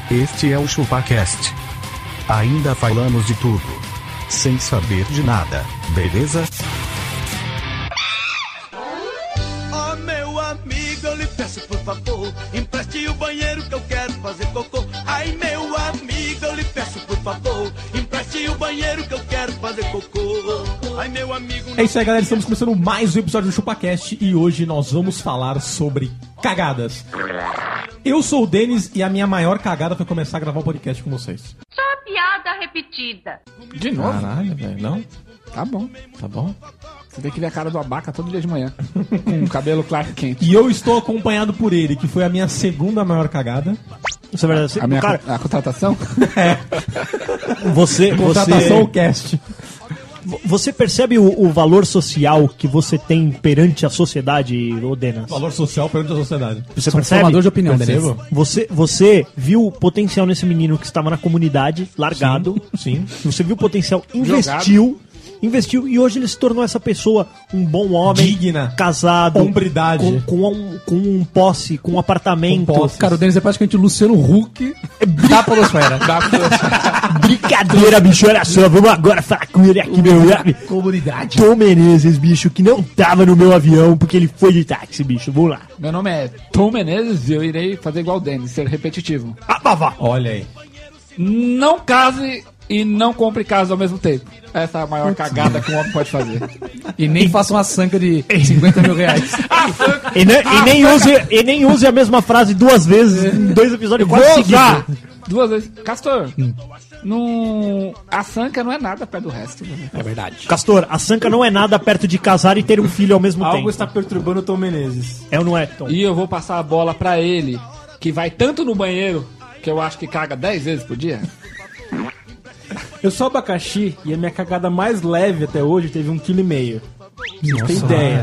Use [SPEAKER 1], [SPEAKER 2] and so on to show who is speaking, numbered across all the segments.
[SPEAKER 1] Este é o ChupaCast. Ainda falamos de tudo, sem saber de nada, beleza?
[SPEAKER 2] Oh, meu amigo, eu lhe peço por favor, empreste o banheiro que eu quero fazer cocô. Ai, meu amigo, eu lhe peço por favor, empreste o banheiro que eu quero fazer cocô. Ai, meu amigo...
[SPEAKER 3] É isso aí, galera, estamos começando mais um episódio do ChupaCast e hoje nós vamos falar sobre cagadas. Eu sou o Denis e a minha maior cagada foi começar a gravar um podcast com vocês.
[SPEAKER 4] Só piada repetida.
[SPEAKER 5] De novo?
[SPEAKER 3] Caralho, velho, não?
[SPEAKER 5] Tá bom.
[SPEAKER 3] Tá bom?
[SPEAKER 5] Você tem que ver a cara do Abaca todo dia de manhã. Com o cabelo Clark Kent.
[SPEAKER 3] E eu estou acompanhado por ele, que foi a minha segunda maior cagada.
[SPEAKER 6] Isso é verdade.
[SPEAKER 5] A minha
[SPEAKER 6] Cara,
[SPEAKER 5] a contratação?
[SPEAKER 3] Contratação cast.
[SPEAKER 6] Você percebe o valor social que você tem perante a sociedade, Odenas?
[SPEAKER 3] Valor social perante a sociedade.
[SPEAKER 6] Você
[SPEAKER 5] Sou um
[SPEAKER 6] percebe?
[SPEAKER 5] formador de opinião,
[SPEAKER 3] Percebo.
[SPEAKER 5] Denis.
[SPEAKER 6] Você viu o potencial nesse menino que estava na comunidade, largado.
[SPEAKER 3] Sim.
[SPEAKER 6] Você viu o potencial, investiu e hoje ele se tornou essa pessoa, um bom homem,
[SPEAKER 3] Digna.
[SPEAKER 6] casado,
[SPEAKER 3] Hombridade.
[SPEAKER 6] com um posse, com um apartamento.
[SPEAKER 3] Com posse.
[SPEAKER 5] Cara, o Denis é praticamente o Luciano Huck da podosfera.
[SPEAKER 6] Brincadeira, bicho, olha só, vamos agora falar com ele aqui, meu amigo.
[SPEAKER 3] Comunidade.
[SPEAKER 6] Tom Menezes, bicho, que não tava no meu avião porque ele foi de táxi, bicho. Vamos lá.
[SPEAKER 5] Meu nome é Tom Menezes e eu irei fazer igual o Denis, ser repetitivo.
[SPEAKER 6] Vá.
[SPEAKER 3] Olha aí.
[SPEAKER 5] Não case e não compre casa ao mesmo tempo. Essa é a maior cagada que um homem pode fazer.
[SPEAKER 7] E nem faça uma sanca de 50 mil reais.
[SPEAKER 6] E nem use a mesma frase duas vezes em dois episódios quase seguidos.
[SPEAKER 5] Duas vezes. Castor, a sanca não é nada perto do resto. Né?
[SPEAKER 7] É verdade.
[SPEAKER 6] Castor, a sanca não é nada perto de casar e ter um filho ao mesmo
[SPEAKER 3] Algo
[SPEAKER 6] tempo.
[SPEAKER 3] está perturbando o Tom Menezes.
[SPEAKER 6] É ou não é, Tom?
[SPEAKER 5] E eu vou passar a bola pra ele, que vai tanto no banheiro, que eu acho que caga 10 vezes por dia.
[SPEAKER 8] Eu sou abacaxi e a minha cagada mais leve até hoje teve 1,5 kg. Vocês têm ideia?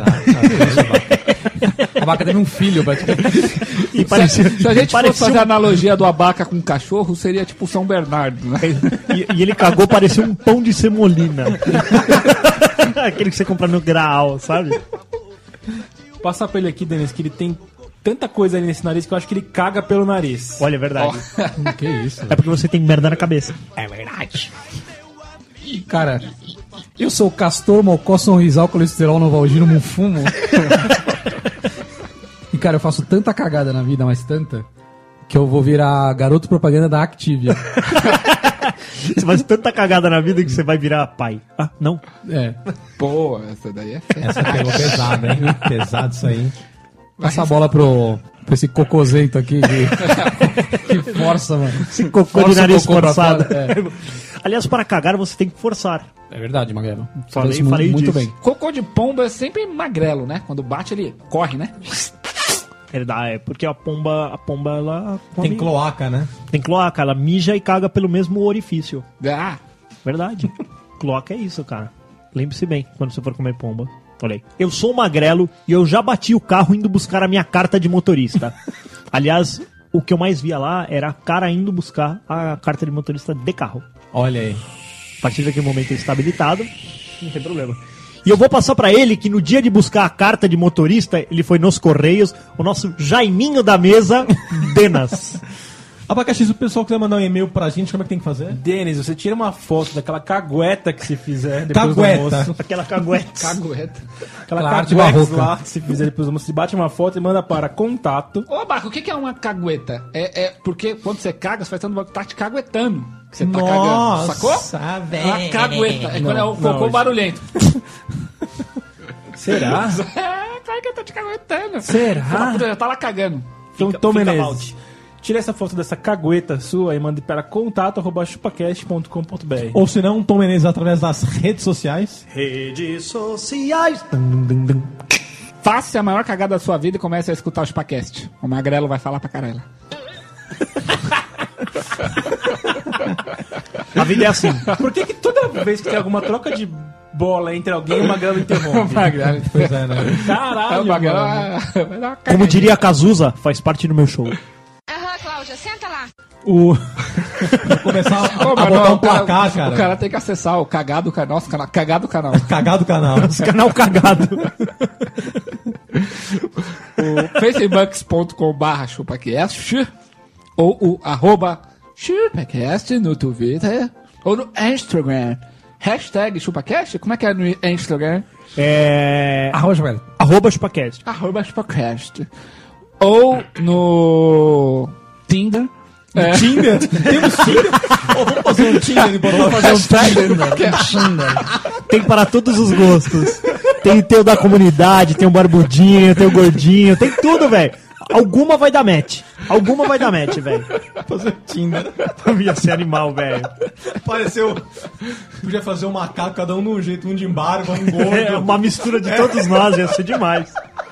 [SPEAKER 7] A vaca teve um filho,
[SPEAKER 6] E parecia,
[SPEAKER 5] Se a gente fosse
[SPEAKER 6] parecia
[SPEAKER 5] fazer a analogia do Abaca com cachorro, seria tipo São Bernardo, né?
[SPEAKER 6] e ele cagou, parecia um pão de semolina. Aquele que você compra no Graal, sabe?
[SPEAKER 8] Vou passar pra ele aqui, Denis, que ele tem tanta coisa ali nesse nariz que eu acho que ele caga pelo nariz.
[SPEAKER 6] Olha, é verdade.
[SPEAKER 3] Que isso?
[SPEAKER 6] É porque você tem merda na cabeça.
[SPEAKER 7] Cara, eu sou o Castor, Mocó, Sonrisal, Colesterol, Novalgino, Mufumo. E cara, eu faço tanta cagada na vida, mas tanta, que eu vou virar garoto propaganda da Activia.
[SPEAKER 6] Você faz tanta cagada na vida que você vai virar pai. Ah, não?
[SPEAKER 7] É.
[SPEAKER 5] Pô, essa daí é feia.
[SPEAKER 3] Essa pegou pesada, hein? Pesado isso aí.
[SPEAKER 7] Passa a bola pra esse cocôzento aqui que força, mano.
[SPEAKER 6] Esse cocô
[SPEAKER 7] Força
[SPEAKER 6] de nariz
[SPEAKER 7] o cocô pra
[SPEAKER 6] forçado.
[SPEAKER 7] fora,
[SPEAKER 6] Aliás, para cagar você tem que forçar.
[SPEAKER 7] É verdade, Magrelo.
[SPEAKER 6] Falei
[SPEAKER 7] muito
[SPEAKER 6] disso.
[SPEAKER 7] bem.
[SPEAKER 5] Cocô de pomba é sempre magrelo, né? Quando bate, ele corre, né?
[SPEAKER 6] É porque a pomba ela
[SPEAKER 3] Tem cloaca, né?
[SPEAKER 6] tem cloaca, ela mija e caga pelo mesmo orifício.
[SPEAKER 5] Ah,
[SPEAKER 6] Verdade. Cloaca é isso, cara. Lembre-se bem quando você for comer pomba. Olha aí. Eu sou magrelo e eu já bati o carro indo buscar a minha carta de motorista. Aliás, o que eu mais via lá era a cara indo buscar a carta de motorista de carro.
[SPEAKER 3] Olha aí.
[SPEAKER 6] A partir daquele momento ele está habilitado, não tem problema. E eu vou passar pra ele que no dia de buscar a carta de motorista, ele foi nos Correios, o nosso Jaiminho da mesa, Denas.
[SPEAKER 3] Abacaxi, se o pessoal quiser mandar um e-mail pra gente, como é que tem que fazer?
[SPEAKER 8] Denis, você tira uma foto daquela cagueta que se fizer depois
[SPEAKER 3] Cagueta.
[SPEAKER 8] do almoço.
[SPEAKER 6] Aquela cagueta.
[SPEAKER 5] cagueta.
[SPEAKER 8] Aquela
[SPEAKER 7] Aquela arte
[SPEAKER 8] cagueta
[SPEAKER 7] barroca.
[SPEAKER 8] lá que se fizer depois do almoço. Você bate uma foto e manda para contato.
[SPEAKER 5] Ô, Abaca, o que é uma cagueta? É porque quando você caga, você faz tanto que tá te caguetando. Que você tá cagando. Sacou?
[SPEAKER 3] Nossa, velho.
[SPEAKER 5] Uma cagueta. É quando é o
[SPEAKER 8] não,
[SPEAKER 5] cocô
[SPEAKER 8] isso-
[SPEAKER 5] barulhento.
[SPEAKER 8] Será?
[SPEAKER 5] É, claro que eu tô te caguetando.
[SPEAKER 8] Será?
[SPEAKER 5] Puta, já tá lá cagando.
[SPEAKER 8] Então,
[SPEAKER 5] Fica-
[SPEAKER 8] Tom
[SPEAKER 5] fica
[SPEAKER 8] Menezes,
[SPEAKER 5] balde.
[SPEAKER 8] tira essa foto dessa cagueta sua e mande para contato@chupacast.com.br.
[SPEAKER 3] Ou se não, Tom Menezes através das redes sociais.
[SPEAKER 6] Redes sociais.
[SPEAKER 5] Faça a maior cagada da sua vida e comece a escutar o Chupacast. O Magrelo vai falar pra caralho.
[SPEAKER 6] A vida é assim.
[SPEAKER 8] Por que toda vez que tem alguma troca de bola entre alguém, o Magrelo interrompe?
[SPEAKER 3] Pois é, né?
[SPEAKER 8] Caralho,
[SPEAKER 5] O Magrelo
[SPEAKER 8] mano.
[SPEAKER 5] vai dar uma
[SPEAKER 6] Como
[SPEAKER 5] cagadinha.
[SPEAKER 6] diria a Cazuza, faz parte do meu show.
[SPEAKER 4] Aham, Cláudia, senta lá.
[SPEAKER 3] Vou começar a
[SPEAKER 5] Ô, mas
[SPEAKER 3] botar
[SPEAKER 5] não,
[SPEAKER 3] um placar, cara.
[SPEAKER 5] O cara tem que acessar o cagado canal. Nosso canal. Cagado canal.
[SPEAKER 3] Cagado o canal.
[SPEAKER 6] Esse canal cagado.
[SPEAKER 5] o facebook.com/chupacast ou o ChupaCast no Twitter ou no Instagram. Hashtag ChupaCast? Como é que é no Instagram?
[SPEAKER 6] @ChupaCast.
[SPEAKER 5] @ChupaCast. Ou no Tinder.
[SPEAKER 3] Tinder? Temos Tinder? Vamos fazer um Tinder e botar
[SPEAKER 6] Tem para todos os gostos. Tem o da comunidade, tem o barbudinho, tem o gordinho, tem tudo, velho. Alguma vai dar match, velho.
[SPEAKER 3] fazer Tinder.
[SPEAKER 6] Ia ser animal, velho.
[SPEAKER 3] Pareceu. Podia fazer um macaco, cada um de um jeito, um de embargo, um gordo.
[SPEAKER 6] Uma mistura de todos nós, ia ser demais.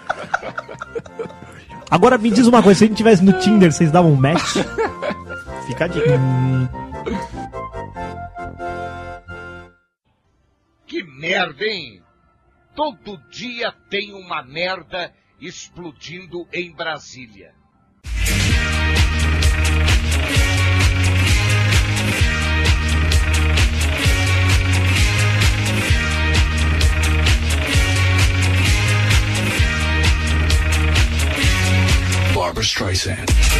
[SPEAKER 6] Agora me diz uma coisa, se a gente tivesse no Tinder, vocês davam um match? Fica a dica.
[SPEAKER 9] Que merda, hein? Todo dia tem uma merda explodindo em Brasília.
[SPEAKER 1] Barbra Streisand.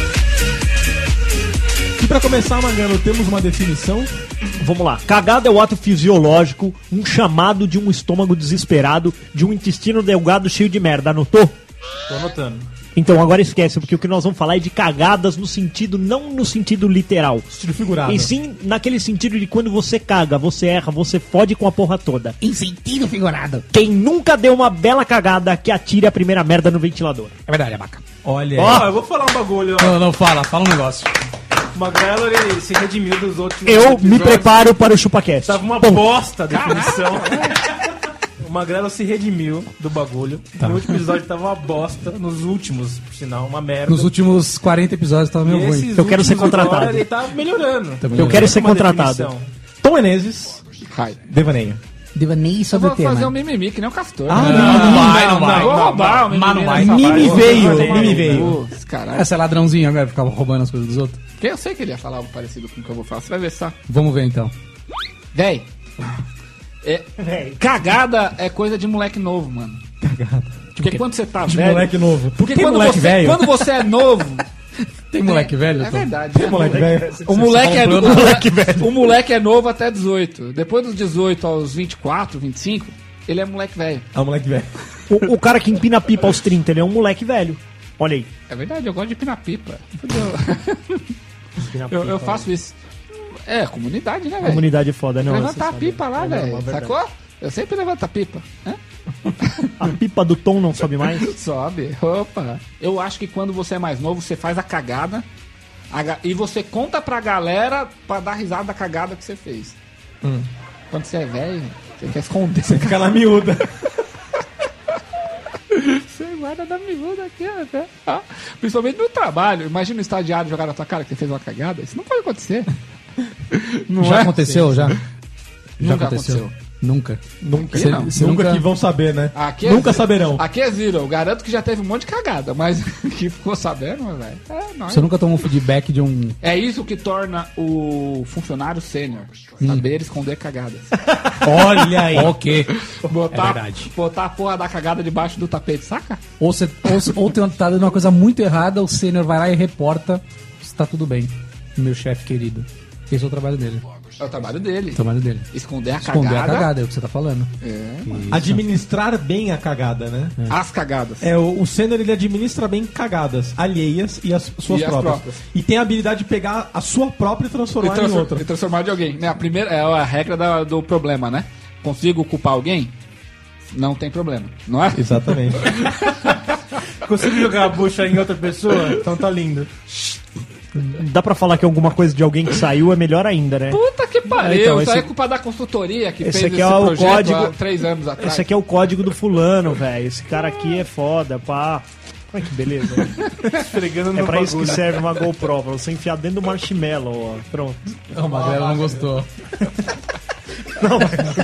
[SPEAKER 3] E pra começar, Magano, temos uma definição.
[SPEAKER 6] Vamos lá. Cagada é o ato fisiológico, um chamado de um estômago desesperado, de um intestino delgado cheio de merda. Anotou?
[SPEAKER 3] Tô anotando.
[SPEAKER 6] Então agora esquece, porque o que nós vamos falar é de cagadas no sentido, não no sentido literal.
[SPEAKER 3] Estilo figurado.
[SPEAKER 6] E sim naquele sentido de quando você caga, você erra, você fode com a porra toda.
[SPEAKER 7] Em sentido figurado.
[SPEAKER 6] Quem nunca deu uma bela cagada que atire a primeira merda no ventilador.
[SPEAKER 7] É verdade, Abaca.
[SPEAKER 3] Olha
[SPEAKER 8] Ó, eu vou falar um bagulho, ó.
[SPEAKER 7] Não, fala um negócio.
[SPEAKER 8] O Magrelo, ele se redimiu dos outros
[SPEAKER 6] Eu me
[SPEAKER 8] episódios.
[SPEAKER 6] preparo para o ChupaCast.
[SPEAKER 8] Tava uma bosta a definição. O Magrelo se redimiu do bagulho. No último episódio tava uma bosta. Nos últimos, por sinal, uma merda.
[SPEAKER 7] Nos últimos 40 episódios tava meio
[SPEAKER 8] E
[SPEAKER 7] ruim.
[SPEAKER 8] esses
[SPEAKER 6] Eu quero ser
[SPEAKER 8] últimos
[SPEAKER 6] contratado.
[SPEAKER 8] agora, ele tá melhorando.
[SPEAKER 6] Eu quero ser
[SPEAKER 8] Uma
[SPEAKER 6] contratado.
[SPEAKER 8] definição.
[SPEAKER 3] Tom Menezes,
[SPEAKER 5] Hi.
[SPEAKER 3] devaneio.
[SPEAKER 7] Devaneio
[SPEAKER 5] Eu
[SPEAKER 7] sobre
[SPEAKER 5] vou
[SPEAKER 7] o tema.
[SPEAKER 5] fazer um mimimi que nem o Castor.
[SPEAKER 3] Ah,
[SPEAKER 7] não vai.
[SPEAKER 5] Vou roubar o mimimi.
[SPEAKER 7] Mas não vai.
[SPEAKER 5] nessa
[SPEAKER 3] Mimi
[SPEAKER 5] parte.
[SPEAKER 3] veio,
[SPEAKER 5] Vou
[SPEAKER 3] Mimi
[SPEAKER 5] roubar.
[SPEAKER 3] veio.
[SPEAKER 5] Putz, caralho.
[SPEAKER 7] Essa é ladrãozinho agora, ficava roubando as coisas dos outros.
[SPEAKER 5] Porque eu sei que ele ia falar algo parecido com o que eu vou falar. Você vai ver só.
[SPEAKER 7] Vamos ver então.
[SPEAKER 5] Véi. Cagada é coisa de moleque novo, mano. Cagada. Porque quando você tá
[SPEAKER 3] De
[SPEAKER 5] velho...
[SPEAKER 3] moleque novo.
[SPEAKER 5] Porque
[SPEAKER 3] Tem moleque velho?
[SPEAKER 5] quando você é novo...
[SPEAKER 7] Tem moleque velho?
[SPEAKER 5] É
[SPEAKER 7] Tom?
[SPEAKER 5] verdade.
[SPEAKER 3] Tem moleque velho?
[SPEAKER 5] O moleque, é,
[SPEAKER 7] comprou
[SPEAKER 5] o moleque é novo até 18. Depois dos 18 aos 24, 25, ele é moleque velho.
[SPEAKER 3] Ah, moleque velho.
[SPEAKER 6] O cara que empina pipa aos 30, ele é um moleque velho. Olha aí.
[SPEAKER 5] É verdade, eu gosto de pinar pipa. Eu faço isso. É, comunidade, né, velho?
[SPEAKER 6] Comunidade é foda, não.
[SPEAKER 5] Levantar a
[SPEAKER 6] você
[SPEAKER 5] pipa lá,
[SPEAKER 6] sabe. É, não,
[SPEAKER 5] velho.
[SPEAKER 6] é verdade.
[SPEAKER 5] Sacou? Eu sempre levanto a pipa. Hã?
[SPEAKER 6] A pipa do Tom não sobe mais?
[SPEAKER 5] Sobe. Opa. Eu acho que quando você é mais novo, você faz a cagada e você conta pra galera pra dar risada da cagada que você fez. Quando você é velho, você quer esconder. Você
[SPEAKER 3] Fica na miúda.
[SPEAKER 5] guarda da miúda aqui, até. Ah, principalmente no trabalho. Imagina o estagiário jogar na tua cara que você fez uma cagada. Isso não pode acontecer. Não
[SPEAKER 7] Já
[SPEAKER 5] é?
[SPEAKER 7] aconteceu, já?
[SPEAKER 5] Nunca aconteceu.
[SPEAKER 7] Nunca.
[SPEAKER 3] Nunca.
[SPEAKER 5] Não.
[SPEAKER 3] Nunca que vão saber, né?
[SPEAKER 5] Aqui
[SPEAKER 3] Nunca
[SPEAKER 5] zero.
[SPEAKER 3] saberão.
[SPEAKER 5] Aqui é zero. Eu garanto que já teve um monte de cagada, mas que ficou sabendo, velho. É nóis.
[SPEAKER 7] Você nunca tomou feedback de um...
[SPEAKER 5] É isso que torna o funcionário sênior. Saber esconder cagadas.
[SPEAKER 3] Olha aí.
[SPEAKER 7] Ok.
[SPEAKER 5] Botar,
[SPEAKER 7] É verdade.
[SPEAKER 5] botar a porra da cagada debaixo do tapete, saca?
[SPEAKER 7] Ou tá dando uma coisa muito errada, o sênior vai lá e reporta se tá tudo bem. Meu chefe querido. Esse é o trabalho dele.
[SPEAKER 5] É o trabalho dele.
[SPEAKER 7] O trabalho dele.
[SPEAKER 5] Esconder a
[SPEAKER 7] Esconder
[SPEAKER 5] cagada.
[SPEAKER 7] a cagada, é o que você tá falando.
[SPEAKER 5] É,
[SPEAKER 3] Administrar bem a cagada, né?
[SPEAKER 5] as cagadas.
[SPEAKER 3] É, o sênior, ele administra bem cagadas alheias e as suas
[SPEAKER 5] E as
[SPEAKER 3] próprias.
[SPEAKER 5] próprias.
[SPEAKER 3] E tem a habilidade de pegar a sua própria e transformar em outra.
[SPEAKER 5] E transformar de alguém. Né? A primeira é a regra do problema, né? Consigo culpar alguém? Não tem problema, não é?
[SPEAKER 3] Exatamente.
[SPEAKER 8] Consigo jogar a bucha em outra pessoa? Então tá lindo.
[SPEAKER 6] Dá pra falar que alguma coisa de alguém que saiu é melhor ainda, né?
[SPEAKER 5] Puta que pariu.
[SPEAKER 6] Então,
[SPEAKER 5] Isso
[SPEAKER 6] esse-
[SPEAKER 5] aí é culpa da consultoria que
[SPEAKER 6] esse
[SPEAKER 5] fez
[SPEAKER 6] aqui
[SPEAKER 5] esse
[SPEAKER 6] é o
[SPEAKER 5] projeto
[SPEAKER 6] código-
[SPEAKER 5] há 3 anos atrás.
[SPEAKER 6] Esse aqui é o código do fulano, velho. Esse cara aqui é foda, pá. Olha que beleza.
[SPEAKER 8] Esfregando no
[SPEAKER 6] É pra isso que
[SPEAKER 8] bagulho.
[SPEAKER 6] serve uma GoPro, pra você enfiar dentro do marshmallow, ó. Pronto.
[SPEAKER 7] O Magrelo não gostou.
[SPEAKER 6] Não,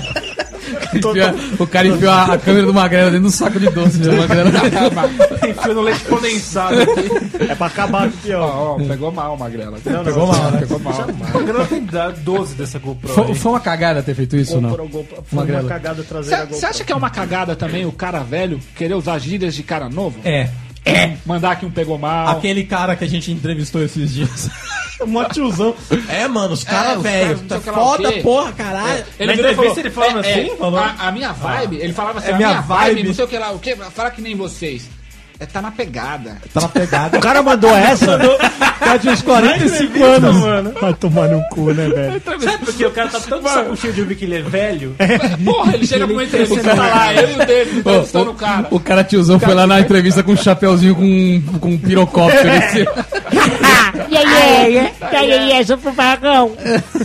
[SPEAKER 7] O cara enfiou a câmera do Magrelo dentro do saco de doce. O Magrelo...
[SPEAKER 8] Enfiou no leite condensado aqui.
[SPEAKER 6] é pra acabar com o pior.
[SPEAKER 5] Ó, pegou mal, Magrela.
[SPEAKER 3] Pegou mal, né?
[SPEAKER 5] Pegou mal.
[SPEAKER 8] O grana tem 12 dessa GoPro.
[SPEAKER 7] Foi,
[SPEAKER 8] aí.
[SPEAKER 7] foi uma cagada ter feito isso ou não?
[SPEAKER 6] Foi uma
[SPEAKER 7] Magrelo.
[SPEAKER 6] cagada traseira
[SPEAKER 5] Você acha que é uma cagada também o cara velho querer usar gírias de cara novo?
[SPEAKER 3] É.
[SPEAKER 5] Mandar aqui um pegou mal.
[SPEAKER 3] Aquele cara que a gente entrevistou esses dias. Mó tiozão. É, mano, os caras,
[SPEAKER 5] os
[SPEAKER 3] velho,
[SPEAKER 5] caras não
[SPEAKER 3] tá
[SPEAKER 5] sei o que lá,
[SPEAKER 3] foda,
[SPEAKER 5] o quê?
[SPEAKER 3] porra, caralho.
[SPEAKER 8] Ele
[SPEAKER 3] Na
[SPEAKER 8] virou e
[SPEAKER 3] entrevista
[SPEAKER 8] falou,
[SPEAKER 3] ele falando assim, falou.
[SPEAKER 5] A minha vibe, ele falava assim,
[SPEAKER 3] É
[SPEAKER 5] a
[SPEAKER 3] minha
[SPEAKER 5] minha vibe,
[SPEAKER 3] vibe.
[SPEAKER 5] não sei o que lá, o que? Fala que nem vocês. Tá na pegada.
[SPEAKER 3] Tá na pegada.
[SPEAKER 6] O cara mandou essa?
[SPEAKER 3] Cara de uns 45 anos.
[SPEAKER 8] mano.
[SPEAKER 6] Vai tomar no cu, né, velho?
[SPEAKER 8] Sabe porque o cara tá tão de saco cheio de ouvir que ele é velho?
[SPEAKER 5] Porra, ele chega pra uma entrevista, tá lá, eu e o David entrevistando o cara.
[SPEAKER 7] O cara tiozão foi lá na entrevista com um chapeuzinho com um pirocóptero.
[SPEAKER 6] Sou pro vagão.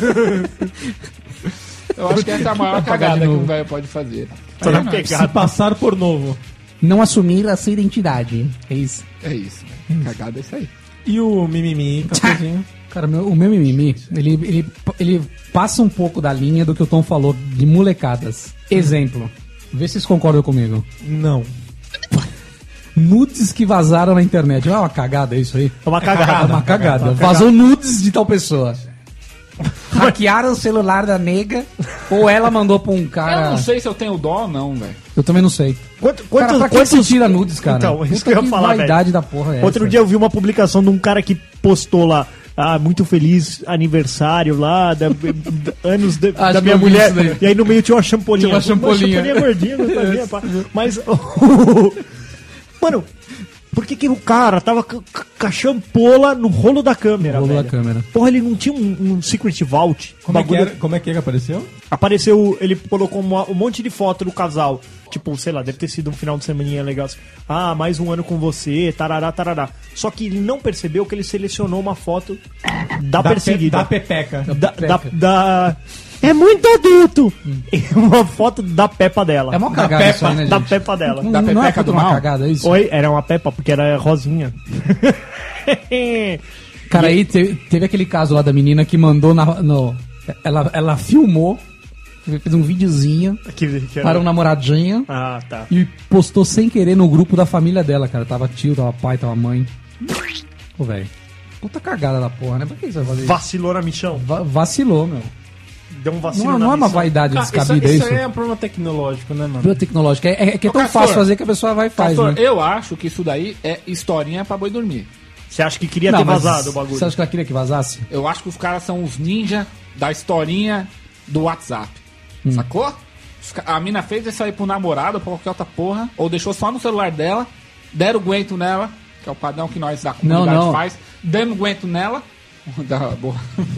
[SPEAKER 5] Eu acho que essa é a maior cagada que um velho pode fazer.
[SPEAKER 6] Tô na
[SPEAKER 3] Se
[SPEAKER 6] pegada.
[SPEAKER 3] passar por novo.
[SPEAKER 7] Não assumir a sua identidade. É isso.
[SPEAKER 5] É isso, né? Cagada é isso aí.
[SPEAKER 3] E o mimimi, cafezinho?
[SPEAKER 7] Cara, o meu mimimi, ele passa um pouco da linha do que o Tom falou de molecadas. Exemplo. Vê se vocês concordam comigo.
[SPEAKER 3] Não.
[SPEAKER 7] Nudes que vazaram na internet. É uma cagada isso aí?
[SPEAKER 6] É uma
[SPEAKER 7] É
[SPEAKER 6] cagada.
[SPEAKER 7] uma cagada. Vazou nudes de tal pessoa. Hackearam o celular da nega ou ela mandou pra um cara...
[SPEAKER 5] Eu não sei se eu tenho dó ou não, velho.
[SPEAKER 7] Eu também não sei.
[SPEAKER 6] Quantos,
[SPEAKER 7] Cara, pra que você tira nudes, cara?
[SPEAKER 6] Então, isso
[SPEAKER 7] Puta
[SPEAKER 6] que eu ia falar,
[SPEAKER 7] vaidade da porra é
[SPEAKER 6] Outro
[SPEAKER 7] essa?
[SPEAKER 6] dia eu vi uma publicação de um cara que postou lá, muito feliz aniversário lá, anos
[SPEAKER 7] Acho
[SPEAKER 6] da
[SPEAKER 7] que
[SPEAKER 6] minha
[SPEAKER 7] eu vi
[SPEAKER 6] mulher.
[SPEAKER 7] isso daí.
[SPEAKER 6] E aí no meio tinha uma champolinha.
[SPEAKER 7] Tinha uma champolinha.
[SPEAKER 6] Uma champolinha gordinha, gostosinha, pá. Mas, mano, por que o cara tava com a champola no rolo da câmera,
[SPEAKER 7] Rolo da
[SPEAKER 6] velho?
[SPEAKER 7] câmera.
[SPEAKER 6] Porra, ele não tinha um Secret Vault?
[SPEAKER 3] Como é que
[SPEAKER 6] Bagulho-
[SPEAKER 3] era? Como é que apareceu?
[SPEAKER 6] Apareceu, ele colocou um monte de foto do casal. Tipo, sei lá, deve ter sido um final de semaninha legal. Assim. Mais um ano com você, tarará, tarará. Só que ele não percebeu que ele selecionou uma foto da perseguida.
[SPEAKER 3] Da pepeca.
[SPEAKER 6] É muito adulto! Uma foto da Peppa dela.
[SPEAKER 7] É uma cagada isso aí, né,
[SPEAKER 6] Da
[SPEAKER 7] gente?
[SPEAKER 6] Peppa dela.
[SPEAKER 7] Não,
[SPEAKER 5] Da
[SPEAKER 7] não é
[SPEAKER 5] pepeca
[SPEAKER 7] puta
[SPEAKER 5] do
[SPEAKER 7] uma
[SPEAKER 5] mal?
[SPEAKER 7] cagada isso?
[SPEAKER 6] Oi, era uma Peppa, porque era rosinha.
[SPEAKER 7] Cara, aí teve aquele caso lá da menina que mandou ela filmou, fez um videozinho
[SPEAKER 6] que
[SPEAKER 7] para um namoradinho
[SPEAKER 6] Ah, tá.
[SPEAKER 7] e postou sem querer no grupo da família dela, cara. Tava tio, tava pai, tava mãe. Pô, velho. Puta cagada da porra, né? Por que você vai fazer isso?
[SPEAKER 6] Vacilou na michão.
[SPEAKER 7] Vacilou, meu.
[SPEAKER 6] Deu um vacilo
[SPEAKER 7] Não,
[SPEAKER 6] na
[SPEAKER 7] não é uma
[SPEAKER 6] missão.
[SPEAKER 7] vaidade
[SPEAKER 8] Cara,
[SPEAKER 7] descabida
[SPEAKER 8] isso
[SPEAKER 7] isso.
[SPEAKER 8] aí é um problema tecnológico, né, mano?
[SPEAKER 7] Pela tecnológica. É que é
[SPEAKER 5] Ô,
[SPEAKER 7] tão
[SPEAKER 5] Castor,
[SPEAKER 7] fácil fazer que a pessoa vai e faz,
[SPEAKER 5] Pastor,
[SPEAKER 7] né?
[SPEAKER 5] eu acho que isso daí é historinha pra boi dormir.
[SPEAKER 6] Você acha que queria
[SPEAKER 7] Não,
[SPEAKER 6] ter
[SPEAKER 7] mas
[SPEAKER 6] vazado o bagulho?
[SPEAKER 7] Você acha que ela queria que vazasse?
[SPEAKER 5] Eu acho que os caras são os ninja da historinha do WhatsApp. Sacou? A mina fez isso aí pro namorado, pra qualquer outra porra, ou deixou só no celular dela, deram guento nela, que é o padrão que nós da comunidade
[SPEAKER 7] Não.
[SPEAKER 5] faz, demos guento nela, boa.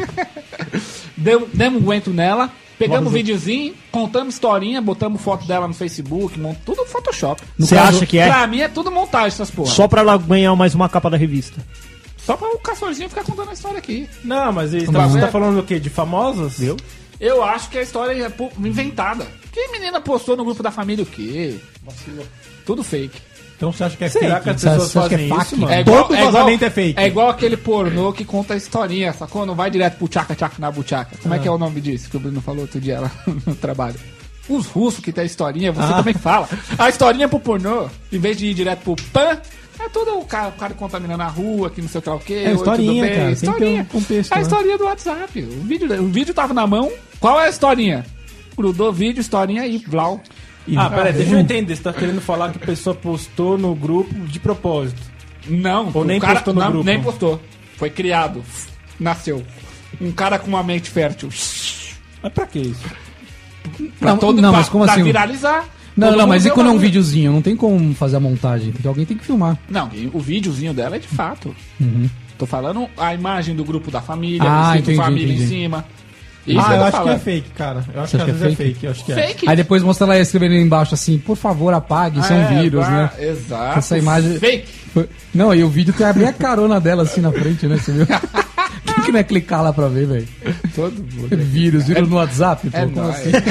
[SPEAKER 5] demos guento nela, pegamos um videozinho, contamos historinha, botamos foto dela no Facebook, tudo Photoshop.
[SPEAKER 6] Você acha que é?
[SPEAKER 5] Pra mim é tudo montagem essas porra.
[SPEAKER 6] Só pra ela ganhar mais uma capa da revista.
[SPEAKER 5] Só pra o Castorzinho ficar contando a história aqui.
[SPEAKER 8] Não, mas ele
[SPEAKER 5] Não,
[SPEAKER 8] você
[SPEAKER 5] é.
[SPEAKER 8] tá falando o quê? De famosos? Viu?
[SPEAKER 5] Eu acho que a história é inventada. Que menina postou no grupo da família o quê? Tudo fake.
[SPEAKER 3] Então você acha que é
[SPEAKER 8] Será
[SPEAKER 3] fake?
[SPEAKER 8] que as
[SPEAKER 7] Você
[SPEAKER 8] pessoas
[SPEAKER 7] acha que é
[SPEAKER 8] fazem
[SPEAKER 7] fake?
[SPEAKER 8] isso, mano?
[SPEAKER 3] Todo vazamento é fake.
[SPEAKER 5] É igual aquele pornô que conta a historinha, sacou? Não vai direto pro tchaca-tchaca na buchaca. Como é que é o nome disso que o Bruno falou outro dia lá no trabalho? Os russos que tem a historinha, você também fala. A historinha pro pornô, em vez de ir direto pro pan, é todo o cara contaminando na rua, que não sei o que lá o quê.
[SPEAKER 3] É historinha,
[SPEAKER 5] oi, tudo bem?
[SPEAKER 3] cara, tem que ter
[SPEAKER 5] Historinha.
[SPEAKER 3] um contexto,
[SPEAKER 5] É a
[SPEAKER 3] né?
[SPEAKER 5] historinha do WhatsApp. O vídeo tava na mão. Qual é a historinha? Grudou vídeo, historinha e vlau.
[SPEAKER 8] Peraí, deixa eu entender. Você tá querendo falar que a pessoa postou no grupo de propósito.
[SPEAKER 5] Não,
[SPEAKER 8] Ou
[SPEAKER 5] o
[SPEAKER 8] nem
[SPEAKER 5] cara,
[SPEAKER 8] postou no
[SPEAKER 5] não,
[SPEAKER 8] grupo.
[SPEAKER 5] nem postou. Foi criado. Nasceu. Um cara com uma mente fértil.
[SPEAKER 8] Mas pra que isso?
[SPEAKER 5] Pra
[SPEAKER 7] mas como
[SPEAKER 5] pra
[SPEAKER 7] assim?
[SPEAKER 5] viralizar.
[SPEAKER 7] Não,
[SPEAKER 5] Todo
[SPEAKER 7] mas
[SPEAKER 5] mundo
[SPEAKER 7] e
[SPEAKER 5] vê o
[SPEAKER 7] quando é um
[SPEAKER 5] bagulho.
[SPEAKER 7] videozinho? Não tem como fazer a montagem. Alguém tem que filmar.
[SPEAKER 5] Não, o videozinho dela é de fato. Tô falando a imagem do grupo da família,
[SPEAKER 7] Ah,
[SPEAKER 5] escrito
[SPEAKER 7] entendi,
[SPEAKER 5] família
[SPEAKER 7] entendi.
[SPEAKER 5] em cima. Isso
[SPEAKER 3] Eu
[SPEAKER 5] eu tô
[SPEAKER 3] acho que
[SPEAKER 5] falando.
[SPEAKER 3] é fake, cara. Eu acho
[SPEAKER 7] Você
[SPEAKER 3] que às
[SPEAKER 7] acha
[SPEAKER 3] vezes
[SPEAKER 7] que
[SPEAKER 3] é
[SPEAKER 7] é
[SPEAKER 3] fake. Eu acho que é.
[SPEAKER 5] Fake.
[SPEAKER 7] Aí depois mostra ela escrevendo embaixo assim, por favor, apague, isso é um vírus, né?
[SPEAKER 5] Exato.
[SPEAKER 7] Essa imagem-
[SPEAKER 5] Fake.
[SPEAKER 7] Não, e o vídeo tem bem a carona dela assim na frente, né? Você viu? Quem que não é clicar lá pra ver, velho?
[SPEAKER 5] Todo mundo.
[SPEAKER 7] Vírus no WhatsApp, pô.
[SPEAKER 5] É
[SPEAKER 7] como
[SPEAKER 5] nóis.
[SPEAKER 7] assim?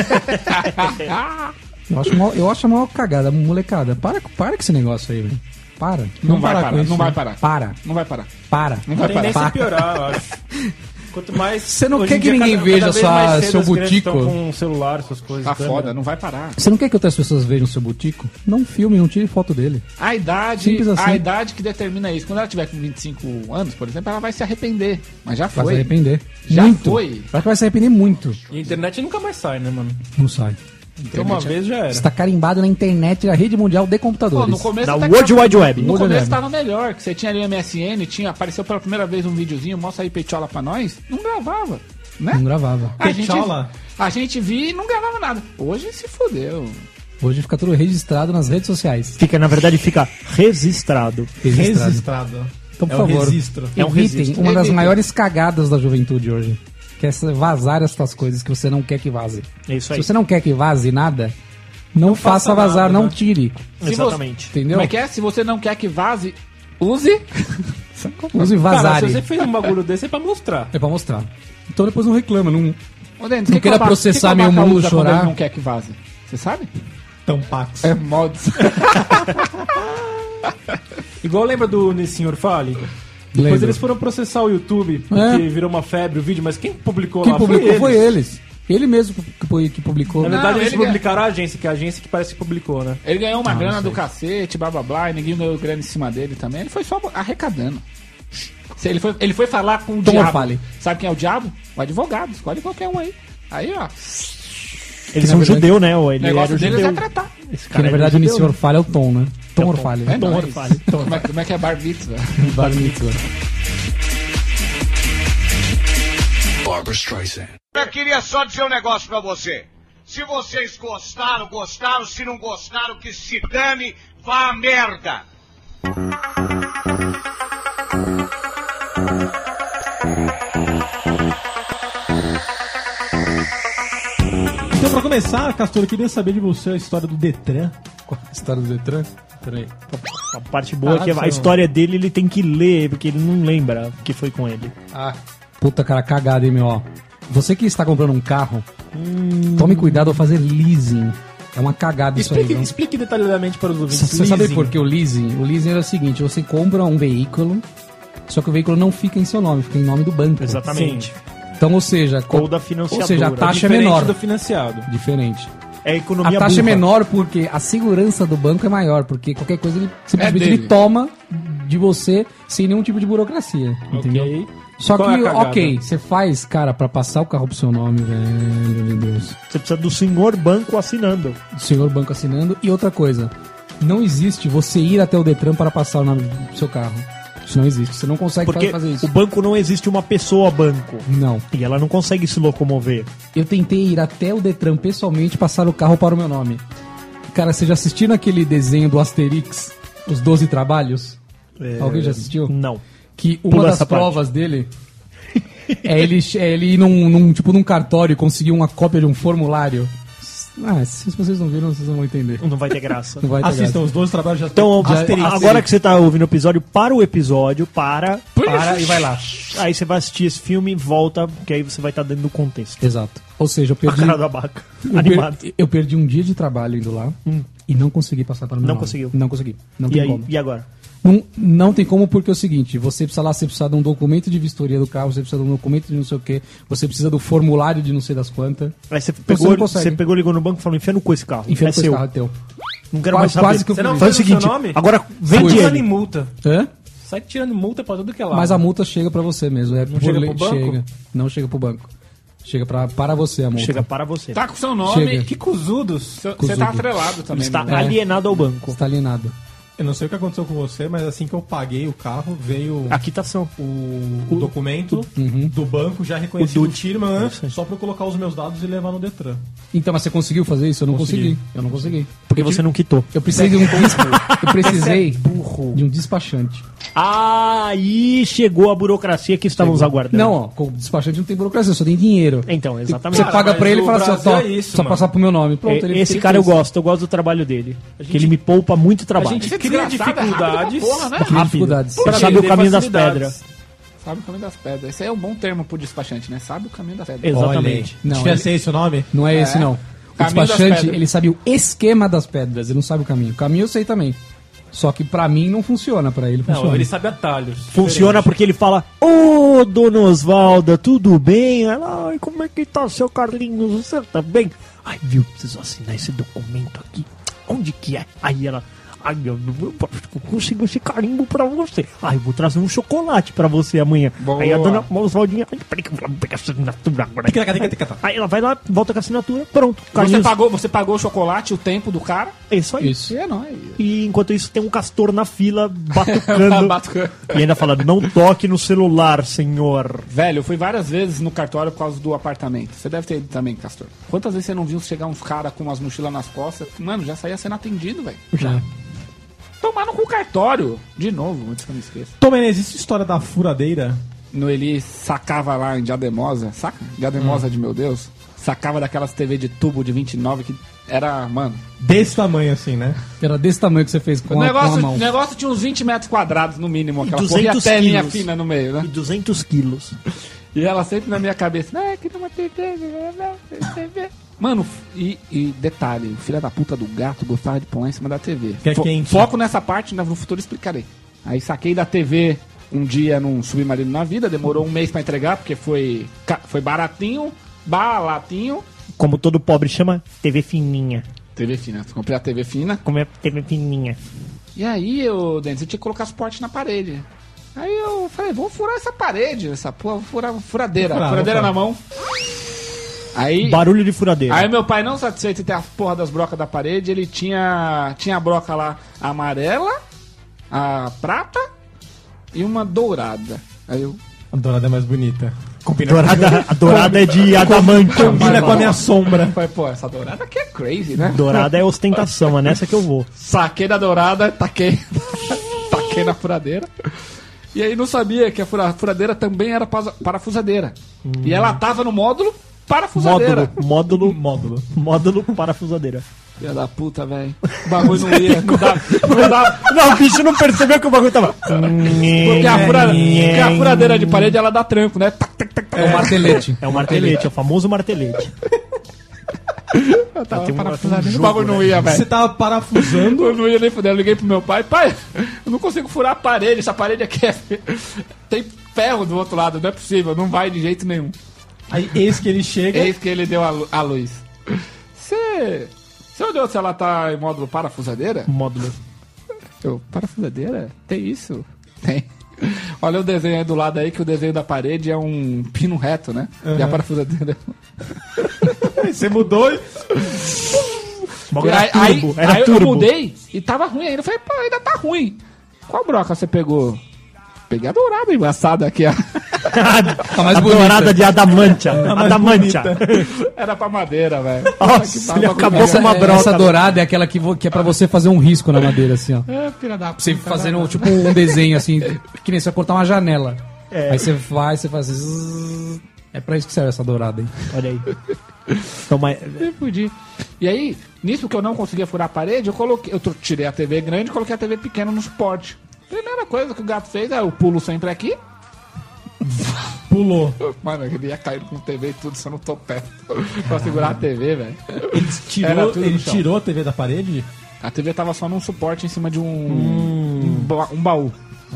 [SPEAKER 7] Eu acho a maior cagada, molecada. Para com esse negócio aí, velho. Para.
[SPEAKER 5] Não vai
[SPEAKER 7] parar
[SPEAKER 5] parar,
[SPEAKER 7] com isso,
[SPEAKER 5] não vai
[SPEAKER 7] né?
[SPEAKER 5] parar.
[SPEAKER 7] Para.
[SPEAKER 5] Não vai parar.
[SPEAKER 7] Para.
[SPEAKER 5] Não vai
[SPEAKER 8] A
[SPEAKER 5] parar.
[SPEAKER 8] tendência é
[SPEAKER 7] Para.
[SPEAKER 8] piorar, eu acho. Quanto mais.
[SPEAKER 7] Você não
[SPEAKER 8] hoje
[SPEAKER 7] quer
[SPEAKER 8] em
[SPEAKER 7] que
[SPEAKER 8] dia,
[SPEAKER 7] ninguém veja
[SPEAKER 8] vez mais cedo
[SPEAKER 7] seu
[SPEAKER 8] as crianças
[SPEAKER 7] butico?
[SPEAKER 8] estão com celular, essas coisas.
[SPEAKER 5] Tá
[SPEAKER 8] câmera.
[SPEAKER 5] foda, não vai parar.
[SPEAKER 7] Você não quer que outras pessoas vejam seu butico? Não filme, não tire foto dele.
[SPEAKER 5] A idade,
[SPEAKER 7] Simples assim.
[SPEAKER 5] a idade que determina isso. Quando ela tiver com 25 anos, por exemplo, ela vai se arrepender. Mas já
[SPEAKER 7] Vai se
[SPEAKER 5] foi.
[SPEAKER 7] arrepender.
[SPEAKER 5] Já
[SPEAKER 7] muito.
[SPEAKER 5] foi.
[SPEAKER 7] Acho que vai se arrepender muito.
[SPEAKER 8] E a internet nunca mais sai, né, mano?
[SPEAKER 7] Não sai.
[SPEAKER 8] Então uma vez já era.
[SPEAKER 7] Está carimbado na internet, na rede mundial de computadores.
[SPEAKER 5] Pô, no começo
[SPEAKER 6] Da
[SPEAKER 5] até
[SPEAKER 6] World Wide Web.
[SPEAKER 5] No
[SPEAKER 7] World Wide
[SPEAKER 5] começo
[SPEAKER 7] Web.
[SPEAKER 5] tava melhor, que você tinha ali o MSN, apareceu pela primeira vez um videozinho, mostra aí pechola pra nós, não gravava, né?
[SPEAKER 7] Não gravava.
[SPEAKER 3] Pechola?
[SPEAKER 5] A gente via e não gravava nada. Hoje se fudeu.
[SPEAKER 7] Hoje fica tudo registrado nas redes sociais.
[SPEAKER 6] Na verdade, fica registrado.
[SPEAKER 3] Registrado.
[SPEAKER 7] Então, por
[SPEAKER 3] É o
[SPEAKER 7] favor,
[SPEAKER 3] registro.
[SPEAKER 6] É um
[SPEAKER 7] evitem
[SPEAKER 6] registro.
[SPEAKER 7] uma das
[SPEAKER 5] Evitem.
[SPEAKER 7] maiores cagadas da juventude hoje. Que é vazar essas coisas que você não quer que vaze.
[SPEAKER 6] É isso aí.
[SPEAKER 7] Se você não quer que vaze nada, não faça
[SPEAKER 3] faça
[SPEAKER 7] vazar,
[SPEAKER 3] nada,
[SPEAKER 7] não
[SPEAKER 3] né?
[SPEAKER 7] tire.
[SPEAKER 6] Exatamente.
[SPEAKER 7] Entendeu?
[SPEAKER 5] Como é que é? Se você não quer que vaze, use.
[SPEAKER 7] Use
[SPEAKER 8] Cara,
[SPEAKER 7] vazare.
[SPEAKER 8] se você fez um bagulho desse é pra mostrar.
[SPEAKER 7] É pra mostrar. Então depois não reclama. Não...
[SPEAKER 5] Ô, Denis,
[SPEAKER 7] Não
[SPEAKER 5] que
[SPEAKER 7] queira
[SPEAKER 5] que o
[SPEAKER 7] processar
[SPEAKER 5] que o
[SPEAKER 7] meu
[SPEAKER 5] Abaca
[SPEAKER 7] mundo
[SPEAKER 5] usa quando
[SPEAKER 7] chorar.
[SPEAKER 5] ele não quer que vaze. Você sabe?
[SPEAKER 3] Tampax.
[SPEAKER 5] É mods.
[SPEAKER 8] Igual lembra do Nissenhor Fale? Depois
[SPEAKER 7] Lembro.
[SPEAKER 8] eles foram processar o YouTube, porque virou uma febre o vídeo, mas quem publicou
[SPEAKER 7] Quem
[SPEAKER 8] lá
[SPEAKER 7] publicou
[SPEAKER 8] foi
[SPEAKER 7] foi
[SPEAKER 8] eles.
[SPEAKER 7] eles. Ele mesmo que publicou.
[SPEAKER 8] Na verdade,
[SPEAKER 5] Não,
[SPEAKER 8] eles
[SPEAKER 5] ele
[SPEAKER 8] publicaram a agência, que é a agência que parece que publicou, né?
[SPEAKER 5] Ele ganhou uma grana do cacete, blá blá blá, e ninguém ganhou grana em cima dele também. Ele foi só arrecadando. Ele foi falar com o
[SPEAKER 7] Tom
[SPEAKER 5] diabo.
[SPEAKER 7] Fale.
[SPEAKER 5] Sabe quem é o diabo? O advogado, escolhe qualquer um aí. Aí, ó,
[SPEAKER 6] Eles
[SPEAKER 7] na
[SPEAKER 6] são
[SPEAKER 7] verdade-
[SPEAKER 6] judeu, né? Ou
[SPEAKER 5] o
[SPEAKER 6] ele
[SPEAKER 5] negócio
[SPEAKER 6] era
[SPEAKER 5] deles
[SPEAKER 6] judeu.
[SPEAKER 5] é tratar.
[SPEAKER 6] Esse
[SPEAKER 7] Que na
[SPEAKER 6] é
[SPEAKER 7] verdade o
[SPEAKER 6] judeu,
[SPEAKER 7] Nissenhor Falha é o Tom, né? Tom Orfale.
[SPEAKER 5] É
[SPEAKER 6] Tom
[SPEAKER 5] nóis.
[SPEAKER 6] Orfale.
[SPEAKER 5] Como é que é bar mitzvah?
[SPEAKER 7] Bar mitzvah.
[SPEAKER 9] Eu queria só dizer um negócio pra você. Se vocês gostaram, gostaram. Se não gostaram, que se dane, vá à merda.
[SPEAKER 3] Então, pra começar, Castor, eu queria saber de você a história do Detran.
[SPEAKER 7] Qual a história do Detran? Peraí.
[SPEAKER 6] A parte boa é que
[SPEAKER 3] Caralho,
[SPEAKER 6] a história dele ele tem que ler, porque ele não lembra o que foi com ele.
[SPEAKER 7] Ah. Puta, cara, cagada, hein, meu, ó. Você que está comprando um carro, tome cuidado ao fazer leasing. É uma cagada isso aí, viu?
[SPEAKER 8] Explique detalhadamente para os ouvintes.
[SPEAKER 7] Você sabe
[SPEAKER 8] Leasing.
[SPEAKER 7] por que o leasing? O leasing era o seguinte, você compra um veículo, só que o veículo não fica em seu nome, fica em nome do banco.
[SPEAKER 6] Exatamente.
[SPEAKER 7] Então, ou seja...
[SPEAKER 6] Ou da financiadora.
[SPEAKER 7] Ou seja, a taxa é
[SPEAKER 8] Diferente
[SPEAKER 7] menor.
[SPEAKER 8] do financiado.
[SPEAKER 7] Diferente.
[SPEAKER 6] É a economia
[SPEAKER 7] A taxa é
[SPEAKER 6] burra.
[SPEAKER 7] menor porque a segurança do banco é maior, porque qualquer coisa ele simplesmente
[SPEAKER 5] dele.
[SPEAKER 7] ele toma de você sem nenhum tipo de burocracia, entendeu?
[SPEAKER 8] Ok.
[SPEAKER 7] Só
[SPEAKER 8] Qual
[SPEAKER 7] que,
[SPEAKER 8] é a cagada?
[SPEAKER 7] ok, você faz, cara, pra passar o carro pro seu nome, velho, meu Deus.
[SPEAKER 6] Você precisa do senhor banco assinando.
[SPEAKER 7] Do senhor banco assinando. E outra coisa, não existe você ir até o Detran para passar o nome do seu carro. Isso não existe, você não consegue
[SPEAKER 6] Porque
[SPEAKER 7] fazer isso.
[SPEAKER 6] o banco não existe uma pessoa banco.
[SPEAKER 7] Não.
[SPEAKER 6] E ela não consegue se locomover.
[SPEAKER 7] Eu tentei ir até o Detran pessoalmente e passar o carro para o meu nome. Cara, você já assistiu naquele desenho do Asterix, Os 12 Trabalhos? Alguém já assistiu?
[SPEAKER 6] Não.
[SPEAKER 7] Que uma
[SPEAKER 6] Pula
[SPEAKER 7] das
[SPEAKER 6] essa parte.
[SPEAKER 7] provas dele é ele ir num cartório e conseguir uma cópia de um formulário. Ah, se vocês não viram, vocês não vão entender.
[SPEAKER 6] Não vai ter graça.
[SPEAKER 7] Não vai ter
[SPEAKER 3] Assistam,
[SPEAKER 7] graça.
[SPEAKER 3] os dois trabalhos já
[SPEAKER 6] Então,
[SPEAKER 3] Asterix.
[SPEAKER 6] agora que você tá ouvindo o episódio, para o episódio, para
[SPEAKER 7] e vai lá.
[SPEAKER 6] Aí você vai assistir esse filme e volta, que aí você vai estar dentro do contexto.
[SPEAKER 7] Exato. Ou seja, eu
[SPEAKER 6] A
[SPEAKER 7] perdi,
[SPEAKER 6] cara da vaca.
[SPEAKER 7] eu,
[SPEAKER 6] Animado.
[SPEAKER 7] eu perdi um dia de trabalho indo lá e não consegui passar para o meu
[SPEAKER 6] Não
[SPEAKER 7] nome.
[SPEAKER 6] conseguiu?
[SPEAKER 7] Não consegui. Não
[SPEAKER 6] E
[SPEAKER 7] tem
[SPEAKER 6] aí,
[SPEAKER 7] como.
[SPEAKER 6] e agora?
[SPEAKER 7] Não tem como porque é o seguinte, você precisa de um documento de vistoria do carro, você precisa de um documento de não sei o que, você precisa do formulário de não sei das quantas.
[SPEAKER 6] Aí você
[SPEAKER 7] não consegue.
[SPEAKER 6] pegou, ligou no banco e falou, enfia no cu esse carro.
[SPEAKER 7] Enfim,
[SPEAKER 6] é
[SPEAKER 7] esse
[SPEAKER 6] seu.
[SPEAKER 7] carro é teu.
[SPEAKER 6] Não quero
[SPEAKER 7] Quase-
[SPEAKER 6] mais saber.
[SPEAKER 7] quase que eu
[SPEAKER 8] Você não
[SPEAKER 6] Faz o
[SPEAKER 8] fez
[SPEAKER 6] seguinte,
[SPEAKER 8] seu nome?
[SPEAKER 6] agora
[SPEAKER 8] Sai
[SPEAKER 6] vende
[SPEAKER 8] tirando em
[SPEAKER 6] ele.
[SPEAKER 8] multa.
[SPEAKER 7] Hã?
[SPEAKER 8] Sai tirando multa pra tudo que é lá.
[SPEAKER 7] Mas a multa chega pra você mesmo. É
[SPEAKER 8] Não chega
[SPEAKER 7] lei-
[SPEAKER 8] pro banco?
[SPEAKER 7] Chega. Não chega pro banco. Chega para você a multa.
[SPEAKER 6] Chega para você.
[SPEAKER 5] Tá com seu nome,
[SPEAKER 7] Chega.
[SPEAKER 8] Que cuzudos.
[SPEAKER 5] você
[SPEAKER 7] Cuzudo.
[SPEAKER 5] tá atrelado
[SPEAKER 6] Ele
[SPEAKER 5] também.
[SPEAKER 6] está
[SPEAKER 5] né?
[SPEAKER 6] alienado ao banco.
[SPEAKER 7] Está alienado.
[SPEAKER 3] Eu não sei o que aconteceu com você, mas assim que eu paguei o carro, veio
[SPEAKER 6] A quitação.
[SPEAKER 3] o documento do banco já reconhecido
[SPEAKER 6] O
[SPEAKER 3] o
[SPEAKER 6] DUT.
[SPEAKER 3] Firman,
[SPEAKER 6] Isso aí.
[SPEAKER 3] só pra eu colocar os meus dados e levar no Detran.
[SPEAKER 7] Então, mas você conseguiu fazer isso? Eu não
[SPEAKER 3] Consegui.
[SPEAKER 7] consegui. Eu não consegui.
[SPEAKER 6] Porque você não quitou.
[SPEAKER 7] Eu precisei de um eu precisei de um despachante.
[SPEAKER 6] Aí chegou a burocracia que estávamos aguardando.
[SPEAKER 7] Não, ó, com o despachante não tem burocracia, só tem dinheiro.
[SPEAKER 6] Então, exatamente.
[SPEAKER 7] Você paga
[SPEAKER 8] mas
[SPEAKER 7] pra ele e
[SPEAKER 8] o
[SPEAKER 7] fala assim, ó,
[SPEAKER 8] Brasil
[SPEAKER 7] só,
[SPEAKER 8] é isso,
[SPEAKER 7] só
[SPEAKER 8] mano.
[SPEAKER 7] passar pro meu nome. Pronto, ele
[SPEAKER 6] Esse
[SPEAKER 7] fica
[SPEAKER 6] cara eu
[SPEAKER 7] isso.
[SPEAKER 6] gosto do trabalho dele. Que ele me poupa muito trabalho.
[SPEAKER 8] A gente
[SPEAKER 5] Esse
[SPEAKER 8] cria
[SPEAKER 5] desgraçado é rápido pra
[SPEAKER 8] dificuldades.
[SPEAKER 5] porra, né?
[SPEAKER 7] Cria
[SPEAKER 6] Rápido.
[SPEAKER 7] dificuldades.
[SPEAKER 6] Você
[SPEAKER 8] Pra
[SPEAKER 6] sabe
[SPEAKER 8] vender
[SPEAKER 6] o caminho das
[SPEAKER 8] facilidades.
[SPEAKER 6] pedras.
[SPEAKER 5] Sabe o caminho das pedras. Esse aí é um bom termo pro despachante, né? Sabe o caminho das pedras.
[SPEAKER 6] Exatamente.
[SPEAKER 7] Não,
[SPEAKER 3] Devia
[SPEAKER 7] ele-
[SPEAKER 3] ser esse o nome?
[SPEAKER 7] Não é esse, não. O
[SPEAKER 5] Caminho das
[SPEAKER 7] despachante,
[SPEAKER 5] pedras.
[SPEAKER 7] ele sabe o esquema das pedras, ele não sabe o caminho. O caminho eu sei também. Só que pra mim não funciona, pra ele funciona.
[SPEAKER 8] Não, ele sabe atalhos.
[SPEAKER 6] Funciona porque ele fala: Ô, dona Osvalda, tudo bem? Ela, ai, como é que tá, seu Carlinhos? Você tá bem? Ai, viu, preciso assinar esse documento aqui. Onde que é? Aí ela, Ai, eu consigo esse carimbo pra você. Ai, eu vou trazer um chocolate pra você amanhã.
[SPEAKER 5] Boa.
[SPEAKER 6] Aí a dona Oswaldinha, ai, peraí que eu vou pegar a assinatura agora. Aí ela vai lá, volta com a assinatura, pronto.
[SPEAKER 5] Você pagou o chocolate, o tempo do cara?
[SPEAKER 6] É isso aí.
[SPEAKER 7] Isso.
[SPEAKER 5] É nóis.
[SPEAKER 6] E enquanto isso tem um castor na fila batucando.
[SPEAKER 5] Batucando.
[SPEAKER 6] E ainda falando, não toque no celular, senhor.
[SPEAKER 5] Velho, eu fui várias vezes no cartório por causa do apartamento. Você deve ter ido também, Castor. Quantas vezes você não viu chegar uns caras com umas mochilas nas costas? Mano, já saía sendo atendido, velho.
[SPEAKER 6] Já.
[SPEAKER 5] Tomaram com o cartório. De novo, antes que eu me esqueça.
[SPEAKER 3] Tom Menezes, existe história da furadeira?
[SPEAKER 5] Ele sacava lá em Diademosa, saca? Diademosa de meu Deus. Sacava daquelas TV de tubo de 29 que era, mano...
[SPEAKER 3] Desse tamanho assim, né?
[SPEAKER 7] Era desse tamanho que você fez com
[SPEAKER 5] O
[SPEAKER 7] a mão.
[SPEAKER 5] negócio tinha uns 20 metros quadrados no mínimo. Aquela
[SPEAKER 6] 200
[SPEAKER 5] porra e a telinha
[SPEAKER 6] quilos.
[SPEAKER 5] fina no meio, né?
[SPEAKER 6] E 200 quilos.
[SPEAKER 5] E ela sempre na minha cabeça, não, queria uma TV. Mano, e detalhe, o filho da puta do gato gostava de pôr lá em cima da TV.
[SPEAKER 3] Que é quente.
[SPEAKER 5] Foco nessa parte, no futuro explicarei. Aí saquei da TV um dia num Submarino na Vida, demorou um mês pra entregar, porque foi baratinho, baratinho.
[SPEAKER 6] Como todo pobre chama, TV fininha.
[SPEAKER 5] TV fina, comprei a TV fina.
[SPEAKER 6] Como é TV fininha.
[SPEAKER 5] E aí, Denis, eu tinha que colocar suporte na parede. Aí eu falei, vou furar essa parede, essa porra, furadeira. Furadeira na mão. Aí,
[SPEAKER 6] Barulho de furadeira.
[SPEAKER 5] Aí meu pai, não satisfeito em ter a porra das brocas da parede, ele tinha a broca lá amarela, a prata e uma dourada. Aí eu...
[SPEAKER 3] A dourada é mais bonita.
[SPEAKER 6] A dourada é de adamante.
[SPEAKER 3] Combina com a minha sombra.
[SPEAKER 5] Eu falei, pô, essa dourada aqui é crazy, né?
[SPEAKER 6] Dourada é ostentação, é nessa que eu vou.
[SPEAKER 5] Saquei da dourada, taquei na furadeira. E aí não sabia que a furadeira também era parafusadeira. E ela tava no módulo parafusadeira.
[SPEAKER 6] Módulo parafusadeira.
[SPEAKER 5] Filha da puta, velho. O bagulho não ia. Não dá.
[SPEAKER 6] Não, o bicho não percebeu que o bagulho tava.
[SPEAKER 5] Porque a furadeira de parede ela dá tranco, né?
[SPEAKER 7] É o martelete.
[SPEAKER 6] É o martelete, é o famoso martelete.
[SPEAKER 5] Eu tava parafusando. O bagulho não ia, velho.
[SPEAKER 3] Você tava parafusando?
[SPEAKER 5] Eu não ia nem fuder. Eu liguei pro meu pai. Pai, eu não consigo furar a parede. Essa parede aqui tem ferro do outro lado. Não é possível. Não vai de jeito nenhum.
[SPEAKER 3] Aí, eis que ele chega.
[SPEAKER 5] Eis que ele deu a luz. Você olhou se ela tá em módulo parafusadeira?
[SPEAKER 6] Módulo.
[SPEAKER 5] Parafusadeira? Tem isso? Tem. Olha o desenho aí do lado aí, que o desenho da parede é um pino reto, né? E a parafusadeira...
[SPEAKER 3] Você mudou e...
[SPEAKER 5] Aí eu mudei e tava ruim ainda. Eu falei, pô, ainda tá ruim. Qual broca você pegou? Peguei a dourada embaçada aqui, ó.
[SPEAKER 7] Tá mais
[SPEAKER 6] A
[SPEAKER 7] bonita.
[SPEAKER 6] dourada de adamantia. Adamantia.
[SPEAKER 5] Era pra madeira, velho.
[SPEAKER 6] Nossa, ele acabou com uma broca.
[SPEAKER 7] Essa dourada é aquela que é pra você fazer um risco na madeira, assim, ó.
[SPEAKER 5] É, filha da puta.
[SPEAKER 7] Você fazendo, tipo, um desenho, assim, que nem você vai cortar uma janela. Aí você faz zzz. É pra isso que serve essa dourada, hein?
[SPEAKER 6] Olha aí. Então, mas...
[SPEAKER 5] Eu fudi. E aí, nisso que eu não conseguia furar a parede, eu tirei a TV grande e coloquei a TV pequena no suporte. Primeira coisa que o gato fez é o pulo sempre aqui.
[SPEAKER 3] Pulou.
[SPEAKER 5] Mano, ele ia cair com TV e tudo, se eu não tô perto pra segurar a TV, velho.
[SPEAKER 3] Ele tirou a TV da parede?
[SPEAKER 5] A TV tava só num suporte em cima de um baú.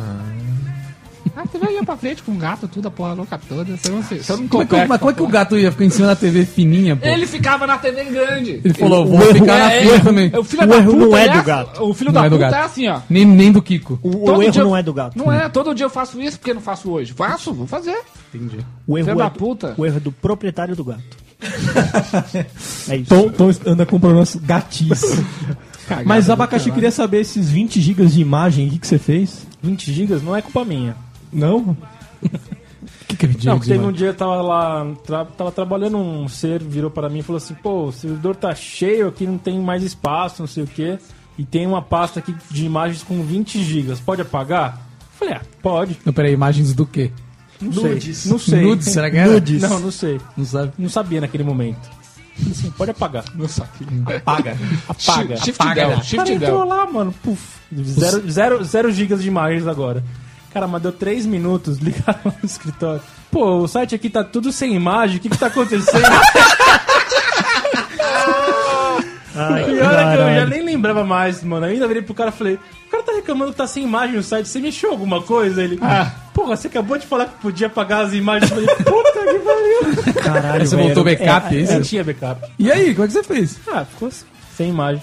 [SPEAKER 5] A TV ia pra frente com o gato, tudo, a porra louca toda. Se eu não tô
[SPEAKER 7] Mas
[SPEAKER 5] perto,
[SPEAKER 7] como é que o gato ia ficar em cima da TV fininha, pô?
[SPEAKER 5] Ele ficava na TV grande.
[SPEAKER 7] Ele falou, vou ficar na fila também.
[SPEAKER 5] O filho
[SPEAKER 6] O
[SPEAKER 5] da
[SPEAKER 6] erro
[SPEAKER 5] puta
[SPEAKER 6] não é
[SPEAKER 5] ele
[SPEAKER 6] do gato.
[SPEAKER 5] O filho
[SPEAKER 7] Não
[SPEAKER 5] da
[SPEAKER 7] é do
[SPEAKER 5] puta
[SPEAKER 7] gato.
[SPEAKER 5] é assim, ó.
[SPEAKER 7] Nem do Kiko.
[SPEAKER 6] O
[SPEAKER 5] Todo
[SPEAKER 6] erro
[SPEAKER 5] dia
[SPEAKER 6] não é do gato.
[SPEAKER 5] Não é, todo dia eu faço isso, porque não faço hoje? Faço, vou fazer.
[SPEAKER 7] Entendi.
[SPEAKER 6] O erro
[SPEAKER 5] Filho da
[SPEAKER 6] é
[SPEAKER 5] puta.
[SPEAKER 6] o erro é do proprietário do gato. É isso.
[SPEAKER 3] Tom anda com problemas gatis. Mas, Abacaxi, eu queria saber esses 20 GB de imagem, o que você fez?
[SPEAKER 8] 20 gigas não é culpa minha.
[SPEAKER 3] Não?
[SPEAKER 7] Que é
[SPEAKER 8] Não, porque teve um dia eu tava lá, tava trabalhando, um ser virou para mim e falou assim, pô, o servidor tá cheio aqui, não tem mais espaço, não sei o quê, e tem uma pasta aqui de imagens com 20 gigas, pode apagar? Eu falei, pode.
[SPEAKER 7] Não, peraí, imagens do quê?
[SPEAKER 8] Não sei. Não sei.
[SPEAKER 7] Nudes, será que era?
[SPEAKER 8] Nudes. Não sei.
[SPEAKER 7] Não sabe?
[SPEAKER 8] Não sabia naquele momento. Assim, pode apagar.
[SPEAKER 5] Não sabia.
[SPEAKER 3] Apaga.
[SPEAKER 8] Apaga.
[SPEAKER 5] Shift
[SPEAKER 7] Apaga,
[SPEAKER 5] Del,
[SPEAKER 7] né?
[SPEAKER 5] Shift
[SPEAKER 8] Cara, entrou
[SPEAKER 5] Del.
[SPEAKER 8] lá, mano. Puf. Zero gigas de imagens agora. Cara, mas deu 3 minutos, ligaram lá no escritório. Pô, o site aqui tá tudo sem imagem, o que tá acontecendo?
[SPEAKER 6] Ai,
[SPEAKER 8] E olha que eu já
[SPEAKER 6] caralho.
[SPEAKER 8] nem lembrava mais, mano. Eu ainda virei pro cara e falei, o cara tá reclamando que tá sem imagem no site, você mexeu alguma coisa? Ele, porra, você acabou de falar que podia apagar as imagens. Eu falei, puta que pariu.
[SPEAKER 6] Caralho,
[SPEAKER 7] Aí você
[SPEAKER 6] velho.
[SPEAKER 7] voltou backup, é isso?
[SPEAKER 8] Eu tinha backup.
[SPEAKER 7] E aí, como é que você fez?
[SPEAKER 8] Ah, ficou assim. Sem imagem.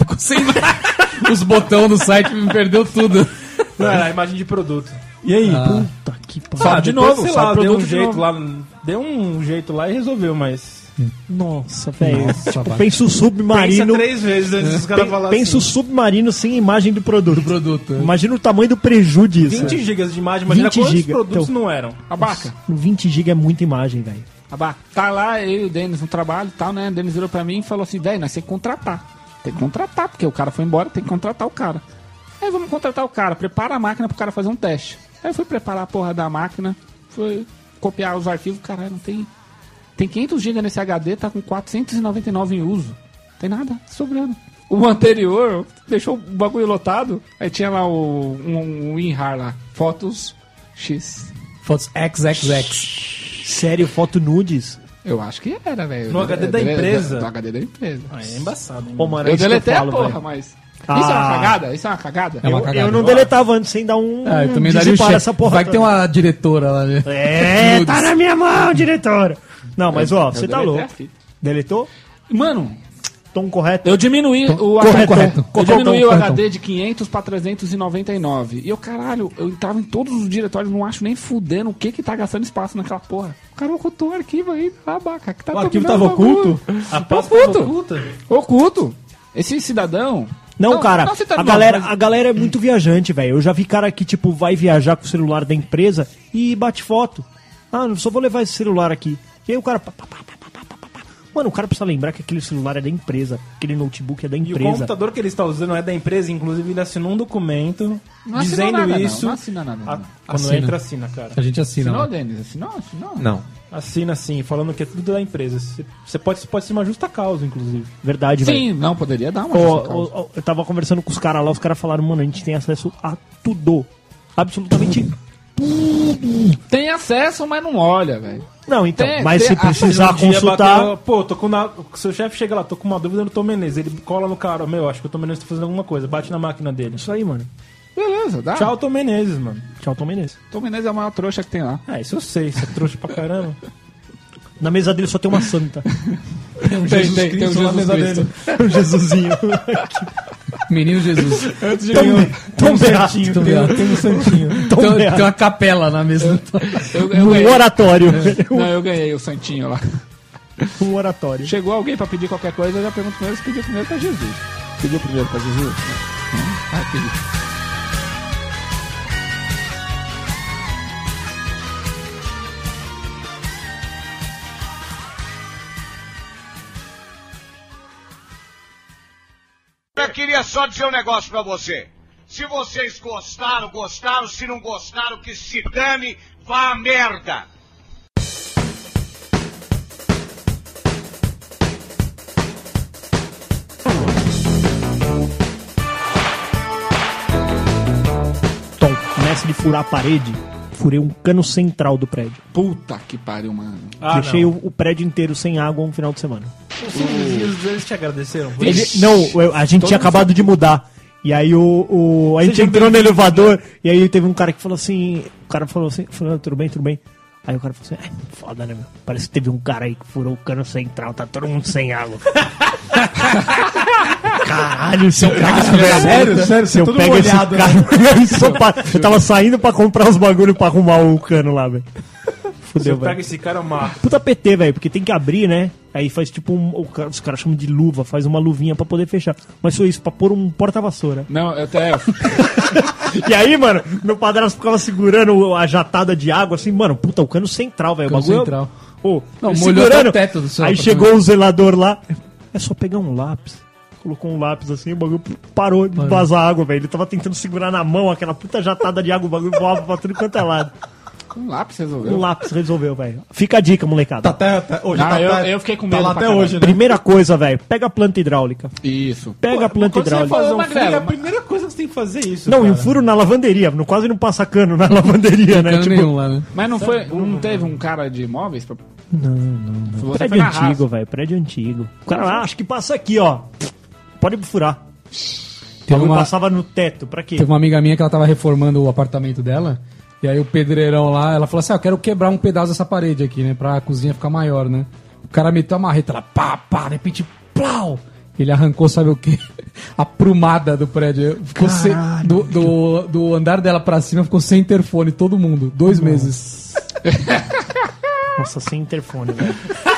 [SPEAKER 7] Os botões do site me perdeu tudo.
[SPEAKER 8] Não, era a imagem de produto.
[SPEAKER 3] E aí?
[SPEAKER 6] Puta que pariu.
[SPEAKER 8] Sabe,
[SPEAKER 5] de
[SPEAKER 8] depois,
[SPEAKER 5] novo,
[SPEAKER 8] sei
[SPEAKER 5] sabe
[SPEAKER 8] lá,
[SPEAKER 5] produto de novo.
[SPEAKER 8] deu um jeito lá e resolveu, mas...
[SPEAKER 6] Nossa, velho.
[SPEAKER 7] Nossa, vai.
[SPEAKER 6] Pensa o submarino.
[SPEAKER 8] Pensa 3 vezes antes dos caras falarem
[SPEAKER 6] Pensa o
[SPEAKER 8] assim.
[SPEAKER 6] submarino sem imagem do produto.
[SPEAKER 7] Do produto.
[SPEAKER 6] Imagina o tamanho do prejuízo disso.
[SPEAKER 8] 20 GB de imagem, imagina
[SPEAKER 6] 20
[SPEAKER 8] quantos
[SPEAKER 6] giga.
[SPEAKER 8] produtos
[SPEAKER 6] Então,
[SPEAKER 8] não eram.
[SPEAKER 5] Abaca.
[SPEAKER 6] 20 GB é muita imagem, velho.
[SPEAKER 5] Abaca. Tá lá, eu e o Denis no trabalho e tal, né? O Denis virou pra mim e falou assim, velho, nós temos que contratar. Tem que contratar, porque o cara foi embora, tem que contratar o cara. Aí vamos contratar o cara, prepara a máquina pro cara fazer um teste. Aí eu fui preparar a porra da máquina, fui copiar os arquivos, caralho, não tem... Tem 500 GB nesse HD, tá com 499 em uso. Tem nada sobrando. O anterior deixou o bagulho lotado. Aí tinha lá um WinRAR lá. Fotos X.
[SPEAKER 7] Fotos XXX.
[SPEAKER 6] Sério, foto nudes?
[SPEAKER 5] Eu acho que era, velho.
[SPEAKER 8] No HD da empresa?
[SPEAKER 5] No HD da empresa.
[SPEAKER 8] É embaçado, hein?
[SPEAKER 6] Pô, mano,
[SPEAKER 5] Eu
[SPEAKER 6] é isso que
[SPEAKER 5] deletei
[SPEAKER 6] falo,
[SPEAKER 5] a porra,
[SPEAKER 6] velho.
[SPEAKER 5] mas... Isso é
[SPEAKER 6] Ah.
[SPEAKER 5] uma cagada? Isso é uma cagada?
[SPEAKER 7] É uma cagada.
[SPEAKER 6] Eu não deletava antes sem dar um.
[SPEAKER 7] Eu também daria o
[SPEAKER 6] para
[SPEAKER 7] chefe.
[SPEAKER 6] essa porra.
[SPEAKER 7] Vai que tem uma diretora lá, né?
[SPEAKER 6] É, tá na minha mão, diretora. Não, mas ó, você tá
[SPEAKER 5] deletei
[SPEAKER 6] louco.
[SPEAKER 5] a fita.
[SPEAKER 6] Deletou?
[SPEAKER 5] Mano,
[SPEAKER 6] Tom correto?
[SPEAKER 5] eu diminuí o
[SPEAKER 7] correto.
[SPEAKER 5] Eu diminuí o
[SPEAKER 7] Correto.
[SPEAKER 5] HD de 500 pra 399. E eu, caralho, eu entrava em todos os diretórios, não acho nem fudendo o que tá gastando espaço naquela porra. O cara ocultou o arquivo aí, abaca. Que tá
[SPEAKER 3] O arquivo
[SPEAKER 5] dominando
[SPEAKER 3] tava
[SPEAKER 5] o bagulho.
[SPEAKER 3] oculto?
[SPEAKER 8] A pasta
[SPEAKER 5] Oculto.
[SPEAKER 8] tava oculta?
[SPEAKER 5] Oculto. Esse cidadão...
[SPEAKER 6] Não, cara,
[SPEAKER 5] não citando
[SPEAKER 6] a
[SPEAKER 5] nome,
[SPEAKER 6] galera,
[SPEAKER 5] mas-
[SPEAKER 6] a galera é muito viajante, velho. Eu já vi cara que, tipo, vai viajar com o celular da empresa e bate foto. Ah, eu só vou levar esse celular aqui. E aí o cara... Mano, o cara precisa lembrar que aquele celular é da empresa. Aquele notebook é da
[SPEAKER 8] E o
[SPEAKER 6] empresa.
[SPEAKER 8] computador que ele está usando é da empresa, inclusive ele assinou um documento
[SPEAKER 5] Não assinou
[SPEAKER 8] dizendo
[SPEAKER 5] nada,
[SPEAKER 8] isso.
[SPEAKER 5] Não assina nada.
[SPEAKER 8] Ah,
[SPEAKER 5] Não.
[SPEAKER 8] quando
[SPEAKER 7] Assina.
[SPEAKER 8] entra, assina, cara.
[SPEAKER 7] A gente assina.
[SPEAKER 5] Assinou,
[SPEAKER 7] lá.
[SPEAKER 5] Denis? Assinou?
[SPEAKER 10] Não.
[SPEAKER 8] Assina sim, falando que é tudo da empresa. Você pode ser uma justa causa, inclusive.
[SPEAKER 6] Verdade, velho.
[SPEAKER 5] Sim, não, poderia dar uma
[SPEAKER 6] Ó,
[SPEAKER 5] justa causa.
[SPEAKER 6] ó, eu tava conversando com os caras lá, os caras falaram, mano, a gente tem acesso a tudo. Absolutamente
[SPEAKER 5] Tem acesso, mas não olha, velho.
[SPEAKER 6] Não, então,
[SPEAKER 5] Tem-
[SPEAKER 6] mas se
[SPEAKER 5] tem-
[SPEAKER 6] precisar
[SPEAKER 8] Um dia
[SPEAKER 6] consultar...
[SPEAKER 8] bateu, pô, seu chefe chega lá, tô com uma dúvida no Tom Menezes. Ele cola no cara, meu, acho que o Tom Menezes tá fazendo alguma coisa. Bate na máquina dele.
[SPEAKER 6] Isso aí, mano.
[SPEAKER 5] Beleza, dá.
[SPEAKER 8] Tchau, Tom Menezes, mano.
[SPEAKER 6] Tchau, Tom Menezes.
[SPEAKER 5] Tom Menezes é a maior trouxa que tem lá.
[SPEAKER 8] Ah, isso eu sei, você é trouxa pra caramba.
[SPEAKER 6] Na mesa dele só tem uma santa.
[SPEAKER 8] Tem um
[SPEAKER 5] Tem um Jesus
[SPEAKER 8] na mesa
[SPEAKER 5] Cristo.
[SPEAKER 8] dele.
[SPEAKER 6] Um Jesusinho.
[SPEAKER 7] Menino Jesus.
[SPEAKER 8] Antes de
[SPEAKER 6] Tom-
[SPEAKER 8] ganhar,
[SPEAKER 6] Tom
[SPEAKER 8] tem um
[SPEAKER 6] Beato.
[SPEAKER 8] santinho,
[SPEAKER 7] Tom
[SPEAKER 8] tem
[SPEAKER 7] Beato.
[SPEAKER 8] tem um santinho.
[SPEAKER 6] Tom
[SPEAKER 7] Tem
[SPEAKER 6] Beato.
[SPEAKER 7] uma capela na mesa.
[SPEAKER 5] Eu
[SPEAKER 6] Um
[SPEAKER 5] ganhei.
[SPEAKER 6] oratório.
[SPEAKER 5] Não, eu ganhei o santinho lá.
[SPEAKER 6] Um oratório.
[SPEAKER 5] Chegou alguém pra pedir qualquer coisa, eu já pergunto primeiro se pediu primeiro pra Jesus. Pediu primeiro pra Jesus? Não. Ah, pedi.
[SPEAKER 9] Eu queria só dizer um negócio pra você. Se vocês gostaram, gostaram. Se não gostaram, que se dane, vá à merda.
[SPEAKER 6] Tom, nessa de furar a parede, furei um cano central do prédio.
[SPEAKER 5] Puta que pariu, mano.
[SPEAKER 6] Deixei o prédio inteiro sem água um final de semana.
[SPEAKER 8] Os seus vizinhos, eles te agradeceram?
[SPEAKER 6] A gente tinha acabado de mudar. E aí a gente entrou no elevador e aí teve um cara que falou assim. O cara falou assim, tudo bem, tudo bem. Aí o cara falou assim, foda, né, meu? Parece que teve um cara aí que furou o cano central, tá todo mundo sem água. Caralho, seu cara,
[SPEAKER 3] Sério,
[SPEAKER 6] se eu
[SPEAKER 3] tudo
[SPEAKER 6] pego esse
[SPEAKER 3] molhado,
[SPEAKER 6] cara. Eu tava saindo pra comprar os bagulho pra arrumar o cano lá, velho.
[SPEAKER 8] Você
[SPEAKER 6] Fudeu,
[SPEAKER 8] pega
[SPEAKER 6] velho.
[SPEAKER 8] esse cara, uma...
[SPEAKER 6] Puta PT, velho, porque tem que abrir, né? Aí faz tipo os caras chamam de luva, faz uma luvinha pra poder fechar. Mas foi isso, pra pôr um porta-vassoura.
[SPEAKER 5] Não, eu até.
[SPEAKER 6] E aí, mano, meu padrasto ficava segurando a jatada de água, assim, mano, puta, o cano central, velho. O
[SPEAKER 7] Cano
[SPEAKER 6] bagulho.
[SPEAKER 7] central.
[SPEAKER 6] Ô,
[SPEAKER 7] Não,
[SPEAKER 6] ele
[SPEAKER 7] molhou até o teto do seu
[SPEAKER 6] Aí
[SPEAKER 7] apartamento.
[SPEAKER 6] chegou o zelador lá. É só pegar um lápis. Colocou um lápis assim, o bagulho parou de vazar água, velho. Ele tava tentando segurar na mão aquela puta jatada de água, o bagulho voava pra tudo quanto é lado.
[SPEAKER 5] Com lápis resolveu.
[SPEAKER 6] Um lápis resolveu, velho. Fica a dica, molecada.
[SPEAKER 3] Hoje
[SPEAKER 5] Não, eu fiquei com medo
[SPEAKER 3] Tá lá
[SPEAKER 5] pra
[SPEAKER 3] até
[SPEAKER 5] caralho.
[SPEAKER 3] hoje, né?
[SPEAKER 6] Primeira coisa, velho, pega a planta hidráulica.
[SPEAKER 5] Isso.
[SPEAKER 6] Pega a planta
[SPEAKER 8] Quando você vai
[SPEAKER 6] hidráulica.
[SPEAKER 8] fazer um
[SPEAKER 5] Magrelo,
[SPEAKER 8] furo, a
[SPEAKER 5] mas-
[SPEAKER 8] primeira coisa que você tem que fazer é isso,
[SPEAKER 6] Não, e
[SPEAKER 8] cara.
[SPEAKER 6] um furo na lavanderia. Quase não passa cano na lavanderia, né?
[SPEAKER 7] Cano
[SPEAKER 6] Tipo,
[SPEAKER 7] nenhum lá, né?
[SPEAKER 5] Mas não foi. Não teve um cara de imóveis pra.
[SPEAKER 6] não.
[SPEAKER 5] Você foi
[SPEAKER 6] Prédio
[SPEAKER 5] na
[SPEAKER 6] antigo,
[SPEAKER 5] raça.
[SPEAKER 6] velho. Prédio antigo. O cara, acho que passa aqui, ó. Pode furar. O
[SPEAKER 7] Teve
[SPEAKER 6] bagulho
[SPEAKER 7] uma,
[SPEAKER 6] passava no teto. Pra quê?
[SPEAKER 7] teve uma amiga minha que ela tava reformando o apartamento dela. E aí o pedreirão lá, ela falou assim: eu quero quebrar um pedaço dessa parede aqui, né? Pra cozinha ficar maior, né? O cara meteu a marreta lá, pá, de repente, plau! Ele arrancou, sabe o quê? A prumada do prédio. Ficou do andar dela pra cima, ficou sem interfone, todo mundo. 2 meses.
[SPEAKER 6] Nossa, sem interfone, velho.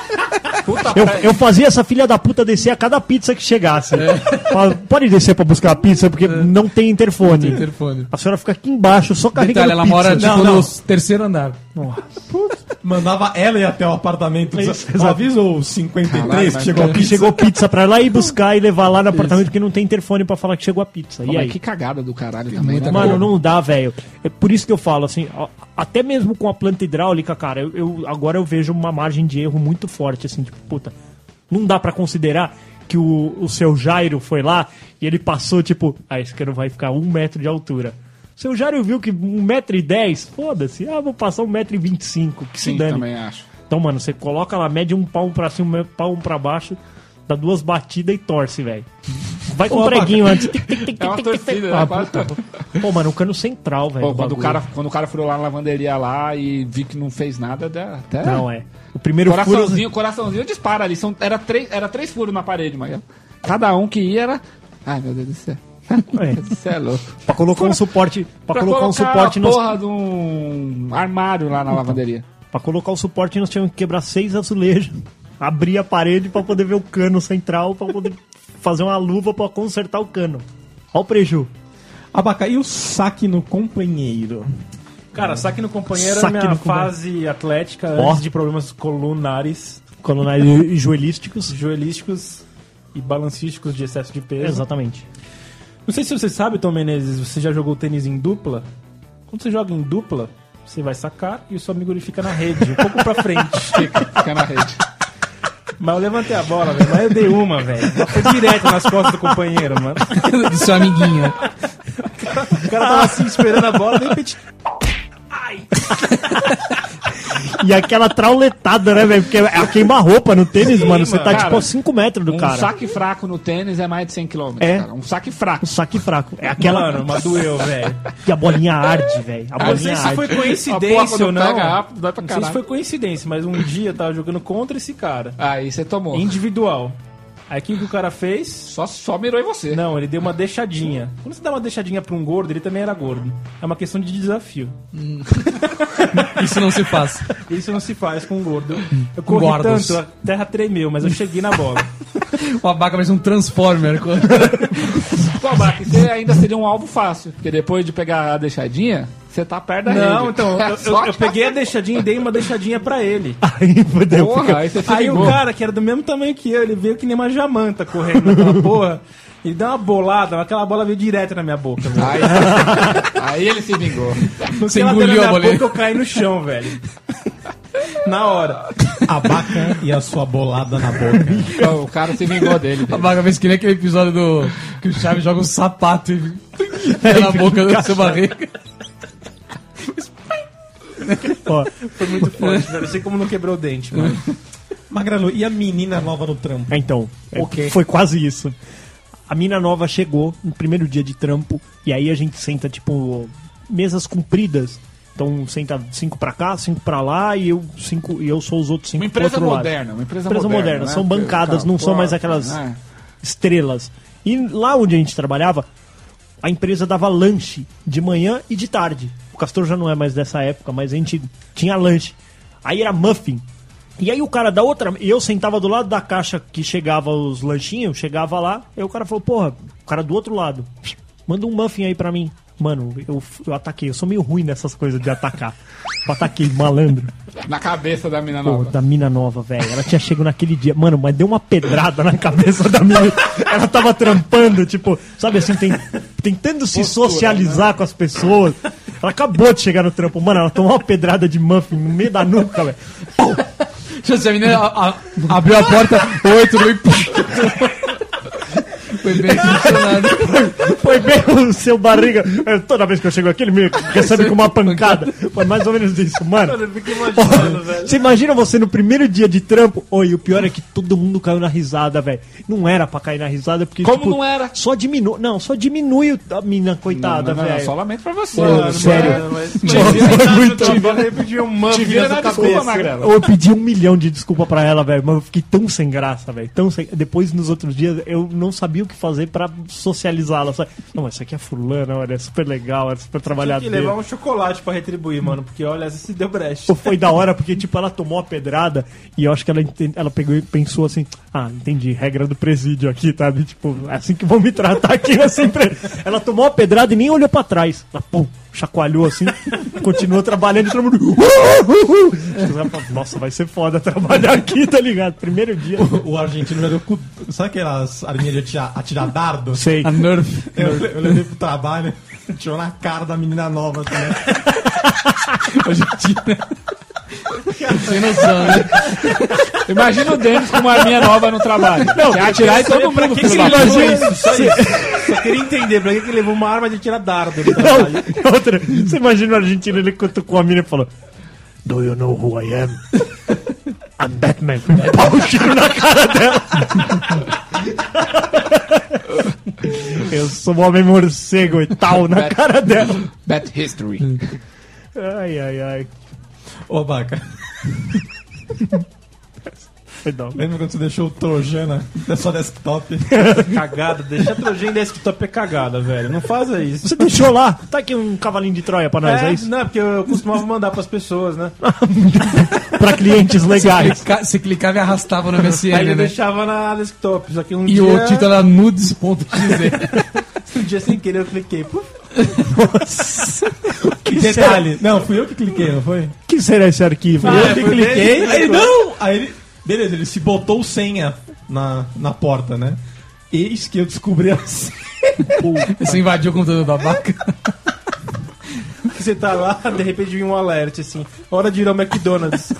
[SPEAKER 6] Eu fazia essa filha da puta descer a cada pizza que chegasse. Pode descer pra buscar a pizza, porque não tem interfone.
[SPEAKER 7] Não tem interfone.
[SPEAKER 6] A senhora fica aqui embaixo, só carregando
[SPEAKER 7] Detalhe, ela
[SPEAKER 6] pizza.
[SPEAKER 7] mora tipo no 3º andar.
[SPEAKER 6] Nossa.
[SPEAKER 3] Mandava ela ir até o apartamento.
[SPEAKER 6] Isso,
[SPEAKER 3] Avisou 53
[SPEAKER 5] Caralho,
[SPEAKER 3] que chegou a pizza.
[SPEAKER 6] Chegou pizza pra lá e buscar e levar lá no apartamento, porque não tem interfone pra falar que chegou a pizza.
[SPEAKER 5] Pô,
[SPEAKER 6] E
[SPEAKER 5] mas
[SPEAKER 6] aí?
[SPEAKER 5] que cagada do caralho também, né?
[SPEAKER 6] Mano, não dá, velho. É por isso que eu falo, assim, até mesmo com a planta hidráulica, cara, agora eu vejo uma margem de erro muito forte, assim, tipo, puta, não dá pra considerar que o seu Jairo foi lá e ele passou, tipo, esse cara vai ficar 1 metro de altura. O seu Jairo viu que 1,10 m, foda-se, vou passar 1,25 m, que se
[SPEAKER 5] Sim,
[SPEAKER 6] dane.
[SPEAKER 5] também acho.
[SPEAKER 6] Então, mano, você coloca lá, mede um palmo pra cima, um palmo pra baixo, dá 2 batidas e torce, velho. Vai com o preguinho antes.
[SPEAKER 5] É uma torcida, né?
[SPEAKER 6] Puta. Pô, mano, o cano central, velho.
[SPEAKER 5] Pô, quando o cara furou lá na lavanderia lá e vi que não fez nada, até...
[SPEAKER 6] Não, o primeiro
[SPEAKER 5] Coraçãozinho dispara ali. Era 3 furos na parede, mas cada um que ia era... Ai, meu Deus do céu. Isso é louco.
[SPEAKER 6] Pra colocar um suporte. Pra colocar um suporte
[SPEAKER 5] a porra de um armário lá na lavanderia.
[SPEAKER 6] Pra colocar o suporte, nós tínhamos que quebrar 6 azulejos, abrir a parede pra poder ver o cano central, pra poder fazer uma luva pra consertar o cano. Olha o preju.
[SPEAKER 3] Abaca, e o saque no companheiro?
[SPEAKER 8] Cara, saque no companheiro
[SPEAKER 6] Saque
[SPEAKER 8] é minha
[SPEAKER 6] no companheiro.
[SPEAKER 8] fase atlética
[SPEAKER 6] Ó.
[SPEAKER 8] antes de problemas colunares,
[SPEAKER 6] Colunares e joelísticos.
[SPEAKER 8] joelísticos e balancísticos de excesso de peso.
[SPEAKER 6] Exatamente.
[SPEAKER 8] Não sei se você sabe, Tom Menezes, você já jogou tênis em dupla? Quando você joga em dupla, você vai sacar e o seu amigo ele fica na rede, um pouco pra frente.
[SPEAKER 5] Fica na rede.
[SPEAKER 8] Mas eu levantei a bola, velho. Mas eu dei uma, velho. Ela foi direto nas costas do companheiro, mano.
[SPEAKER 7] Do seu amiguinho.
[SPEAKER 8] O cara tava assim, esperando a bola, de repente... Ai!
[SPEAKER 6] E aquela trauletada, né, velho? Porque é a queima-roupa no tênis,
[SPEAKER 5] Sim,
[SPEAKER 6] mano. Você tá
[SPEAKER 5] mano.
[SPEAKER 6] tipo a 5 metros do
[SPEAKER 5] Um
[SPEAKER 6] cara.
[SPEAKER 5] saque fraco no tênis é mais de 100 km,
[SPEAKER 6] É.
[SPEAKER 5] cara. Um saque fraco.
[SPEAKER 6] Um saque fraco. É aquela.
[SPEAKER 8] Mano, mas doeu, velho.
[SPEAKER 6] Que a bolinha arde, velho. A
[SPEAKER 8] Eu não
[SPEAKER 6] bolinha
[SPEAKER 8] sei se
[SPEAKER 6] arde.
[SPEAKER 8] foi
[SPEAKER 5] A porra,
[SPEAKER 8] coincidência
[SPEAKER 5] quando
[SPEAKER 8] ou não.
[SPEAKER 5] pega rápido, dói pra
[SPEAKER 8] Não sei se
[SPEAKER 5] caralho.
[SPEAKER 8] foi coincidência, mas um dia eu tava jogando contra esse cara.
[SPEAKER 5] Aí você tomou.
[SPEAKER 8] Individual. Aí o que o cara fez?
[SPEAKER 5] Só mirou em você.
[SPEAKER 8] Não, ele deu uma deixadinha. Quando você dá uma deixadinha pra um gordo, ele também era gordo. É uma questão de desafio.
[SPEAKER 7] Isso não se faz.
[SPEAKER 8] Isso não se faz com um gordo. Eu corri
[SPEAKER 7] gordos.
[SPEAKER 8] tanto, a terra tremeu, mas eu cheguei na bola.
[SPEAKER 7] O Abaca parece um Transformer.
[SPEAKER 5] Pô, Baque, você ainda seria um alvo fácil. Porque depois de pegar a deixadinha, você tá perto da rede.
[SPEAKER 8] Não, então,
[SPEAKER 5] Só
[SPEAKER 8] eu peguei a deixadinha e dei uma deixadinha pra ele.
[SPEAKER 6] Aí, fodeu.
[SPEAKER 5] Porra, aí você se
[SPEAKER 8] Aí
[SPEAKER 5] ligou.
[SPEAKER 8] o cara, que era do mesmo tamanho que eu, ele veio que nem uma jamanta correndo naquela porra. Ele deu uma bolada, aquela bola veio direto na minha boca, velho.
[SPEAKER 5] Aí ele se vingou.
[SPEAKER 8] No
[SPEAKER 7] Você
[SPEAKER 8] que ela deu na
[SPEAKER 7] engoliu a
[SPEAKER 8] minha
[SPEAKER 7] bolinha.
[SPEAKER 8] boca, eu caí no chão, velho. Na hora.
[SPEAKER 3] Abaca e a sua bolada na boca.
[SPEAKER 5] Então, o cara se vingou dele.
[SPEAKER 7] A Abaca fez que nem aquele episódio do... que o Chaves joga um sapato e... na boca do seu barriga.
[SPEAKER 6] Ó,
[SPEAKER 8] Foi muito forte, velho. Eu sei como não quebrou o dente, mano.
[SPEAKER 3] Magrelo, e a menina nova no trampo?
[SPEAKER 6] então,
[SPEAKER 8] Ok.
[SPEAKER 6] foi quase isso. A mina nova chegou no primeiro dia de trampo, e aí a gente senta, tipo, mesas compridas. Então senta 5 pra cá, 5 pra lá, e eu sou os outros 5
[SPEAKER 5] Uma
[SPEAKER 6] pro
[SPEAKER 5] empresa
[SPEAKER 6] outro lado.
[SPEAKER 5] moderna, uma empresa
[SPEAKER 6] Empresa moderna,
[SPEAKER 5] né?
[SPEAKER 6] são bancadas, não são mais aquelas estrelas. E lá onde a gente trabalhava, a empresa dava lanche de manhã e de tarde. O Castor já não é mais dessa época, mas a gente tinha lanche. Aí era muffin. E aí o cara da outra... E eu sentava do lado da caixa que chegava os lanchinhos, chegava lá, aí o cara falou, porra, o cara do outro lado, manda um muffin aí pra mim. Mano, eu ataquei, eu sou meio ruim nessas coisas de atacar. Eu ataquei, malandro.
[SPEAKER 5] Na cabeça da mina
[SPEAKER 6] Pô,
[SPEAKER 5] nova.
[SPEAKER 6] da mina nova, velho. Ela tinha chegado naquele dia. Mano, mas deu uma pedrada na cabeça da mina. Ela tava trampando, tipo, sabe assim, tentando se socializar com as pessoas. Ela acabou de chegar no trampo. Mano, ela tomou uma pedrada de muffin no meio da nuca, velho.
[SPEAKER 7] Deixa eu ver, a menina abriu a porta, oi, tudo bem? Foi bem funcionado.
[SPEAKER 6] Foi bem o seu barriga. Toda vez que eu chego aqui, ele me recebe com uma pancada. Foi mais ou menos isso, mano.
[SPEAKER 8] Eu fico imaginando, velho.
[SPEAKER 6] Você imagina você no primeiro dia de trampo? Oi, o pior é que todo mundo caiu na risada, velho. Não era pra cair na risada, porque.
[SPEAKER 5] Como não era?
[SPEAKER 6] Só diminui a mina, coitada,
[SPEAKER 5] Não,
[SPEAKER 6] velho.
[SPEAKER 5] só lamento pra você.
[SPEAKER 6] Mano, sério.
[SPEAKER 8] Te vira na
[SPEAKER 5] desculpa, Magrela.
[SPEAKER 6] Eu pedi 1 milhão de desculpa pra ela, velho, mas eu fiquei tão sem graça, velho. Depois, nos outros dias, eu não sabia o que fazer pra socializá-la. Não, mas isso aqui é fulana, olha, é super legal, é super
[SPEAKER 8] Tinha
[SPEAKER 6] trabalhadeira.
[SPEAKER 8] que levar um chocolate pra retribuir, mano, porque olha, essa se deu brecha.
[SPEAKER 6] Foi da hora, porque, tipo, ela tomou a pedrada e eu acho que ela pegou e pensou assim, entendi, regra do presídio aqui, tá? Tipo, é assim que vão me tratar aqui, Ela tomou a pedrada e nem olhou pra trás. Ela, pum, chacoalhou assim, continuou trabalhando e todo mundo... Nossa, vai ser foda trabalhar aqui, tá ligado? Primeiro dia.
[SPEAKER 3] O argentino levou com... Sabe aquelas arminhas de atirar dardo?
[SPEAKER 6] Sei.
[SPEAKER 7] A Nerf.
[SPEAKER 3] Eu levei pro trabalho, tirou na cara da menina nova também.
[SPEAKER 7] Argentina. Sem noção, né?
[SPEAKER 5] Imagina o Denis com uma arminha nova no trabalho. Não, quer atirar e todo mundo.
[SPEAKER 8] Pra que ele levou isso? Só isso. Só queria entender pra que ele levou uma arma de tirar dardo.
[SPEAKER 6] Não, outra. Você imagina o argentino, ele cutucou a mina e falou: Do you know who I am? I'm Batman. Pau, tiro na cara dela. Eu sou um homem morcego e tal, na cara dela.
[SPEAKER 5] Bat History.
[SPEAKER 6] Ai.
[SPEAKER 3] Ô, Baca,
[SPEAKER 6] Foi da hora.
[SPEAKER 3] lembra quando você deixou o Trojana na sua desktop?
[SPEAKER 8] Cagada, deixar Trojan em desktop é cagada, velho. Não faça isso.
[SPEAKER 6] Você deixou lá? Tá aqui um cavalinho de Troia pra nós, é isso?
[SPEAKER 8] Não, porque eu costumava mandar pras pessoas, né?
[SPEAKER 6] Pra clientes legais.
[SPEAKER 7] Você clicava e arrastava no
[SPEAKER 8] Aí
[SPEAKER 7] MSN,
[SPEAKER 8] eu
[SPEAKER 7] né?
[SPEAKER 8] deixava na desktop, só que um
[SPEAKER 7] E
[SPEAKER 8] dia...
[SPEAKER 7] o título era nudes.exe.
[SPEAKER 8] Um dia sem querer eu cliquei. Puf,
[SPEAKER 3] Que detalhe. Não, fui eu que cliquei, não foi?
[SPEAKER 6] O que será esse arquivo?
[SPEAKER 3] Eu que
[SPEAKER 8] foi
[SPEAKER 3] cliquei.
[SPEAKER 8] dele.
[SPEAKER 3] Aí ele, não! Aí ele... Beleza, ele se botou senha na porta, né? Eis que eu descobri a senha.
[SPEAKER 7] Você invadiu o computador da vaca.
[SPEAKER 8] você tá lá, de repente vem um alert, assim. Hora de ir ao McDonald's.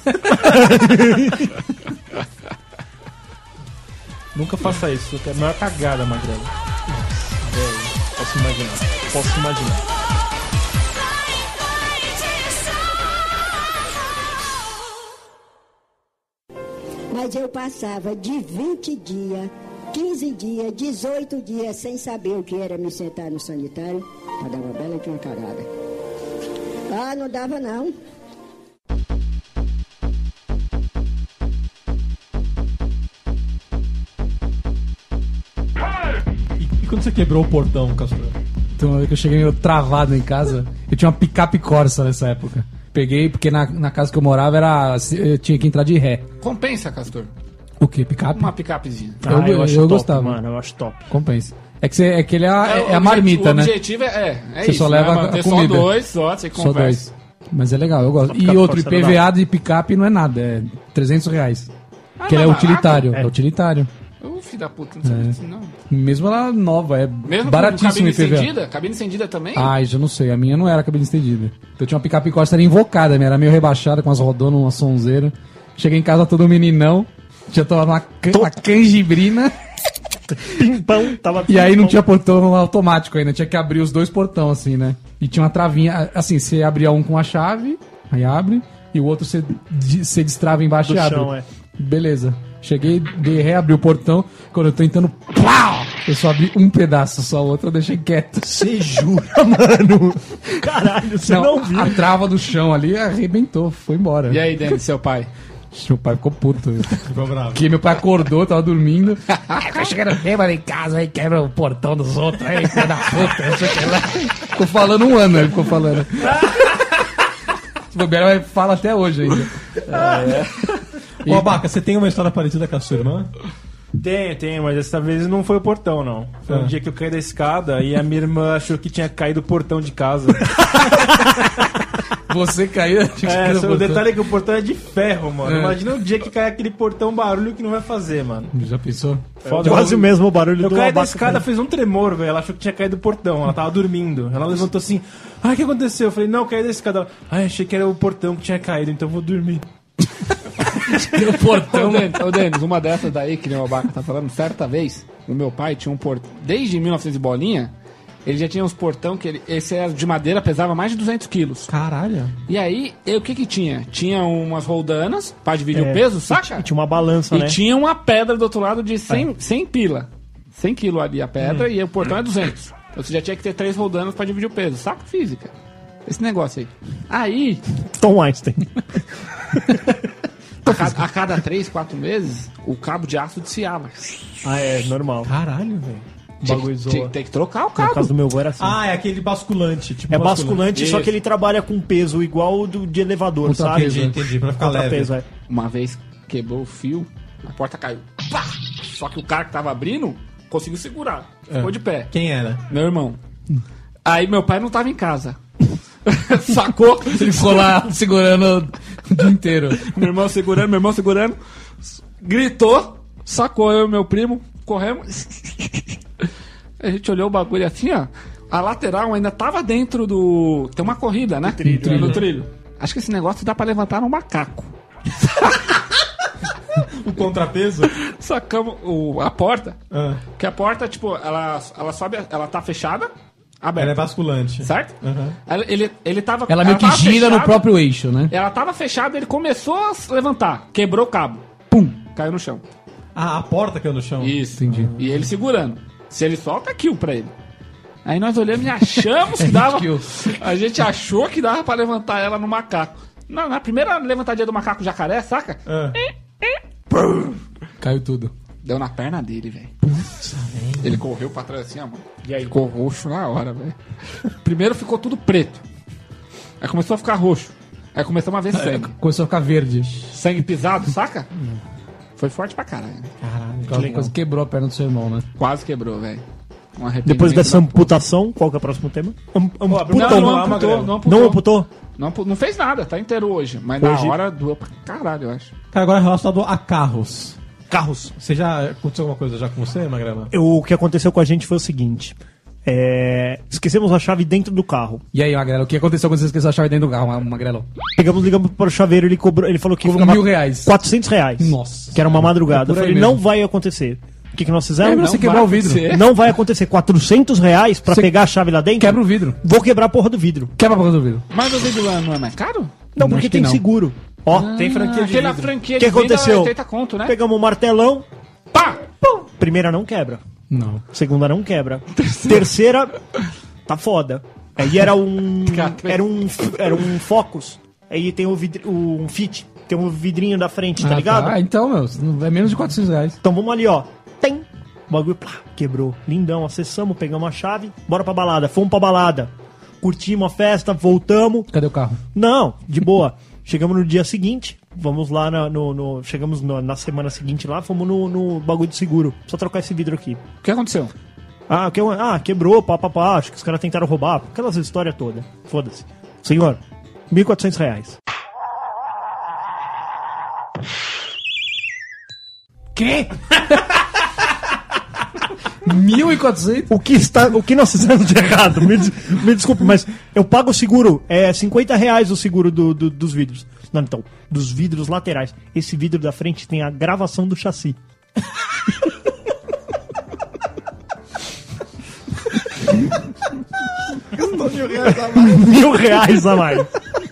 [SPEAKER 8] Nunca faça isso, é a maior cagada, Magrelo.
[SPEAKER 6] Posso imaginar.
[SPEAKER 10] Mas eu passava de 20 dias, 15 dias, 18 dias sem saber o que era me sentar no sanitário para dar uma bela de uma cagada. Ah, não dava não.
[SPEAKER 3] E quando você quebrou o portão, Castor?
[SPEAKER 7] Então, uma vez que eu cheguei meio travado em casa, eu tinha uma picape Corsa nessa época. Peguei, porque na casa que eu morava eu tinha que entrar de ré.
[SPEAKER 5] Compensa, Castor.
[SPEAKER 7] O quê? Picape?
[SPEAKER 5] Uma picapezinha.
[SPEAKER 7] Eu
[SPEAKER 6] acho top,
[SPEAKER 7] gostava.
[SPEAKER 6] mano, eu acho top.
[SPEAKER 7] Compensa. É que ele é a marmita, né?
[SPEAKER 5] O objetivo é
[SPEAKER 7] Você
[SPEAKER 5] isso.
[SPEAKER 7] só leva
[SPEAKER 5] né?
[SPEAKER 7] a comida.
[SPEAKER 5] Só dois, você
[SPEAKER 7] Só
[SPEAKER 5] conversa.
[SPEAKER 7] 2. Mas é legal, eu gosto. E
[SPEAKER 6] picape
[SPEAKER 7] outro,
[SPEAKER 6] Corsa
[SPEAKER 7] IPVA de picape não é nada, é R$300. Que ele é
[SPEAKER 5] não,
[SPEAKER 7] utilitário.
[SPEAKER 6] barato?
[SPEAKER 7] É utilitário.
[SPEAKER 5] Ô, filho da puta, não sabia disso, não.
[SPEAKER 7] Mesmo ela nova, é
[SPEAKER 5] Mesmo
[SPEAKER 7] baratíssimo
[SPEAKER 5] cabine
[SPEAKER 7] IPVA.
[SPEAKER 5] estendida? Cabine estendida também?
[SPEAKER 7] Ah, isso eu não sei. A minha não era cabine estendida. Eu tinha uma picape Corsa, era invocada, era meio rebaixada, com as rodonas, uma sonzeira. Cheguei em casa todo meninão, tinha tomado uma canjibrina.
[SPEAKER 6] Pimpão, tava
[SPEAKER 7] E aí não
[SPEAKER 6] pimpão.
[SPEAKER 7] tinha portão automático ainda, tinha que abrir os dois portão assim, né? E tinha uma travinha, assim, você abria um com a chave, aí abre, e o outro você destrava embaixo
[SPEAKER 6] Do
[SPEAKER 7] e abre.
[SPEAKER 6] chão, é.
[SPEAKER 7] Beleza. Cheguei, dei ré, abri o portão, quando eu tô tentando, plau! Eu só abri um pedaço, só o outro eu deixei quieto.
[SPEAKER 6] Você jura, mano? Caralho, você não viu.
[SPEAKER 7] A trava do chão ali arrebentou, foi embora.
[SPEAKER 5] E aí, Denis, seu pai?
[SPEAKER 7] Meu pai ficou puto.
[SPEAKER 3] Ficou bravo.
[SPEAKER 7] Porque meu pai acordou, tava dormindo. Tá chegando bêbado em casa, aí quebra o portão dos outros, aí filho da puta, não sei o que lá. Ficou falando um ano, ele ficou falando. Se bobear, fala até hoje ainda.
[SPEAKER 3] Ô, Abaca, você tem uma história parecida com a sua irmã?
[SPEAKER 8] Tenho, mas dessa vez não foi o portão, não. Foi um dia que eu caí da escada e a minha irmã achou que tinha caído o portão de casa.
[SPEAKER 7] Você caiu?
[SPEAKER 8] O detalhe é que o portão é de ferro, mano. Imagina o dia que cai aquele portão, o barulho que não vai fazer, mano.
[SPEAKER 7] Já pensou?
[SPEAKER 8] Foda.
[SPEAKER 6] Quase o mesmo barulho
[SPEAKER 8] Eu
[SPEAKER 6] do
[SPEAKER 8] caí da
[SPEAKER 6] Abaca
[SPEAKER 8] escada,
[SPEAKER 6] também.
[SPEAKER 8] fez um tremor, velho. Ela achou que tinha caído do portão, ela tava dormindo. Ela levantou assim, o que aconteceu? Eu falei, não, eu caí da escada. Ela, achei que era o portão que tinha caído, então eu vou dormir.
[SPEAKER 7] O portão.
[SPEAKER 5] Ô, Denis, uma dessas daí, que nem o Abaca tá falando, certa vez, o meu pai tinha um portão, desde 1900 e bolinha, ele já tinha uns portão que esse era de madeira, pesava mais de 200 quilos.
[SPEAKER 3] Caralho.
[SPEAKER 5] E aí, o que tinha? Tinha umas roldanas pra dividir o peso, saca?
[SPEAKER 6] E tinha uma balança, né?
[SPEAKER 5] E tinha uma pedra do outro lado de 100 pila. 100 quilos ali a pedra e o portão é 200. Então você já tinha que ter 3 roldanas pra dividir o peso. Saca física. Esse negócio aí. Aí...
[SPEAKER 6] Tom Einstein.
[SPEAKER 5] A cada 3, 4 meses, o cabo de aço desfiava.
[SPEAKER 6] Ah, é, normal.
[SPEAKER 3] Caralho, velho.
[SPEAKER 6] Bagulho zoa.
[SPEAKER 5] Tem que trocar o
[SPEAKER 6] No caso
[SPEAKER 5] cabo.
[SPEAKER 6] do meu avô era assim.
[SPEAKER 3] Ah, é aquele basculante. Tipo
[SPEAKER 6] É basculante, só
[SPEAKER 5] Isso.
[SPEAKER 6] que ele trabalha com peso igual do de elevador, sabe?
[SPEAKER 3] Entendi, entendi. Pra ficar leve.
[SPEAKER 6] Contrapeso, é.
[SPEAKER 5] Uma vez quebrou o fio, a porta caiu. Pá! Só que o cara que tava abrindo conseguiu segurar. Ficou de pé.
[SPEAKER 3] Quem era?
[SPEAKER 5] Meu irmão. Aí meu pai não tava em casa. Sacou?
[SPEAKER 7] Ele ficou lá segurando o dia inteiro.
[SPEAKER 5] Meu irmão segurando. Gritou, sacou eu e meu primo, corremos. A gente olhou o bagulho assim, ó. A lateral ainda tava dentro do... Tem uma corrida, né? No trilho. Acho que esse negócio dá pra levantar no macaco.
[SPEAKER 3] O contrapeso?
[SPEAKER 5] Sacamos a porta.
[SPEAKER 3] Ah.
[SPEAKER 5] Que a porta, tipo, ela sobe, ela tá fechada, aberta.
[SPEAKER 3] Ela é basculante.
[SPEAKER 5] Certo?
[SPEAKER 3] Uhum.
[SPEAKER 5] Ele tava...
[SPEAKER 7] Ela meio que
[SPEAKER 5] tava
[SPEAKER 7] gira no
[SPEAKER 5] fechada,
[SPEAKER 7] próprio eixo, né?
[SPEAKER 5] Ela tava fechada, ele começou a se levantar. Quebrou o cabo. Pum! Caiu no chão.
[SPEAKER 3] Ah, a porta caiu no chão.
[SPEAKER 5] Isso.
[SPEAKER 7] Entendi.
[SPEAKER 5] E ele segurando. Se ele solta, é kill pra ele. Aí nós olhamos e achamos que dava...
[SPEAKER 7] Kill.
[SPEAKER 5] A gente achou que dava pra levantar ela no macaco. Na primeira levantadinha do macaco jacaré, saca?
[SPEAKER 3] Ah.
[SPEAKER 7] Caiu tudo.
[SPEAKER 5] Deu na perna dele, velho. Ele correu pra trás assim, ó, mano. E aí ficou roxo na hora, velho. Primeiro ficou tudo preto. Aí começou a ficar roxo. Aí começamos a ver sangue.
[SPEAKER 7] Começou a ficar verde.
[SPEAKER 5] Sangue pisado, saca? Foi forte pra caralho.
[SPEAKER 7] Quase quebrou a perna do seu irmão, né?
[SPEAKER 5] Quase quebrou, velho. Um arrependimento
[SPEAKER 6] Depois dessa
[SPEAKER 5] da puta.
[SPEAKER 6] amputação, qual que é o próximo tema? Amputou.
[SPEAKER 5] Não amputou.
[SPEAKER 6] Não amputou?
[SPEAKER 5] Não fez nada, tá inteiro hoje. Mas
[SPEAKER 6] Hoje-
[SPEAKER 5] na hora doeu pra caralho, eu acho.
[SPEAKER 3] Cara, agora relacionado a carros.
[SPEAKER 6] Carros.
[SPEAKER 3] Você já... Aconteceu alguma coisa já com você, Magrela?
[SPEAKER 6] O que aconteceu com a gente foi o seguinte. Esquecemos a chave dentro do carro.
[SPEAKER 7] E aí, Magrelo, o que aconteceu quando você esqueceu a chave dentro do carro, Magrelo?
[SPEAKER 6] Ligamos para o chaveiro, ele falou que
[SPEAKER 7] Cobrou
[SPEAKER 6] ficava
[SPEAKER 7] R$1.000.
[SPEAKER 6] 400 reais.
[SPEAKER 7] Nossa.
[SPEAKER 6] Que era uma madrugada.
[SPEAKER 7] É
[SPEAKER 6] Eu
[SPEAKER 7] por aí
[SPEAKER 6] falei,
[SPEAKER 7] mesmo.
[SPEAKER 6] não vai acontecer. O que nós fizemos?
[SPEAKER 7] Não, você quebrar o vidro.
[SPEAKER 5] acontecer.
[SPEAKER 6] Não vai acontecer. 400 reais pra
[SPEAKER 7] Você
[SPEAKER 6] pegar a chave lá dentro?
[SPEAKER 7] Quebra o vidro.
[SPEAKER 6] Vou quebrar a porra do vidro.
[SPEAKER 7] Quebra a porra do vidro.
[SPEAKER 5] Mas o vidro lá não é mais caro?
[SPEAKER 6] Não,
[SPEAKER 7] Acho
[SPEAKER 6] porque
[SPEAKER 7] que
[SPEAKER 6] tem
[SPEAKER 7] não.
[SPEAKER 6] seguro. Ó,
[SPEAKER 3] Tem franquia de
[SPEAKER 5] Aquela
[SPEAKER 3] vidro.
[SPEAKER 5] franquia
[SPEAKER 6] o que
[SPEAKER 5] de vidro é
[SPEAKER 6] aconteceu?
[SPEAKER 5] 80 conto, né?
[SPEAKER 6] Pegamos um martelão.
[SPEAKER 5] Pá!
[SPEAKER 6] Pum. Primeira não quebra.
[SPEAKER 7] Não.
[SPEAKER 6] Segunda não quebra. Terceira, tá foda. Aí era um. Era um Focus. Aí tem um Fit. Tem um vidrinho da frente, tá ligado?
[SPEAKER 7] Ah, então, meu, é menos de 400 reais.
[SPEAKER 6] Então vamos ali, ó. Tem. O bagulho plá, quebrou. Lindão, acessamos, pegamos a chave, bora pra balada. Fomos pra balada. Curtimos a festa, voltamos.
[SPEAKER 7] Cadê o carro?
[SPEAKER 6] Não, de boa. Chegamos no dia seguinte, vamos lá chegamos na semana seguinte lá, fomos no bagulho de seguro. Só trocar esse vidro aqui.
[SPEAKER 5] O que aconteceu?
[SPEAKER 6] Quebrou, pá. Acho que os caras tentaram roubar. Aquelas histórias todas. Foda-se. Senhor, R$1.400.
[SPEAKER 7] Quê? 1.400?
[SPEAKER 6] O que nós fizemos de errado? Me desculpe, mas eu pago o seguro. É R$50 o seguro dos vidros. Não, então, dos vidros laterais. Esse vidro da frente tem a gravação do chassi. R$1.000 a mais.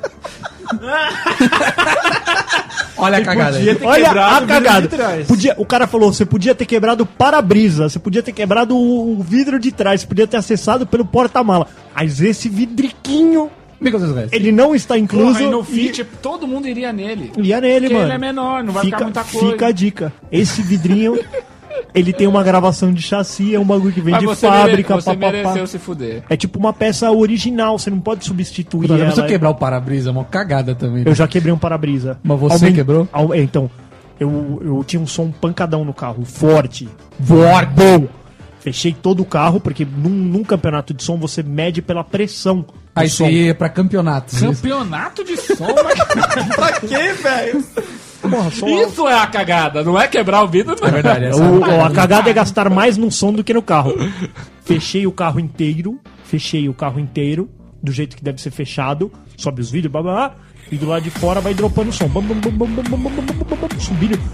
[SPEAKER 7] Olha a cagada aí.
[SPEAKER 6] Olha a cagada. O cara falou, você podia ter quebrado o para-brisa, você podia ter quebrado o vidro de trás, você podia ter acessado pelo porta-mala. Mas esse vidriquinho,
[SPEAKER 7] 1.400 reais.
[SPEAKER 6] ele não está incluso.
[SPEAKER 5] Porra, e no Fit, todo mundo iria nele.
[SPEAKER 6] Ia nele,
[SPEAKER 5] Porque
[SPEAKER 6] mano.
[SPEAKER 5] ele é menor, não vai ficar muita coisa.
[SPEAKER 6] Fica a dica. Esse vidrinho, ele tem uma gravação de chassi, é um bagulho que vem
[SPEAKER 5] Mas
[SPEAKER 6] de
[SPEAKER 5] você
[SPEAKER 6] fábrica,
[SPEAKER 5] você
[SPEAKER 6] papapá.
[SPEAKER 5] mereceu se fuder.
[SPEAKER 6] É tipo uma peça original, você não pode substituir
[SPEAKER 7] Puta, já
[SPEAKER 6] ela.
[SPEAKER 7] pensou quebrar o para-brisa, é uma cagada também.
[SPEAKER 6] Eu já quebrei um para-brisa.
[SPEAKER 7] Mas você quebrou?
[SPEAKER 6] Então, eu tinha um som pancadão no carro, forte. Bom. Fechei todo o carro, porque num campeonato de som você mede pela pressão.
[SPEAKER 7] Aí
[SPEAKER 6] do som.
[SPEAKER 7] você ia pra campeonato.
[SPEAKER 5] Campeonato de som, mas...
[SPEAKER 3] Pra quê, velho?
[SPEAKER 6] Porra, som
[SPEAKER 5] Isso é a cagada, não é quebrar o vidro, não.
[SPEAKER 7] É verdade, essa
[SPEAKER 6] a cagada é gastar mais no som do que no carro. Fechei o carro inteiro, do jeito que deve ser fechado, sobe os vidros, blá blá blá. E do lado de fora vai dropando o som. Subindo.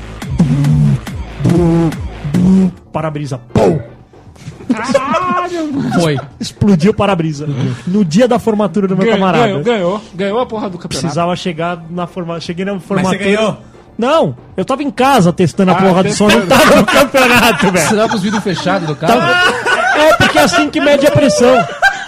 [SPEAKER 6] Para-brisa. Pum!
[SPEAKER 5] Caralho, mano.
[SPEAKER 7] Foi.
[SPEAKER 6] Explodiu o para-brisa. No dia da formatura do meu camarada.
[SPEAKER 5] Ganhou a porra do campeonato.
[SPEAKER 6] Precisava chegar na formatura. Cheguei na
[SPEAKER 3] Mas
[SPEAKER 6] formatura.
[SPEAKER 3] você ganhou?
[SPEAKER 6] Não, eu tava em casa testando a porra do som, não tava no campeonato, velho.
[SPEAKER 7] Será com os vidros fechados do carro?
[SPEAKER 6] É porque é assim que mede a pressão.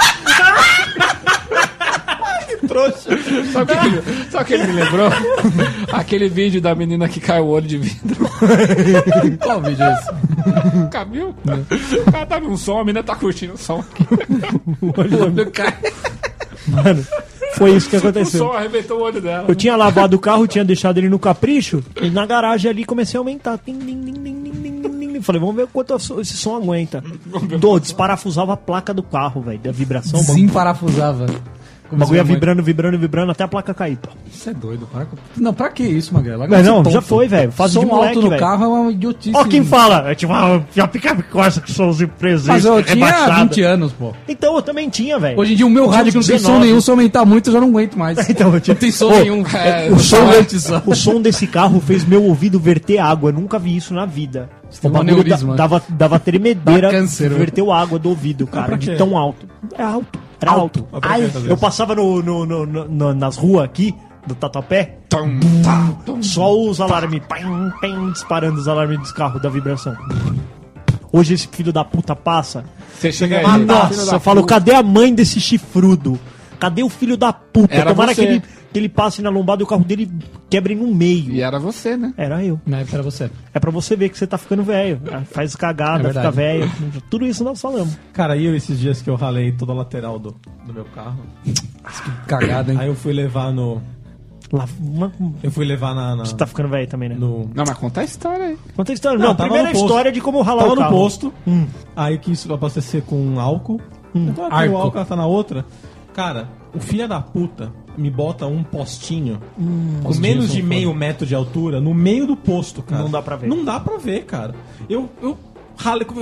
[SPEAKER 5] Sabe o que ele me lembrou? Aquele vídeo da menina que cai o olho de vidro.
[SPEAKER 7] Qual vídeo é esse?
[SPEAKER 5] Caminho? O cara tá num som, a menina tá curtindo o som.
[SPEAKER 7] O olho do cara.
[SPEAKER 6] Mano, foi isso que
[SPEAKER 5] O
[SPEAKER 6] aconteceu.
[SPEAKER 5] som arrebentou o olho dela.
[SPEAKER 6] Eu tinha lavado o carro, tinha deixado ele no capricho, e na garagem ali comecei a aumentar. Tim, tim, tim, tim, tim, tim, tim, tim. Falei, vamos ver quanto esse som aguenta. Desparafusava a placa do carro, velho, da vibração.
[SPEAKER 7] Sim, parafusava.
[SPEAKER 6] O bagulho ia vibrando até a placa cair, pô.
[SPEAKER 7] Você é doido, para com... Não, pra que isso, Magrela?
[SPEAKER 6] Mas não, já foi, velho. Fase
[SPEAKER 7] som
[SPEAKER 6] de moleque,
[SPEAKER 7] alto no
[SPEAKER 6] velho.
[SPEAKER 7] carro é uma idiotice.
[SPEAKER 6] Ó quem fala, é tipo, a picape Corsa que são os empresas
[SPEAKER 7] Mas eu tinha
[SPEAKER 6] rebaixadas.
[SPEAKER 7] 20 anos, pô.
[SPEAKER 6] Então eu também tinha, velho.
[SPEAKER 7] Hoje em dia o meu rádio que não tem som
[SPEAKER 6] 19.
[SPEAKER 7] nenhum, se aumentar muito eu já não aguento mais.
[SPEAKER 6] Então, eu tinha...
[SPEAKER 7] Não tem som
[SPEAKER 6] Ô,
[SPEAKER 7] nenhum.
[SPEAKER 6] O som desse carro fez meu ouvido verter água. Eu nunca vi isso na vida.
[SPEAKER 7] tem
[SPEAKER 6] O
[SPEAKER 7] um
[SPEAKER 6] bagulho
[SPEAKER 7] aneurisma.
[SPEAKER 6] dava tremedeira,
[SPEAKER 7] Dá câncer,
[SPEAKER 6] verteu água do ouvido, cara,
[SPEAKER 3] pra
[SPEAKER 6] de
[SPEAKER 3] quê?
[SPEAKER 6] tão alto. É alto. Era alto.
[SPEAKER 3] Mas pra quê, às
[SPEAKER 6] Eu
[SPEAKER 3] vezes?
[SPEAKER 6] passava nas ruas aqui, do Tatuapé, só os alarmes, disparando os alarmes dos carros, da vibração. Hoje esse filho da puta passa.
[SPEAKER 5] Você chega aí.
[SPEAKER 6] Ah,
[SPEAKER 5] filho
[SPEAKER 6] nossa,
[SPEAKER 5] da
[SPEAKER 6] eu falo,
[SPEAKER 5] puta.
[SPEAKER 6] cadê a mãe desse chifrudo? Cadê o filho da puta?
[SPEAKER 5] Era
[SPEAKER 6] Tomara
[SPEAKER 5] você.
[SPEAKER 6] que ele passe na lombada e o carro dele quebre no meio.
[SPEAKER 5] E era você, né?
[SPEAKER 6] Era eu.
[SPEAKER 7] Na época era você.
[SPEAKER 6] É pra você ver que você tá ficando velho. Faz
[SPEAKER 7] É
[SPEAKER 6] cagada,
[SPEAKER 7] verdade.
[SPEAKER 6] fica velho. Tudo isso nós falamos.
[SPEAKER 3] Cara, e eu esses dias que eu ralei toda a lateral do meu carro.
[SPEAKER 7] Cagada, hein?
[SPEAKER 3] Aí eu fui levar no... Eu fui levar na...
[SPEAKER 6] Você tá ficando velho também, né?
[SPEAKER 3] no...
[SPEAKER 5] Não, mas conta a história aí.
[SPEAKER 6] Conta a história.
[SPEAKER 3] Não,
[SPEAKER 6] Não,
[SPEAKER 3] tava
[SPEAKER 6] primeira
[SPEAKER 3] no posto.
[SPEAKER 6] história de como ralar
[SPEAKER 3] Tava
[SPEAKER 6] o
[SPEAKER 3] no
[SPEAKER 6] carro.
[SPEAKER 3] posto, aí quis abastecer com álcool. Então aqui o álcool tá na outra. Cara, o filho da puta me bota um postinho com menos de meio metro de altura no meio do posto, cara.
[SPEAKER 6] Não dá pra ver.
[SPEAKER 3] Não dá pra ver, cara. Eu ralei com...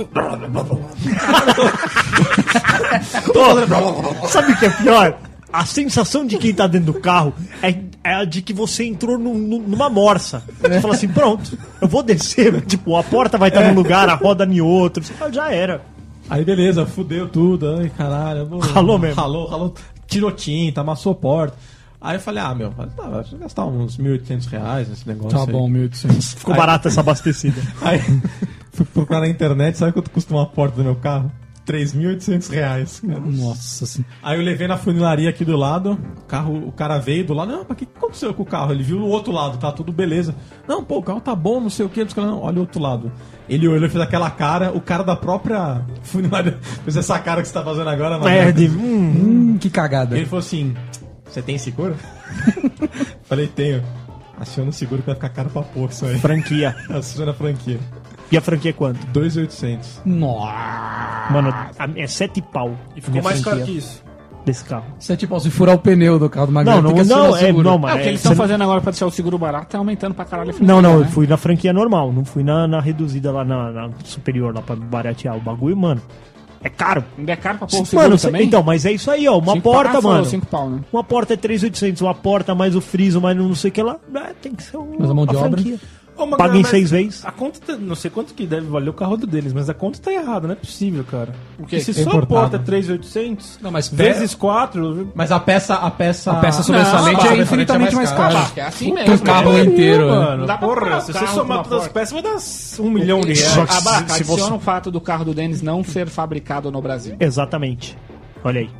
[SPEAKER 6] Sabe o que é pior? A sensação de quem tá dentro do carro é a de que você entrou numa morsa. Você fala assim, pronto, eu vou descer. Tipo, a porta vai estar num lugar, a roda em outro. Você fala, já era.
[SPEAKER 3] Aí beleza, fudeu tudo. Ai, caralho. eu vou-
[SPEAKER 6] Ralou mesmo.
[SPEAKER 3] Ralou. Tirou tinta, amassou a porta. Aí eu falei, meu, vai gastar uns R$1.800 nesse negócio
[SPEAKER 7] Tá
[SPEAKER 3] aí.
[SPEAKER 7] bom, 1.800.
[SPEAKER 6] Ficou barata essa abastecida.
[SPEAKER 3] Aí fui procurar na internet, sabe quanto custa uma porta do meu carro? R$3.800, cara.
[SPEAKER 7] Nossa senhora.
[SPEAKER 3] Aí eu levei na funilaria aqui do lado, o cara veio do lado, não, mas o que aconteceu com o carro? Ele viu o outro lado, tá tudo beleza. Não, pô, o carro tá bom, não sei o que, não, olha o outro lado. Ele olhou e fez aquela cara, o cara da própria funilaria fez essa cara que você tá fazendo agora, mas
[SPEAKER 7] Que cagada.
[SPEAKER 3] ele falou assim, você tem seguro? Falei, tenho. Aciona o seguro que vai ficar caro pra porra isso aí.
[SPEAKER 6] Franquia.
[SPEAKER 3] Aciona a franquia.
[SPEAKER 6] E a franquia é quanto?
[SPEAKER 3] 2.800.
[SPEAKER 7] Nossa.
[SPEAKER 6] Mano, é 7 pau.
[SPEAKER 8] E ficou mais caro que
[SPEAKER 6] franquia
[SPEAKER 8] isso.
[SPEAKER 6] desse carro.
[SPEAKER 7] Isso é tipo, se furar o pneu do carro do Magrelo,
[SPEAKER 6] Não,
[SPEAKER 7] tem que
[SPEAKER 6] não,
[SPEAKER 7] acionar o seguro.
[SPEAKER 6] não,
[SPEAKER 5] o que
[SPEAKER 6] mas
[SPEAKER 5] eles estão fazendo agora pra deixar o seguro barato tá aumentando pra caralho a franquia,
[SPEAKER 6] Não, eu
[SPEAKER 5] né?
[SPEAKER 6] fui na franquia normal, não fui na reduzida lá na superior, lá pra baratear o bagulho, mano. É caro.
[SPEAKER 5] Ainda é caro pra pôr o seguro
[SPEAKER 6] Mano,
[SPEAKER 5] também?
[SPEAKER 6] então, mas é isso aí, ó. Uma
[SPEAKER 5] 5 pau,
[SPEAKER 6] porta,
[SPEAKER 5] falou,
[SPEAKER 6] mano.
[SPEAKER 5] 5 pau, né?
[SPEAKER 6] Uma porta é 3.800, uma porta mais o friso, mais não sei o que lá. Tem que ser
[SPEAKER 7] Mas a mão de obra?
[SPEAKER 6] franquia.
[SPEAKER 8] Ô, Magrelo,
[SPEAKER 6] Paga em
[SPEAKER 8] mas
[SPEAKER 6] 6 vezes.
[SPEAKER 8] A conta, não sei quanto que deve valer o carro do deles, mas a conta tá errada, não é possível, cara.
[SPEAKER 5] O quê?
[SPEAKER 8] Porque se
[SPEAKER 7] É
[SPEAKER 8] só a
[SPEAKER 7] importado.
[SPEAKER 8] porta é 3.800,
[SPEAKER 7] Não, mas
[SPEAKER 8] vezes 4...
[SPEAKER 3] Mas a peça
[SPEAKER 7] a peça
[SPEAKER 3] Não,
[SPEAKER 7] sobressalente
[SPEAKER 3] a
[SPEAKER 7] é
[SPEAKER 3] peça
[SPEAKER 7] infinitamente mais
[SPEAKER 3] é mais
[SPEAKER 7] cara.
[SPEAKER 5] Acho que é assim
[SPEAKER 7] Tem
[SPEAKER 5] mesmo.
[SPEAKER 7] um carro inteiro,
[SPEAKER 8] mano.
[SPEAKER 5] Não dá pra
[SPEAKER 8] Porra,
[SPEAKER 5] comprar
[SPEAKER 8] se
[SPEAKER 5] o
[SPEAKER 8] você
[SPEAKER 5] carro
[SPEAKER 8] somar
[SPEAKER 5] com uma
[SPEAKER 8] todas as
[SPEAKER 5] porta.
[SPEAKER 8] peças, vai dar 1 milhão de reais.
[SPEAKER 5] A barca
[SPEAKER 6] se
[SPEAKER 5] adiciona
[SPEAKER 6] você-
[SPEAKER 5] o fato do carro do Denis não ser fabricado no Brasil.
[SPEAKER 6] Exatamente. Olha aí.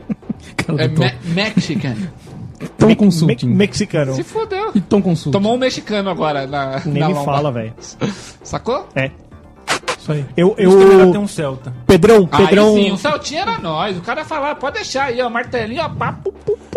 [SPEAKER 5] É Mexican.
[SPEAKER 7] Tom Consulting.
[SPEAKER 6] Mexicano.
[SPEAKER 5] Se fodeu.
[SPEAKER 7] E Tom Consulting.
[SPEAKER 5] Tomou um mexicano agora na
[SPEAKER 6] Nem
[SPEAKER 5] na
[SPEAKER 6] me
[SPEAKER 5] lomba.
[SPEAKER 6] fala, velho.
[SPEAKER 5] Sacou?
[SPEAKER 6] É.
[SPEAKER 3] Isso aí.
[SPEAKER 6] Eu.
[SPEAKER 8] Isso que é melhor ter um Celta.
[SPEAKER 6] Pedrão.
[SPEAKER 5] Aí sim, o Celtinha era nós. O cara ia falar, pode deixar aí, ó, martelinho, ó, papo.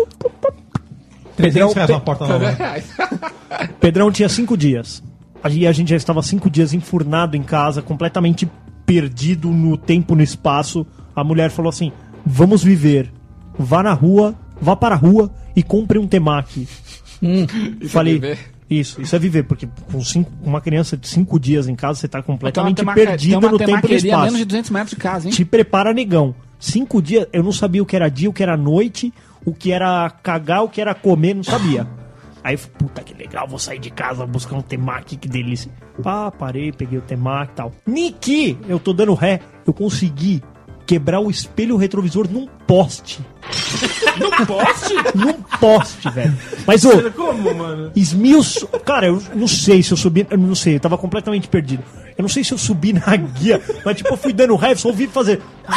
[SPEAKER 3] 300 reais uma porta nova.
[SPEAKER 5] Reais.
[SPEAKER 6] Pedrão tinha 5 dias. Aí a gente já estava 5 dias enfurnado em casa, completamente perdido no tempo, no espaço. A mulher falou assim: vamos viver. Vá na rua, vá para a rua e compre um temaki. Falei,
[SPEAKER 5] viver?
[SPEAKER 6] isso é viver, porque com uma criança de 5 dias em casa, você tá completamente
[SPEAKER 5] Tem uma
[SPEAKER 6] perdido no tempo e no
[SPEAKER 5] temaqueria a
[SPEAKER 6] espaço.
[SPEAKER 5] menos de 200 metros de casa, hein?
[SPEAKER 6] Te prepara, negão. 5 dias, eu não sabia o que era dia, o que era noite, o que era cagar, o que era comer, não sabia. Aí eu falei, puta que legal, vou sair de casa, buscar um temaki, que delícia. Parei, peguei o temaki e tal. Niki, eu tô dando ré, eu consegui quebrar o espelho retrovisor num poste.
[SPEAKER 8] No poste?
[SPEAKER 6] Num poste, velho. Mas,
[SPEAKER 8] Como, mano?
[SPEAKER 6] esmiuço. Cara, eu não sei se eu subi. Eu não sei, eu tava completamente perdido. Eu não sei se eu subi na guia, mas tipo, eu fui dando ré, só ouvi fazer.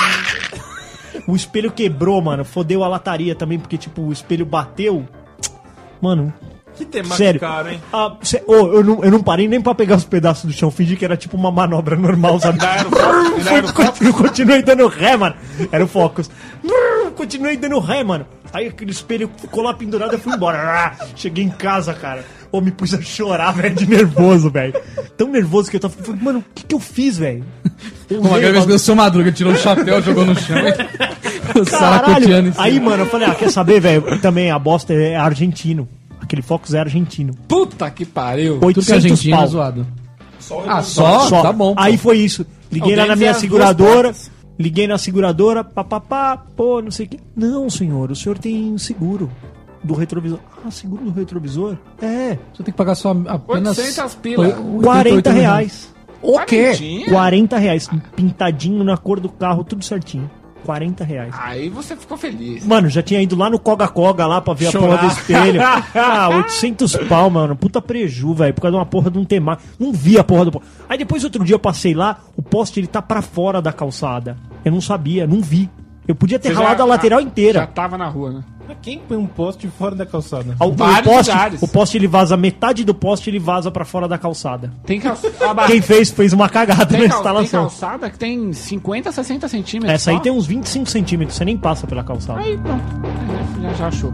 [SPEAKER 6] O espelho quebrou, mano. Fodeu a lataria também, porque, tipo, o espelho bateu. Mano.
[SPEAKER 8] Que tema
[SPEAKER 6] sério.
[SPEAKER 8] caro, hein?
[SPEAKER 6] Eu não parei nem pra pegar os pedaços do chão. Fingi que era tipo uma manobra normal, sabe? Continuei dando ré, mano. Era o Focus. Continuei dando ré, mano. Aí aquele espelho ficou lá pendurado e eu fui embora. Cheguei em casa, cara. Me pus a chorar, velho, de nervoso, velho. Tão nervoso que eu tava falando, mano, o que eu fiz, velho?
[SPEAKER 7] Uma vez que o seu Madruga tirou o chapéu, jogou no chão.
[SPEAKER 6] Caralho. Aí, mano, eu falei, quer saber, velho? Também a bosta é argentino. Aquele Focus é argentino.
[SPEAKER 5] Puta que pariu.
[SPEAKER 6] 800
[SPEAKER 7] Tudo que é argentino
[SPEAKER 6] pau.
[SPEAKER 7] é zoado. Só? Tá bom.
[SPEAKER 6] Aí foi isso. Liguei lá na minha seguradora. Liguei na seguradora. Pô, não sei o que. Não, senhor, o senhor tem seguro do retrovisor. Seguro do retrovisor? É.
[SPEAKER 7] Você tem que pagar só apenas
[SPEAKER 5] 800 pila.
[SPEAKER 6] R$40.
[SPEAKER 7] O quê?
[SPEAKER 6] R$40. Pintadinho na cor do carro, tudo certinho. R$40.
[SPEAKER 5] Aí você ficou feliz.
[SPEAKER 6] Mano, já tinha ido lá no Coga-Coga lá pra ver a porra do espelho. 800 pau, mano. Puta preju, velho. Por causa de uma porra de um temaki. Não vi a porra do poste. Aí depois, outro dia, eu passei lá. O poste, ele tá pra fora da calçada. Eu não sabia, não vi. Eu podia ter ralado a lateral inteira.
[SPEAKER 5] Já tava na rua, né?
[SPEAKER 8] Mas quem põe um poste fora da calçada?
[SPEAKER 6] O poste, ele vaza. Metade do poste, ele vaza pra fora da calçada.
[SPEAKER 5] Tem
[SPEAKER 6] Quem fez uma cagada na instalação.
[SPEAKER 5] Tem calçada que tem 50, 60 centímetros.
[SPEAKER 6] Essa aí tem uns 25 centímetros. Você nem passa pela calçada.
[SPEAKER 5] Aí, pronto. Já achou.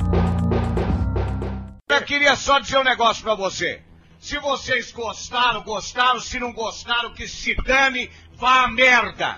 [SPEAKER 9] Eu queria só dizer um negócio pra você. Se vocês gostaram. Se não gostaram, que se dane, vá a merda.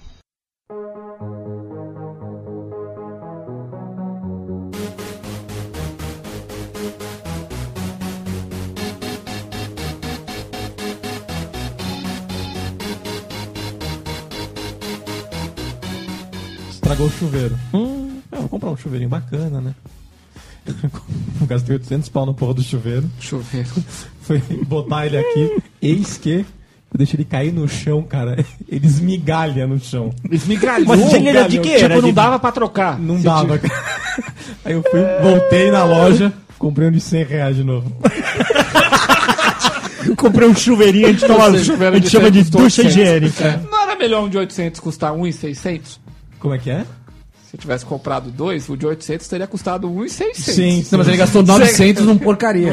[SPEAKER 3] Estragou o chuveiro. Vou comprar um chuveirinho bacana, né? Gastei 800 pau na porra do chuveiro. Foi botar ele aqui. Eis que eu deixei ele cair no chão, cara. Ele esmigalha no chão.
[SPEAKER 5] Esmigalhou?
[SPEAKER 6] Mas ele era de quê?
[SPEAKER 5] Tipo, não dava pra trocar.
[SPEAKER 3] Não dava, cara. Aí eu voltei na loja, comprei um de R$100 de novo.
[SPEAKER 6] Comprei um chuveirinho, a gente chama de ducha higiênica.
[SPEAKER 5] Não era melhor um de 800 custar 1.600?
[SPEAKER 3] Como é que é?
[SPEAKER 5] Se eu tivesse comprado dois, o de 800 teria custado 1.600.
[SPEAKER 3] Sim.
[SPEAKER 7] Não, mas ele gastou 900 num porcaria.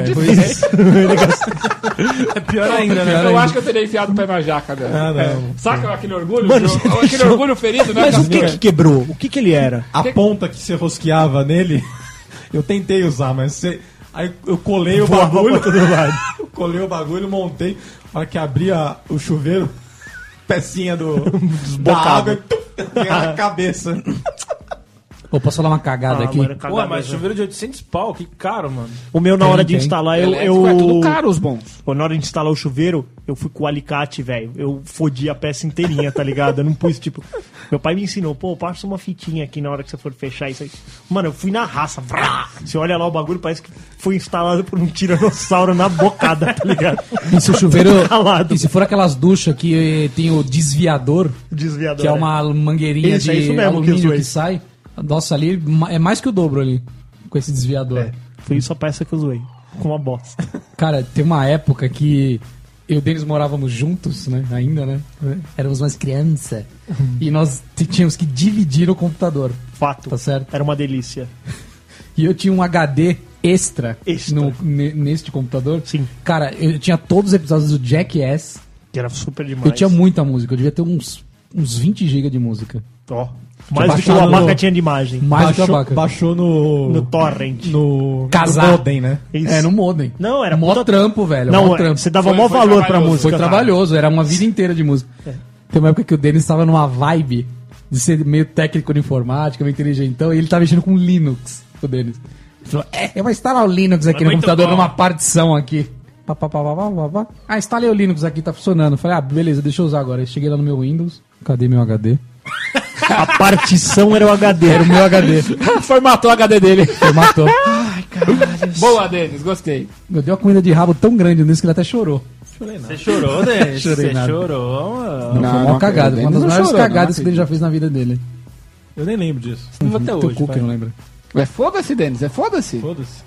[SPEAKER 8] É pior ainda, né?
[SPEAKER 5] Eu acho que eu teria enfiado o pé na jaca, velho.
[SPEAKER 3] Não.
[SPEAKER 5] Saca aquele orgulho?
[SPEAKER 6] Mano,
[SPEAKER 5] Aquele orgulho ferido, né?
[SPEAKER 6] Mas o que quebrou? O que ele era?
[SPEAKER 3] A ponta que você rosqueava nele, eu tentei usar, mas aí eu colei o bagulho. Eu colei o bagulho, montei. Na hora que abria o chuveiro, pecinha da água na cabeça.
[SPEAKER 7] Pô, posso falar uma cagada aqui?
[SPEAKER 6] Mano,
[SPEAKER 8] Pô, mas chuveiro de 800 pau, que caro, mano.
[SPEAKER 6] O meu, na hora de instalar,
[SPEAKER 5] É tudo caro, os bons.
[SPEAKER 6] Pô, na hora de instalar o chuveiro, eu fui com o alicate, velho. Eu fodi a peça inteirinha, tá ligado? Eu não pus, tipo... Meu pai me ensinou, passa uma fitinha aqui na hora que você for fechar isso aí. Mano, eu fui na raça. Você olha lá o bagulho, parece que foi instalado por um tiranossauro na bocada, tá ligado?
[SPEAKER 7] E se o chuveiro... E se for aquelas duchas que tem o desviador, que é uma mangueirinha
[SPEAKER 6] Isso, é isso
[SPEAKER 7] de
[SPEAKER 6] mesmo que eu
[SPEAKER 7] alumínio
[SPEAKER 6] zoei.
[SPEAKER 7] que sai... Nossa, ali é mais que o dobro ali, com esse desviador.
[SPEAKER 6] Foi isso a peça que eu zoei. Com uma bosta.
[SPEAKER 7] Cara, tem uma época que eu e o Denis morávamos juntos, né? Ainda, né? Éramos umas crianças. E nós tínhamos que dividir o computador.
[SPEAKER 6] Fato.
[SPEAKER 7] Tá certo?
[SPEAKER 6] Era uma delícia.
[SPEAKER 7] E eu tinha um HD extra. Neste computador.
[SPEAKER 6] Sim.
[SPEAKER 7] Cara, eu tinha todos os episódios do Jackass.
[SPEAKER 6] Que era super demais.
[SPEAKER 7] Eu tinha muita música. Eu devia ter uns 20 GB de música.
[SPEAKER 6] Ó. Mais do que o Abaca tinha de imagem.
[SPEAKER 7] Mais do que o Abaca.
[SPEAKER 3] Baixou no
[SPEAKER 6] torrent.
[SPEAKER 3] No
[SPEAKER 7] modem,
[SPEAKER 3] né?
[SPEAKER 6] Isso.
[SPEAKER 7] No modem.
[SPEAKER 6] Não, era
[SPEAKER 7] mó trampo, velho.
[SPEAKER 6] Não,
[SPEAKER 7] mó trampo.
[SPEAKER 6] você dava maior valor pra música.
[SPEAKER 7] Foi
[SPEAKER 6] cara.
[SPEAKER 7] trabalhoso, era uma vida inteira de música. Tem uma época que o Denis estava numa vibe de ser meio técnico de informática, meio inteligentão, e ele tava mexendo com Linux, o Denis. Ele falou, eu vou instalar o Linux aqui no computador, numa partição aqui. Instalei o Linux aqui, tá funcionando. Falei, beleza, deixa eu usar agora. Eu cheguei lá no meu Windows, cadê meu HD?
[SPEAKER 6] A partição era o HD.
[SPEAKER 7] Era o meu HD.
[SPEAKER 5] Formatou o HD dele.
[SPEAKER 7] Formatou.
[SPEAKER 5] Boa, Denis, gostei.
[SPEAKER 7] Meu, deu uma comida de rabo tão grande nisso que ele até chorou.
[SPEAKER 8] Você chorou, Denis?
[SPEAKER 7] Chorei
[SPEAKER 8] Você
[SPEAKER 7] nada.
[SPEAKER 8] chorou, mano.
[SPEAKER 7] Não, foi uma cagada. Uma das maiores cagadas que ele já fez na vida dele.
[SPEAKER 3] Eu nem lembro disso.
[SPEAKER 8] Não até
[SPEAKER 7] Teu
[SPEAKER 8] hoje,
[SPEAKER 7] cu que
[SPEAKER 8] pai.
[SPEAKER 7] não lembra.
[SPEAKER 5] Foda-se, Denis, foda-se.
[SPEAKER 3] Foda-se.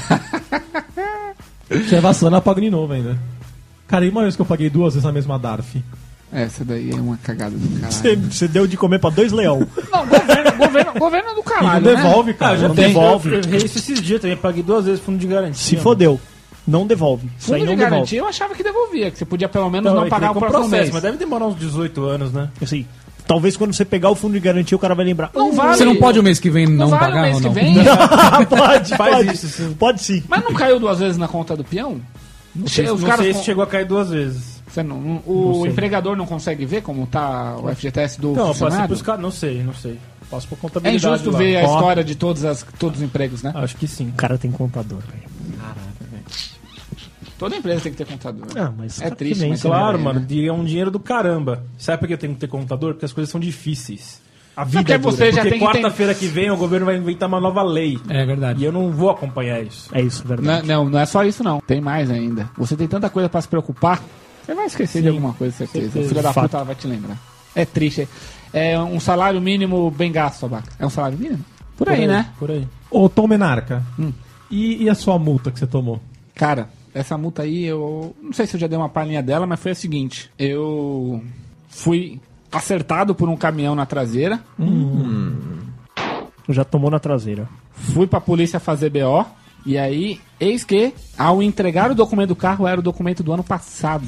[SPEAKER 3] Se é vacilando, eu pago de novo ainda. Cara, e uma vez que eu paguei 2 vezes a mesma DARF?
[SPEAKER 5] Essa daí é uma cagada do caralho.
[SPEAKER 6] Você deu de comer pra 2 leão.
[SPEAKER 5] Não, governo é do
[SPEAKER 3] E
[SPEAKER 5] caralho,
[SPEAKER 3] não devolve, cara.
[SPEAKER 8] Ah, já
[SPEAKER 3] não
[SPEAKER 8] devolve. Eu errei isso esses dias também. Paguei 2 vezes fundo de garantia.
[SPEAKER 6] Se
[SPEAKER 8] mano.
[SPEAKER 6] fodeu. Não devolve. Isso aí
[SPEAKER 5] Fundo
[SPEAKER 6] não
[SPEAKER 5] de
[SPEAKER 6] devolve.
[SPEAKER 5] garantia eu achava que devolvia, que você podia pelo menos não
[SPEAKER 8] é
[SPEAKER 5] pagar
[SPEAKER 8] que
[SPEAKER 5] o
[SPEAKER 8] nem com
[SPEAKER 5] próximo mês.
[SPEAKER 8] mas deve demorar uns 18 anos, né?
[SPEAKER 6] Assim, talvez quando você pegar o fundo de garantia, o cara vai lembrar.
[SPEAKER 5] Não vale.
[SPEAKER 7] Você não pode o mês que vem não
[SPEAKER 5] vale
[SPEAKER 7] pagar
[SPEAKER 5] o mês
[SPEAKER 7] ou
[SPEAKER 5] que
[SPEAKER 7] não?
[SPEAKER 5] vem.
[SPEAKER 6] pode,
[SPEAKER 8] Faz
[SPEAKER 6] pode.
[SPEAKER 8] isso, sim.
[SPEAKER 6] Pode sim.
[SPEAKER 5] Mas não caiu 2 vezes na conta do peão?
[SPEAKER 8] Não sei se chegou a cair 2 vezes.
[SPEAKER 5] Você o empregador não consegue ver como tá o FGTS do
[SPEAKER 8] Não, eu passei
[SPEAKER 5] funcionário?
[SPEAKER 8] pros caras. Não sei. Passo por
[SPEAKER 5] É
[SPEAKER 8] contabilidade.
[SPEAKER 5] injusto
[SPEAKER 8] lá.
[SPEAKER 5] ver a
[SPEAKER 6] Ó.
[SPEAKER 5] história de todos os empregos, né?
[SPEAKER 8] Acho que sim.
[SPEAKER 6] O cara tem contador, velho.
[SPEAKER 5] Toda empresa tem que ter contador.
[SPEAKER 6] Ah, mas
[SPEAKER 5] É
[SPEAKER 6] cara,
[SPEAKER 5] triste,
[SPEAKER 6] que nem
[SPEAKER 5] mas
[SPEAKER 6] você
[SPEAKER 8] Claro,
[SPEAKER 5] né?
[SPEAKER 8] mano. É um dinheiro do caramba. Sabe por que eu tenho que ter contador? Porque as coisas são difíceis.
[SPEAKER 6] A
[SPEAKER 5] Porque
[SPEAKER 6] vida é dura.
[SPEAKER 5] você já
[SPEAKER 8] Porque
[SPEAKER 5] tem que ter...
[SPEAKER 8] quarta-feira que vem o governo vai inventar uma nova lei.
[SPEAKER 7] É verdade.
[SPEAKER 8] E eu não vou acompanhar isso.
[SPEAKER 6] É isso, verdade.
[SPEAKER 5] Não é só isso não. Tem mais ainda. Você tem tanta coisa pra se preocupar, você vai esquecer de alguma coisa, certeza. O filho da
[SPEAKER 6] Fato.
[SPEAKER 5] puta ela vai te lembrar. É triste. É um salário mínimo bem gasto, Baca. É um salário mínimo? Por aí, né?
[SPEAKER 8] Por aí.
[SPEAKER 3] Ô, Tom Menarca, e a sua multa que você tomou?
[SPEAKER 5] Cara, essa multa aí, eu não sei se eu já dei uma palhinha dela, mas foi a seguinte. Eu fui acertado por um caminhão na traseira.
[SPEAKER 6] Já tomou na traseira.
[SPEAKER 5] Fui pra polícia fazer BO. E aí, eis que, ao entregar o documento do carro, era o documento do ano passado.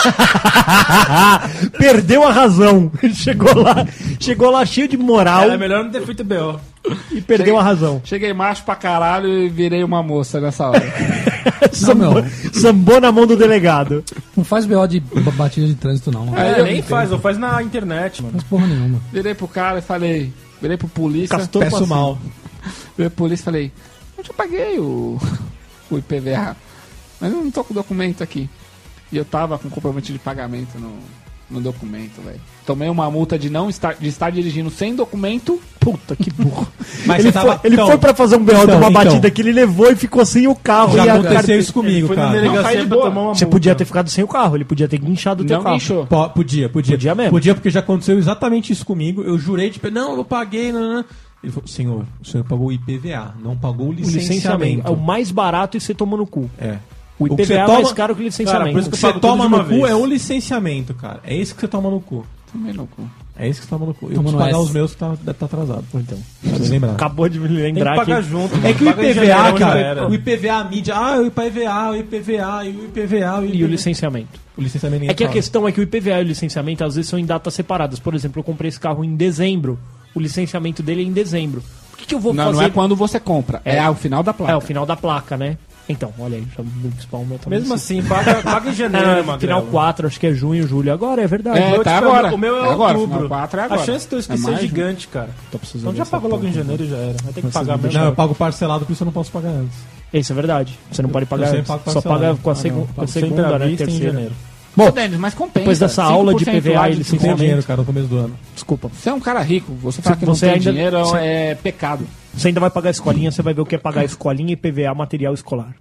[SPEAKER 6] Perdeu a razão. Chegou lá cheio de moral
[SPEAKER 8] Era melhor não ter feito BO.
[SPEAKER 6] e perdeu a razão.
[SPEAKER 5] Cheguei macho pra caralho e virei uma moça nessa hora.
[SPEAKER 6] Sambou na mão do delegado.
[SPEAKER 7] Não faz BO de batida de trânsito, não.
[SPEAKER 5] Aí eu
[SPEAKER 8] nem
[SPEAKER 5] entendo.
[SPEAKER 8] faz, ou faz na internet, mano.
[SPEAKER 7] Não faz porra nenhuma.
[SPEAKER 5] Virei pro cara e falei... Virei pro polícia.
[SPEAKER 6] Castor
[SPEAKER 3] Peço mal.
[SPEAKER 5] Virei pro polícia e falei... Eu já paguei o IPVA. Mas eu não tô com o documento aqui. E eu tava com comprovante de pagamento no documento, velho. Tomei uma multa de estar dirigindo sem documento.
[SPEAKER 6] Puta, que burro.
[SPEAKER 3] Mas
[SPEAKER 6] Ele,
[SPEAKER 3] você tava-
[SPEAKER 6] ele
[SPEAKER 3] então-
[SPEAKER 6] foi pra fazer um BO de
[SPEAKER 3] então,
[SPEAKER 6] uma
[SPEAKER 3] então.
[SPEAKER 6] batida que ele levou e ficou sem o carro.
[SPEAKER 3] Já
[SPEAKER 6] e a
[SPEAKER 3] aconteceu
[SPEAKER 6] carteira-
[SPEAKER 3] isso comigo,
[SPEAKER 8] Foi na
[SPEAKER 3] cara.
[SPEAKER 5] Não,
[SPEAKER 8] delegacia
[SPEAKER 5] faz de
[SPEAKER 8] pra
[SPEAKER 5] boa.
[SPEAKER 8] tomar uma
[SPEAKER 6] Você
[SPEAKER 8] multa.
[SPEAKER 6] podia ter ficado sem o carro, ele podia ter guinchado o teu
[SPEAKER 5] Não
[SPEAKER 6] carro.
[SPEAKER 5] guinchou.
[SPEAKER 3] Podia.
[SPEAKER 6] Podia mesmo.
[SPEAKER 3] Podia, porque já aconteceu exatamente isso comigo. Eu jurei, tipo, não, eu paguei, não. Ele falou, senhor, o senhor pagou o IPVA, não pagou o
[SPEAKER 6] O licenciamento.
[SPEAKER 3] licenciamento.
[SPEAKER 6] É o mais barato e você tomou no cu.
[SPEAKER 3] É.
[SPEAKER 6] O
[SPEAKER 3] que
[SPEAKER 6] IPVA
[SPEAKER 3] você
[SPEAKER 6] é
[SPEAKER 3] toma-
[SPEAKER 6] mais caro que o licenciamento.
[SPEAKER 8] Cara, por isso
[SPEAKER 3] O
[SPEAKER 8] que
[SPEAKER 3] que
[SPEAKER 8] eu
[SPEAKER 3] você
[SPEAKER 8] pago tudo
[SPEAKER 3] toma
[SPEAKER 8] de
[SPEAKER 3] no
[SPEAKER 8] uma
[SPEAKER 3] cu
[SPEAKER 8] vez.
[SPEAKER 3] é o licenciamento, cara. É isso que você toma no cu.
[SPEAKER 5] Tomei no cu.
[SPEAKER 3] É isso que você toma no cu. Eu
[SPEAKER 7] Toma
[SPEAKER 3] preciso
[SPEAKER 7] no
[SPEAKER 3] pagar
[SPEAKER 7] S.
[SPEAKER 3] os meus que deve estar atrasado. Então, pra me lembrar.
[SPEAKER 6] Acabou de me
[SPEAKER 8] Tem que
[SPEAKER 6] lembrar
[SPEAKER 8] pagar
[SPEAKER 6] que...
[SPEAKER 8] junto.
[SPEAKER 3] É que o
[SPEAKER 8] Paga em
[SPEAKER 3] IPVA,
[SPEAKER 8] janeiro, já
[SPEAKER 3] cara,
[SPEAKER 8] era.
[SPEAKER 3] o IPVA, a mídia, o IPVA, e o IPVA.
[SPEAKER 6] E o licenciamento.
[SPEAKER 3] O licenciamento
[SPEAKER 6] É que a
[SPEAKER 3] fala.
[SPEAKER 6] questão é que o IPVA e o licenciamento às vezes são em datas separadas. Por exemplo, eu comprei esse carro em dezembro. O licenciamento dele é em dezembro. Por que eu vou
[SPEAKER 5] Não,
[SPEAKER 6] fazer...
[SPEAKER 5] não é quando você compra. É ao final da placa.
[SPEAKER 6] É o final da placa, né? Então, olha aí, já me spawn meu também.
[SPEAKER 8] Mesmo assim, paga em janeiro, Magrelo.
[SPEAKER 6] Final 4, acho que é junho, julho. Agora é verdade.
[SPEAKER 5] É,
[SPEAKER 8] Eu,
[SPEAKER 5] tá
[SPEAKER 8] tipo,
[SPEAKER 5] agora.
[SPEAKER 8] O meu é
[SPEAKER 5] É agora,
[SPEAKER 8] outubro.
[SPEAKER 5] final 4 é agora.
[SPEAKER 8] A chance de eu esquecer
[SPEAKER 5] É
[SPEAKER 8] é
[SPEAKER 5] mais,
[SPEAKER 8] gigante, cara.
[SPEAKER 6] Tô precisando
[SPEAKER 8] Então já
[SPEAKER 6] dessa
[SPEAKER 8] paga logo
[SPEAKER 6] porra.
[SPEAKER 8] em janeiro e já era. Vai ter que
[SPEAKER 6] Mas
[SPEAKER 8] pagar
[SPEAKER 6] você
[SPEAKER 8] mesmo.
[SPEAKER 3] Não, eu pago parcelado, por isso eu não posso pagar antes.
[SPEAKER 6] Isso é verdade. Você não pode pagar
[SPEAKER 3] sempre
[SPEAKER 6] antes.
[SPEAKER 3] pago
[SPEAKER 6] Só
[SPEAKER 3] parcelado.
[SPEAKER 6] paga com a,
[SPEAKER 3] Ah, não,
[SPEAKER 6] com a
[SPEAKER 3] pago
[SPEAKER 6] segunda,
[SPEAKER 8] Sempre à
[SPEAKER 6] né?
[SPEAKER 8] vista em
[SPEAKER 6] Terceira.
[SPEAKER 8] janeiro.
[SPEAKER 5] Bom, Denis, mas compensa.
[SPEAKER 6] Depois dessa aula de
[SPEAKER 5] 5%
[SPEAKER 6] PVA
[SPEAKER 5] lá
[SPEAKER 6] e
[SPEAKER 5] de
[SPEAKER 3] Sem
[SPEAKER 6] licenciamento.
[SPEAKER 3] dinheiro, cara, no começo do ano.
[SPEAKER 6] Desculpa.
[SPEAKER 5] Você é um cara rico. Você fala que
[SPEAKER 6] Você
[SPEAKER 5] não tem
[SPEAKER 6] ainda-
[SPEAKER 5] dinheiro
[SPEAKER 6] você-
[SPEAKER 5] é pecado.
[SPEAKER 6] Você ainda vai pagar a escolinha, você vai ver o que é pagar a escolinha e PVA material escolar.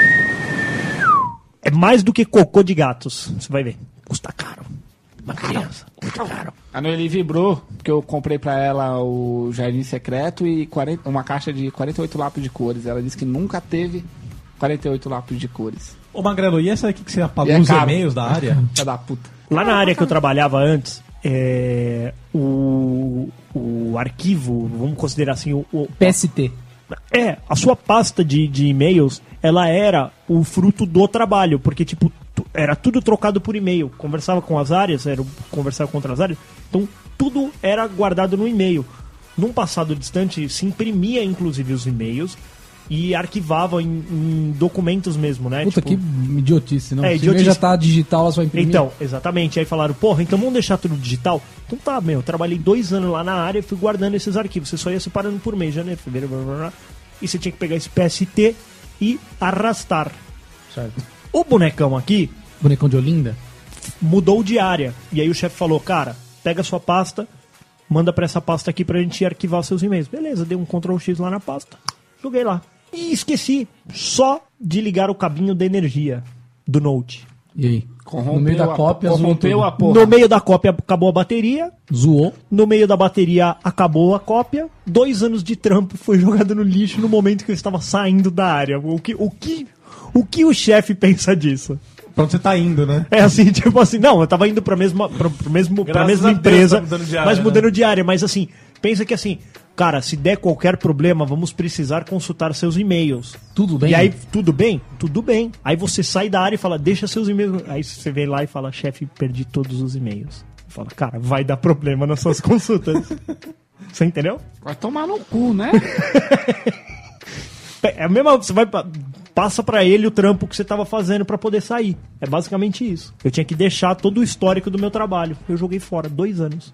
[SPEAKER 6] É mais do que cocô de gatos. Você vai ver. Custa caro. Uma criança. Custa caro.
[SPEAKER 5] A Noeli vibrou, porque eu comprei pra ela o Jardim Secreto e uma caixa de 48 lápis de cores. Ela disse que nunca teve 48 lápis de cores.
[SPEAKER 3] Ô, Magrelo, e essa aqui que você apagou
[SPEAKER 5] E é
[SPEAKER 3] os
[SPEAKER 5] caro.
[SPEAKER 3] e-mails da área?
[SPEAKER 5] Filha da puta.
[SPEAKER 6] Lá na área que eu trabalhava antes, o arquivo, vamos considerar assim,
[SPEAKER 7] PST.
[SPEAKER 6] a sua pasta de e-mails, ela era o fruto do trabalho, porque, tipo, era tudo trocado por e-mail. Conversava com as áreas, conversava com outras áreas, então tudo era guardado no e-mail. Num passado distante, se imprimia, inclusive, os e-mails e arquivava em documentos mesmo, né?
[SPEAKER 7] Puta,
[SPEAKER 6] Tipo,
[SPEAKER 7] que idiotice, não?
[SPEAKER 6] É,
[SPEAKER 7] Se
[SPEAKER 6] idiotice.
[SPEAKER 7] já tá digital, ela só imprimir.
[SPEAKER 6] Então, exatamente. Aí falaram, porra, então vamos deixar tudo digital? Então tá, eu trabalhei 2 anos lá na área e fui guardando esses arquivos. Você só ia separando por mês, janeiro, fevereiro, blá, blá, blá. E você tinha que pegar esse PST e arrastar.
[SPEAKER 7] Certo.
[SPEAKER 6] O bonecão aqui
[SPEAKER 7] Bonecão de Olinda?
[SPEAKER 6] mudou de área. E aí o chefe falou, cara, pega a sua pasta manda pra essa pasta aqui pra gente arquivar seus e-mails. Beleza, dei um Ctrl X lá na pasta, joguei lá. E esqueci só de ligar o cabinho da energia do Note.
[SPEAKER 7] E aí?
[SPEAKER 5] Corrompeu
[SPEAKER 7] No meio da cópia,
[SPEAKER 5] corrompeu a
[SPEAKER 7] zoou
[SPEAKER 5] porra.
[SPEAKER 6] No meio da cópia acabou a bateria,
[SPEAKER 7] tudo. Zoou.
[SPEAKER 6] no meio da bateria acabou a cópia, 2 anos de trampo foi jogado no lixo no momento que eu estava saindo da área. O que o chefe pensa disso?
[SPEAKER 3] Pra onde você tá indo, né?
[SPEAKER 6] É assim, tipo assim, não, eu tava indo pra mesma
[SPEAKER 8] Graças a Deus,
[SPEAKER 6] empresa,
[SPEAKER 8] tá mudando de área,
[SPEAKER 6] mas
[SPEAKER 8] né?
[SPEAKER 6] mudando de área. Mas assim, pensa que assim, cara, se der qualquer problema, vamos precisar consultar seus e-mails.
[SPEAKER 7] Tudo bem?
[SPEAKER 6] E aí, tudo bem? Tudo bem. Aí você sai da área e fala, deixa seus e-mails. Aí você vem lá e fala, chefe, perdi todos os e-mails. Fala, cara, vai dar problema nas suas consultas. Você entendeu?
[SPEAKER 5] Vai tomar no cu, né?
[SPEAKER 6] É a mesma, você vai passa pra ele o trampo que você tava fazendo pra poder sair. É basicamente isso. Eu tinha que deixar todo o histórico do meu trabalho. Eu joguei fora 2 anos.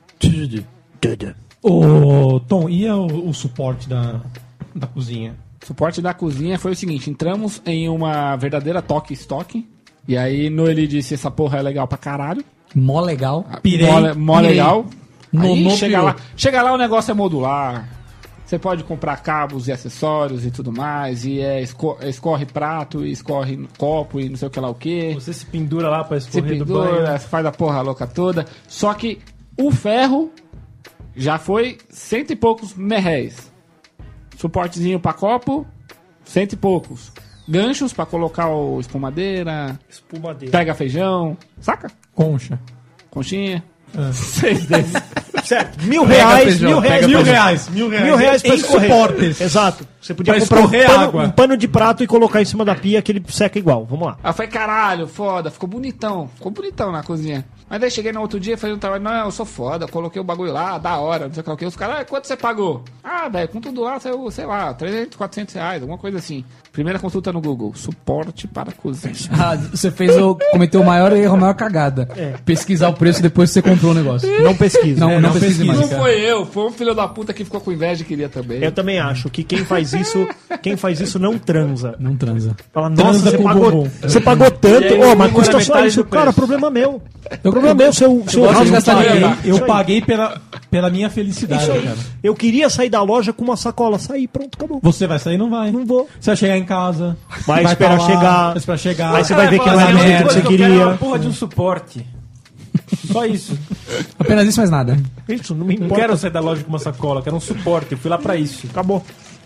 [SPEAKER 3] Ô, Tom, e o suporte da cozinha?
[SPEAKER 5] O suporte da cozinha foi o seguinte: entramos em uma verdadeira toque-estoque. E aí ele disse: essa porra é legal pra caralho.
[SPEAKER 7] Mó legal.
[SPEAKER 3] Pirei.
[SPEAKER 5] Mó
[SPEAKER 7] Pirei.
[SPEAKER 5] legal. Aí
[SPEAKER 7] Nonô
[SPEAKER 5] chega
[SPEAKER 7] pirou.
[SPEAKER 5] lá, o negócio é modular. Você pode comprar cabos e acessórios e tudo mais. E escorre prato, e escorre copo e não sei o que lá o que.
[SPEAKER 8] Você se pendura lá pra
[SPEAKER 5] Se
[SPEAKER 8] escorrer do banho.
[SPEAKER 5] pendura, faz a porra louca toda. Só que o ferro já foi 100 e poucos merréis. Suportezinho pra copo, 100 e poucos. Ganchos pra colocar o espumadeira,
[SPEAKER 6] Espumadeira.
[SPEAKER 5] pega feijão, saca?
[SPEAKER 3] Concha.
[SPEAKER 5] Conchinha. 6 desses.
[SPEAKER 6] Certo, R$1.000,
[SPEAKER 7] feijão,
[SPEAKER 6] R$1.000,
[SPEAKER 3] R$1.000
[SPEAKER 6] pra
[SPEAKER 3] em
[SPEAKER 6] escorrer.
[SPEAKER 3] suportes.
[SPEAKER 6] Exato. Você podia
[SPEAKER 3] Pra
[SPEAKER 6] comprar
[SPEAKER 3] escorrer água.
[SPEAKER 6] um pano de prato e colocar em cima da pia que ele seca igual. Vamos lá.
[SPEAKER 5] Aí eu falei, caralho, foda, ficou bonitão na cozinha. Mas daí cheguei no outro dia, falei no trabalho, não, eu sou foda, coloquei o bagulho lá, da hora, não sei o que. Os caras, quanto você pagou? Ah, velho, com tudo lá, saiu, sei lá, 300, 400 reais, alguma coisa assim. Primeira consulta no Google, suporte para cozinha.
[SPEAKER 7] Ah, você cometeu o maior erro, a maior cagada. Pesquisar o preço depois que você comprou o negócio.
[SPEAKER 6] Não pesquisa.
[SPEAKER 7] Não pesquise mais.
[SPEAKER 5] Não foi eu, foi um filho da puta que ficou com inveja e queria também.
[SPEAKER 6] Eu também acho que quem faz isso não transa.
[SPEAKER 7] Não transa.
[SPEAKER 6] Fala, nossa,
[SPEAKER 3] Transa com o bumbum.
[SPEAKER 6] você pagou tanto,
[SPEAKER 8] E aí,
[SPEAKER 6] ô, mas
[SPEAKER 8] o
[SPEAKER 6] custa
[SPEAKER 8] Google é
[SPEAKER 6] só
[SPEAKER 8] metade
[SPEAKER 6] isso.
[SPEAKER 8] do
[SPEAKER 6] Cara,
[SPEAKER 8] preço.
[SPEAKER 6] problema meu. Problema meu, seu
[SPEAKER 7] gosta de
[SPEAKER 6] rasgo
[SPEAKER 7] gastar
[SPEAKER 6] paguei.
[SPEAKER 7] dinheiro.
[SPEAKER 3] Eu paguei pela minha felicidade,
[SPEAKER 6] Isso aí.
[SPEAKER 3] cara.
[SPEAKER 6] Eu queria sair da loja com uma sacola. Saí, pronto, acabou.
[SPEAKER 3] Você vai sair? Não vai.
[SPEAKER 6] Não vou.
[SPEAKER 3] Você vai chegar em casa.
[SPEAKER 6] Vai esperar
[SPEAKER 3] tá lá,
[SPEAKER 6] chegar.
[SPEAKER 3] Vai esperar chegar.
[SPEAKER 6] Aí você vai ver que
[SPEAKER 8] Fala
[SPEAKER 6] não é
[SPEAKER 8] assim,
[SPEAKER 6] do
[SPEAKER 8] a
[SPEAKER 6] jeito
[SPEAKER 8] única
[SPEAKER 6] que você
[SPEAKER 8] coisa eu quero é uma
[SPEAKER 6] queria.
[SPEAKER 8] porra de um suporte. Só isso.
[SPEAKER 7] Apenas isso, mais nada.
[SPEAKER 6] Isso, não me
[SPEAKER 8] Não
[SPEAKER 6] importa.
[SPEAKER 8] quero sair da loja com uma sacola, quero um suporte. Eu fui lá pra isso.
[SPEAKER 6] Acabou.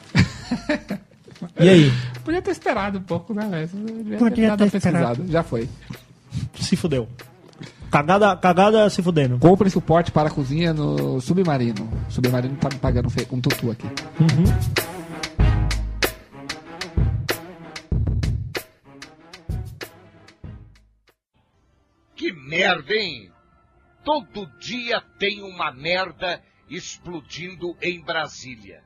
[SPEAKER 3] E aí?
[SPEAKER 5] Podia ter esperado um pouco, né, velho? Devia
[SPEAKER 6] Podia
[SPEAKER 5] dado
[SPEAKER 6] ter
[SPEAKER 5] uma pesquisada. Já foi.
[SPEAKER 6] Se fudeu. Cagada se fudendo.
[SPEAKER 5] Compre suporte para a cozinha no Submarino. O Submarino tá me pagando um tutu aqui.
[SPEAKER 9] Que merda, hein? Todo dia tem uma merda explodindo em Brasília.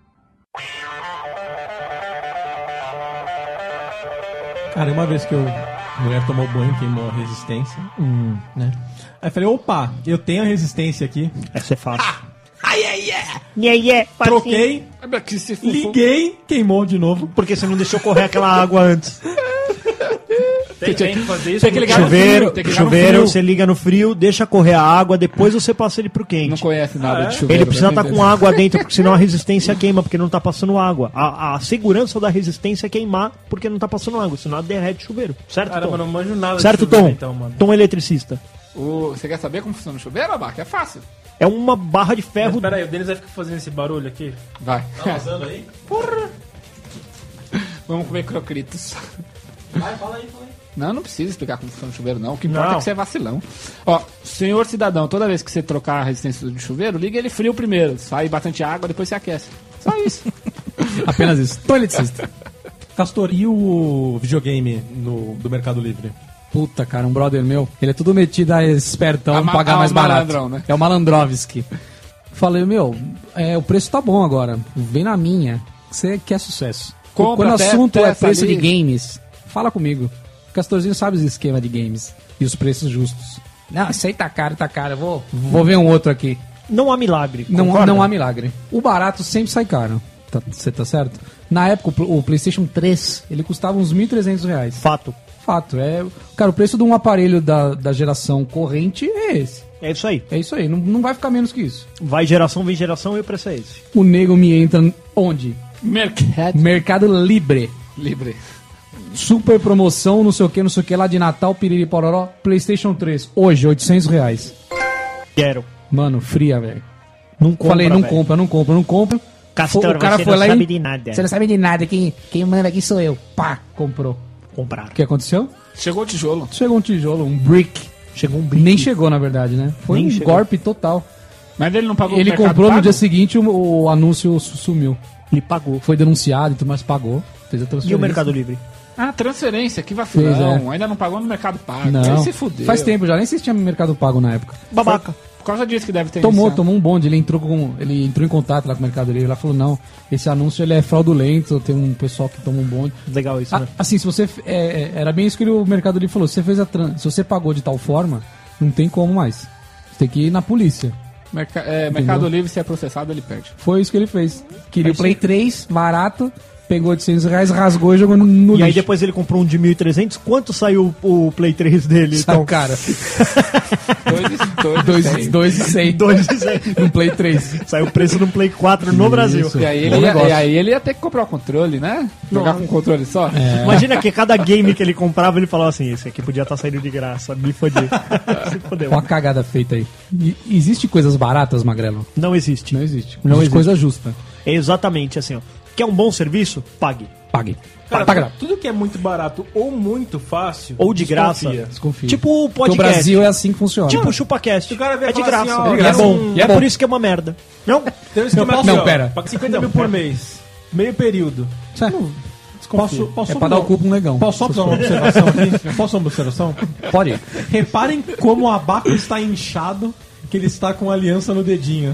[SPEAKER 3] Cara, uma vez que a mulher tomou banho, queimou a resistência, né? Aí eu falei, opa, eu tenho a resistência aqui.
[SPEAKER 6] Essa é fácil.
[SPEAKER 3] Troquei,
[SPEAKER 5] Que se
[SPEAKER 3] liguei, queimou de novo.
[SPEAKER 6] Porque você não deixou correr aquela água antes.
[SPEAKER 8] Tem que fazer isso.
[SPEAKER 5] Tem que ligar no frio,
[SPEAKER 6] Chuveiro,
[SPEAKER 5] tem que ligar no
[SPEAKER 6] chuveiro,
[SPEAKER 5] frio.
[SPEAKER 6] você liga no frio, deixa correr a água, depois você passa ele pro
[SPEAKER 5] Não
[SPEAKER 6] quente.
[SPEAKER 5] conhece nada de chuveiro.
[SPEAKER 6] Ele precisa
[SPEAKER 5] vai
[SPEAKER 6] estar
[SPEAKER 5] entender.
[SPEAKER 6] com água dentro, porque senão a resistência queima, porque não tá passando água. A segurança da resistência é queimar, porque não tá passando água, senão derrete o chuveiro. Certo,
[SPEAKER 8] Caramba,
[SPEAKER 6] Tom?
[SPEAKER 8] não manjo nada
[SPEAKER 6] Certo,
[SPEAKER 8] de chuveiro,
[SPEAKER 6] Tom?
[SPEAKER 8] então, mano.
[SPEAKER 6] Tom eletricista.
[SPEAKER 5] Você quer saber como funciona o chuveiro, Abaca? É fácil.
[SPEAKER 6] É uma barra de
[SPEAKER 8] Mas
[SPEAKER 6] ferro.
[SPEAKER 8] peraí, o Denis vai ficar fazendo esse barulho aqui.
[SPEAKER 5] Vai.
[SPEAKER 3] Tá vazando aí?
[SPEAKER 5] Vamos comer crocritos.
[SPEAKER 3] Vai, fala aí.
[SPEAKER 5] Não precisa explicar como funciona o chuveiro, não. O que importa
[SPEAKER 6] Não.
[SPEAKER 5] é que você é vacilão. Ó, senhor cidadão, toda vez que você trocar a resistência do chuveiro, liga ele frio primeiro. Sai bastante água, depois você aquece. Só isso.
[SPEAKER 7] Apenas isso. Tô eletricista.
[SPEAKER 3] Castor, e o videogame do Mercado Livre?
[SPEAKER 7] Puta, cara, um brother meu, ele é tudo metido a espertão, pagar mais barato.
[SPEAKER 5] Malandrão, né?
[SPEAKER 7] É o Malandrovski. Falei, meu, o preço tá bom agora. Vem na minha. Você quer sucesso.
[SPEAKER 5] Compra
[SPEAKER 7] Quando o
[SPEAKER 5] até
[SPEAKER 7] assunto é
[SPEAKER 5] essa
[SPEAKER 7] preço
[SPEAKER 5] ali.
[SPEAKER 7] de games, fala comigo. O Castorzinho sabe os esquemas de games e os preços justos. Não, isso aí tá caro. Eu vou ver um outro aqui.
[SPEAKER 6] Não há milagre.
[SPEAKER 7] Não,
[SPEAKER 6] concorda?
[SPEAKER 7] não há milagre. O barato sempre sai caro. Você tá certo? Na época, o PlayStation 3, ele custava uns R$1.300.
[SPEAKER 6] Fato.
[SPEAKER 7] fato. Cara, o preço de um aparelho da geração corrente é esse.
[SPEAKER 6] É isso aí.
[SPEAKER 7] É isso aí, não vai ficar menos que isso.
[SPEAKER 6] Vai geração, vem geração e o preço é esse.
[SPEAKER 7] O nego me entra onde?
[SPEAKER 5] Mercado
[SPEAKER 7] Mercado Libre.
[SPEAKER 5] Livre.
[SPEAKER 7] Super promoção, não sei o que lá de Natal, piriri pororó, PlayStation 3. Hoje, R$800.
[SPEAKER 6] Quero.
[SPEAKER 7] Mano, fria, velho.
[SPEAKER 6] Não compra,
[SPEAKER 7] Falei, não
[SPEAKER 6] velho.
[SPEAKER 7] compra.
[SPEAKER 6] Castor,
[SPEAKER 7] O cara
[SPEAKER 6] você
[SPEAKER 7] foi
[SPEAKER 6] não
[SPEAKER 7] lá
[SPEAKER 6] sabe
[SPEAKER 7] e...
[SPEAKER 6] de nada.
[SPEAKER 7] Você não sabe de nada, quem manda aqui sou eu. Pá, comprou.
[SPEAKER 6] Compraram.
[SPEAKER 7] O que aconteceu?
[SPEAKER 5] Chegou o tijolo.
[SPEAKER 7] Chegou um tijolo, um brick.
[SPEAKER 6] Chegou um brinco.
[SPEAKER 7] Nem chegou, na verdade, né? Foi
[SPEAKER 6] Nem
[SPEAKER 7] um
[SPEAKER 6] chegou.
[SPEAKER 7] golpe total.
[SPEAKER 5] Mas ele não pagou
[SPEAKER 7] Ele
[SPEAKER 5] o Mercado
[SPEAKER 7] comprou no
[SPEAKER 5] Pago?
[SPEAKER 7] dia seguinte, o anúncio sumiu.
[SPEAKER 6] Ele pagou.
[SPEAKER 7] Foi denunciado e tudo mais, pagou. Fez a transferência.
[SPEAKER 6] E o Mercado Livre?
[SPEAKER 5] Ah, transferência, que vacilão.
[SPEAKER 7] Fez,
[SPEAKER 5] Ainda não pagou no Mercado Pago.
[SPEAKER 7] Não,
[SPEAKER 5] Ele se fudeu.
[SPEAKER 7] faz tempo já, nem existia Mercado Pago na época.
[SPEAKER 6] Babaca.
[SPEAKER 5] Por causa disso que deve ter
[SPEAKER 7] Tomou
[SPEAKER 5] iniciado.
[SPEAKER 7] um bonde, ele entrou em contato lá com o Mercado Livre, ela falou, não, esse anúncio ele é fraudulento, tem um pessoal que toma um bonde.
[SPEAKER 6] Legal isso, né?
[SPEAKER 7] Assim, se você, era bem isso que o Mercado Livre falou, se você fez se você pagou de tal forma, não tem como mais. Você tem que ir na polícia.
[SPEAKER 5] Mercado Livre, se é processado, ele perde.
[SPEAKER 7] Foi isso que ele fez. Queria o Play 3, barato, pegou R$800, rasgou e jogou no
[SPEAKER 6] E
[SPEAKER 7] lixo.
[SPEAKER 6] aí depois ele comprou um de 1.300. Quanto saiu o Play 3 dele?
[SPEAKER 7] Então, cara, 2,100 no Play 3.
[SPEAKER 6] Saiu o preço do Play 4 no Brasil.
[SPEAKER 7] Isso.
[SPEAKER 5] E aí,
[SPEAKER 7] Bom negócio.
[SPEAKER 5] ele ia ter que comprar o controle, né? Jogar com o controle só.
[SPEAKER 6] Imagina que cada game que ele comprava, ele falava assim, esse aqui podia estar saindo de graça, me fodeu. Se fodeu.
[SPEAKER 7] Olha a cagada feita aí. Existe coisas baratas, Magrelo?
[SPEAKER 6] Não existe.
[SPEAKER 7] Não existe.
[SPEAKER 6] Não existe.
[SPEAKER 7] Coisa justa.
[SPEAKER 6] É exatamente assim, ó. Quer um bom serviço? Pague.
[SPEAKER 7] Pague.
[SPEAKER 8] Cara,
[SPEAKER 7] Paga.
[SPEAKER 8] tudo que é muito barato ou muito fácil,
[SPEAKER 6] Ou de graça.
[SPEAKER 7] Desconfia.
[SPEAKER 6] Tipo o
[SPEAKER 7] Porque o
[SPEAKER 6] podcast.
[SPEAKER 7] Brasil é assim que funciona.
[SPEAKER 6] Tipo o ChupaCast.
[SPEAKER 8] O cara vai
[SPEAKER 6] É de
[SPEAKER 8] falar
[SPEAKER 6] graça.
[SPEAKER 8] assim, ó,
[SPEAKER 6] E é
[SPEAKER 8] quero
[SPEAKER 6] bom.
[SPEAKER 8] um-
[SPEAKER 6] E é por isso que é uma merda. Não?
[SPEAKER 8] Tem um esquema
[SPEAKER 7] Não,
[SPEAKER 8] aqui, ó,
[SPEAKER 7] pera.
[SPEAKER 8] paga 50 mil por mês. Meio período.
[SPEAKER 3] Posso
[SPEAKER 7] É pra dar o cu pra um negão.
[SPEAKER 3] Posso só fazer uma observação aqui? Posso uma observação?
[SPEAKER 7] Pode ir.
[SPEAKER 3] Reparem como o abaco está inchado, que ele está com aliança no dedinho.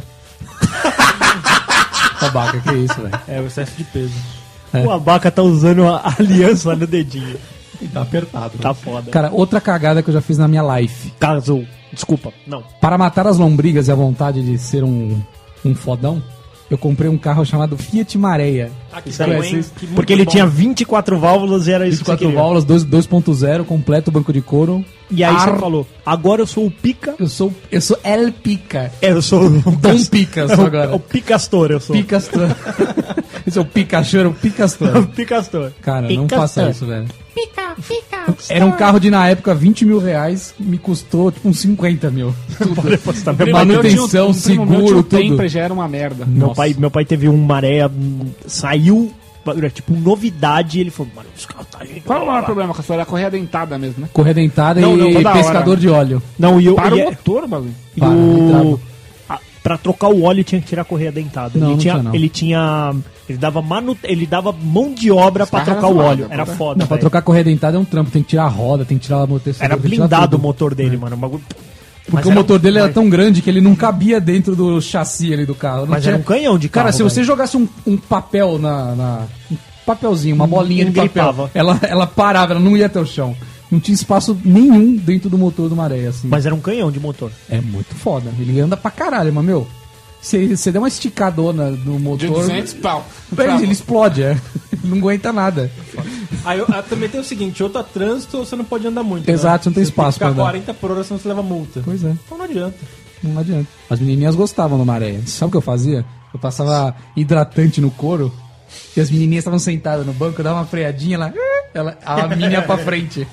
[SPEAKER 7] Babaca, que isso, velho.
[SPEAKER 8] É, o excesso de peso.
[SPEAKER 6] O Abaca tá usando a aliança no dedinho.
[SPEAKER 3] E tá apertado.
[SPEAKER 6] Tá foda.
[SPEAKER 7] Cara, outra cagada que eu já fiz na minha life.
[SPEAKER 6] Casou. Desculpa. Não.
[SPEAKER 7] Para matar as lombrigas e a vontade de ser um fodão, eu comprei um carro chamado Fiat Marea.
[SPEAKER 6] Isso aí, porque ele tinha 24 válvulas e era isso que você
[SPEAKER 7] 24
[SPEAKER 6] queria.
[SPEAKER 7] válvulas, 2.0, completo banco de couro.
[SPEAKER 6] E aí
[SPEAKER 7] Ar-
[SPEAKER 6] você falou, agora eu sou o Pica.
[SPEAKER 7] Eu sou El Pica.
[SPEAKER 6] Eu sou o
[SPEAKER 7] Dom Pica, só agora.
[SPEAKER 6] o Picastor, eu sou.
[SPEAKER 7] Picastor. Esse é o Pikachu, era o Picastor.
[SPEAKER 6] O Picastor.
[SPEAKER 7] Cara, não
[SPEAKER 6] Picastor.
[SPEAKER 7] faça isso, velho. Era um carro de, na época, 20 mil reais, me custou tipo uns 50 mil.
[SPEAKER 6] Depois tá bem.
[SPEAKER 7] Manutenção, seguro, tudo.
[SPEAKER 5] Sempre já era uma merda.
[SPEAKER 6] Meu pai teve um maré, saiu, era tipo novidade, e ele falou, mano, os carros tá aí.
[SPEAKER 5] Qual é o maior problema com a sua? Era a correia dentada mesmo, né?
[SPEAKER 7] Correia dentada
[SPEAKER 5] Não,
[SPEAKER 7] e
[SPEAKER 5] toda hora.
[SPEAKER 7] pescador de óleo.
[SPEAKER 6] Não, e eu.
[SPEAKER 5] Para
[SPEAKER 6] e
[SPEAKER 5] o motor, o bagulho.
[SPEAKER 7] Para, entrava.
[SPEAKER 6] Pra trocar o óleo tinha que tirar a correia dentada.
[SPEAKER 7] Não,
[SPEAKER 6] ele,
[SPEAKER 7] não
[SPEAKER 6] tinha,
[SPEAKER 7] tinha, não.
[SPEAKER 6] ele dava mão de obra pra
[SPEAKER 5] carros
[SPEAKER 6] trocar o
[SPEAKER 5] zoados,
[SPEAKER 6] óleo. Era
[SPEAKER 5] né?
[SPEAKER 6] foda.
[SPEAKER 7] Não, pra
[SPEAKER 6] velho.
[SPEAKER 7] trocar correia dentada é um trampo, tem que tirar a roda, tem que tirar a amortecedor.
[SPEAKER 6] Era
[SPEAKER 7] tem que tirar
[SPEAKER 6] blindado o
[SPEAKER 7] tudo.
[SPEAKER 6] motor dele, mano. O bagulho.
[SPEAKER 7] Porque o motor dele era tão grande que ele não cabia dentro do chassi ali do carro. Não
[SPEAKER 6] Mas
[SPEAKER 7] tinha-
[SPEAKER 6] era um canhão de carro.
[SPEAKER 7] Cara, se você jogasse um papel um papelzinho, uma bolinha de
[SPEAKER 6] Engripava.
[SPEAKER 7] papel, ela parava, ela não ia até o chão. Não tinha espaço nenhum dentro do motor do Maré, assim.
[SPEAKER 6] Mas era um canhão de motor.
[SPEAKER 7] É muito foda. Ele anda pra caralho, mas, meu, você der uma esticadona no motor...
[SPEAKER 5] De 200 pau.
[SPEAKER 7] Ele explode, Ele não aguenta nada.
[SPEAKER 8] Aí também tem o seguinte, ou tá trânsito ou você não pode andar muito.
[SPEAKER 7] Exato, você não tem espaço
[SPEAKER 8] Tem que
[SPEAKER 7] pra
[SPEAKER 8] ficar
[SPEAKER 7] andar.
[SPEAKER 8] 40 por hora, senão você leva multa.
[SPEAKER 7] Pois é.
[SPEAKER 8] Então não adianta.
[SPEAKER 7] Não adianta. As menininhas gostavam do Maré. Sabe o que eu fazia? Eu passava hidratante no couro e as menininhas estavam sentadas no banco, eu dava uma freadinha, a menina ia pra frente.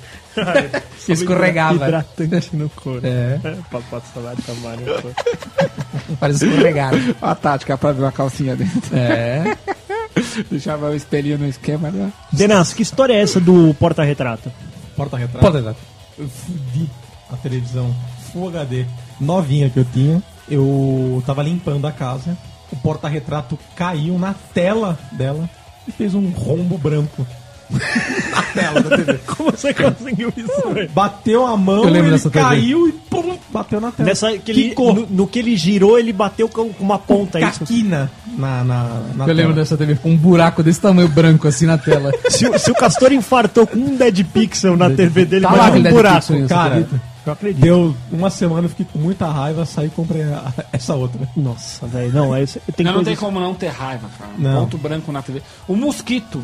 [SPEAKER 7] E escorregava.
[SPEAKER 6] Hidratante no couro.
[SPEAKER 7] É,
[SPEAKER 6] Pra passar lá de tamanho.
[SPEAKER 7] parece escorregado.
[SPEAKER 5] A tática pra ver uma calcinha dentro.
[SPEAKER 7] É.
[SPEAKER 5] Deixava o espelhinho no esquema, né?
[SPEAKER 6] Denas, que história é essa do porta-retrato?
[SPEAKER 3] Porta-retrato.
[SPEAKER 7] Pode.
[SPEAKER 3] Eu fudi a televisão Full HD novinha que eu tinha. Eu tava limpando a casa. O porta-retrato caiu na tela dela e fez um rombo branco. Na tela da TV.
[SPEAKER 6] Como você conseguiu isso, velho?
[SPEAKER 3] Bateu a mão,
[SPEAKER 7] Eu lembro
[SPEAKER 3] ele
[SPEAKER 7] dessa TV.
[SPEAKER 3] caiu e pum, bateu na tela.
[SPEAKER 6] Nessa, que ele,
[SPEAKER 3] Quicou.
[SPEAKER 6] no que ele girou, ele bateu com uma ponta. É isso?
[SPEAKER 3] Caquina na
[SPEAKER 7] Eu
[SPEAKER 3] tela.
[SPEAKER 7] lembro dessa TV com um buraco desse tamanho branco assim na tela.
[SPEAKER 6] Se o Castor infartou com um Dead Pixel na TV dele,
[SPEAKER 7] Tá
[SPEAKER 6] vai
[SPEAKER 7] lá
[SPEAKER 6] dar
[SPEAKER 7] aquele
[SPEAKER 6] um
[SPEAKER 7] Dead
[SPEAKER 6] buraco.
[SPEAKER 7] Pixel, você
[SPEAKER 3] Cara,
[SPEAKER 7] acredita?
[SPEAKER 6] Eu acredito.
[SPEAKER 3] deu uma semana, eu fiquei com muita raiva, saí e comprei essa outra.
[SPEAKER 6] Nossa, velho. Não, tem
[SPEAKER 5] Não
[SPEAKER 6] coisa...
[SPEAKER 5] tem como não ter raiva, cara.
[SPEAKER 3] Não.
[SPEAKER 5] Ponto branco na TV. O mosquito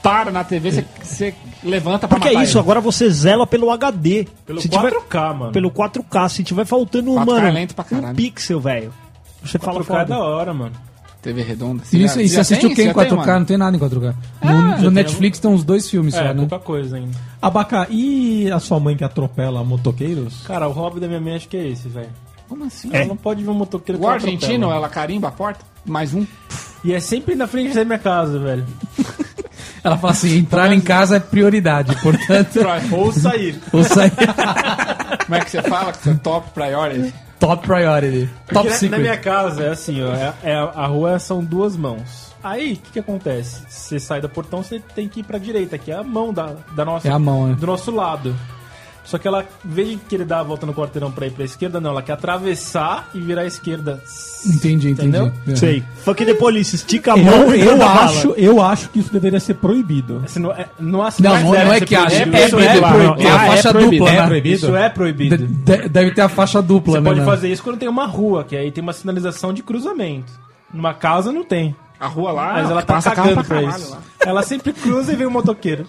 [SPEAKER 5] para na TV, você levanta pra
[SPEAKER 6] Porque é
[SPEAKER 5] matar
[SPEAKER 6] isso,
[SPEAKER 5] ele.
[SPEAKER 6] agora você zela pelo HD.
[SPEAKER 8] Pelo
[SPEAKER 6] Se
[SPEAKER 8] 4K, mano.
[SPEAKER 6] Pelo 4K. Se tiver faltando,
[SPEAKER 5] 4K
[SPEAKER 6] mano,
[SPEAKER 5] é lento pra caralho.
[SPEAKER 6] um pixel, velho. Você fala
[SPEAKER 8] 4K é da
[SPEAKER 6] foda.
[SPEAKER 8] hora, mano.
[SPEAKER 5] TV redonda.
[SPEAKER 7] Isso, e você assistiu o que em 4K? Não tem nada em 4K. No Netflix tem uns 2 filmes só,
[SPEAKER 8] É,
[SPEAKER 7] né?
[SPEAKER 8] pouca coisa ainda.
[SPEAKER 3] Abacá, e a sua mãe que atropela motoqueiros?
[SPEAKER 8] Cara, o hobby da minha mãe acho que é esse, velho.
[SPEAKER 5] Como assim?
[SPEAKER 8] Ela não pode ver um motoqueiro
[SPEAKER 5] O
[SPEAKER 8] que
[SPEAKER 5] argentino,
[SPEAKER 8] atropela.
[SPEAKER 5] ela carimba a porta, mais um.
[SPEAKER 8] E é sempre na frente da minha casa, velho.
[SPEAKER 7] Ela fala assim, entrar em casa é prioridade, portanto...
[SPEAKER 8] Ou sair.
[SPEAKER 7] Ou sair
[SPEAKER 5] Como é que você fala? Que você é top priority?
[SPEAKER 7] top priority. Top
[SPEAKER 8] Porque na minha
[SPEAKER 7] secret.
[SPEAKER 8] casa é assim, ó. A rua são 2 mãos. Aí, o que acontece? Você sai do portão, você tem que ir pra direita, que é a mão da nossa,
[SPEAKER 7] É a mão, né?
[SPEAKER 8] do nosso lado. Só que ela, em vez de querer dar a volta no quarteirão pra ir pra esquerda, não. Ela quer atravessar e virar à esquerda.
[SPEAKER 7] Entendi.
[SPEAKER 8] Entendeu?
[SPEAKER 6] Sei. Fuck the police, estica a mão e manda bala.
[SPEAKER 3] Eu acho que isso deveria ser proibido.
[SPEAKER 8] Assim, não
[SPEAKER 7] Não
[SPEAKER 8] deve
[SPEAKER 7] é
[SPEAKER 8] ser
[SPEAKER 7] que acha,
[SPEAKER 8] proibido.
[SPEAKER 7] é
[SPEAKER 8] Isso
[SPEAKER 7] proibido.
[SPEAKER 8] proibido.
[SPEAKER 7] Tem a faixa dupla, né?
[SPEAKER 3] proibido?
[SPEAKER 8] Isso é proibido.
[SPEAKER 7] Deve ter a faixa dupla,
[SPEAKER 8] Você
[SPEAKER 7] né?
[SPEAKER 8] pode
[SPEAKER 7] né?
[SPEAKER 8] fazer isso quando tem uma rua, que aí tem uma sinalização de cruzamento. Numa casa não tem.
[SPEAKER 5] A rua lá,
[SPEAKER 8] Mas ela tá
[SPEAKER 5] passa carro
[SPEAKER 8] cagando
[SPEAKER 5] pra
[SPEAKER 8] pra
[SPEAKER 5] caralho
[SPEAKER 8] isso.
[SPEAKER 5] lá.
[SPEAKER 8] Ela sempre cruza e vem um motoqueiro.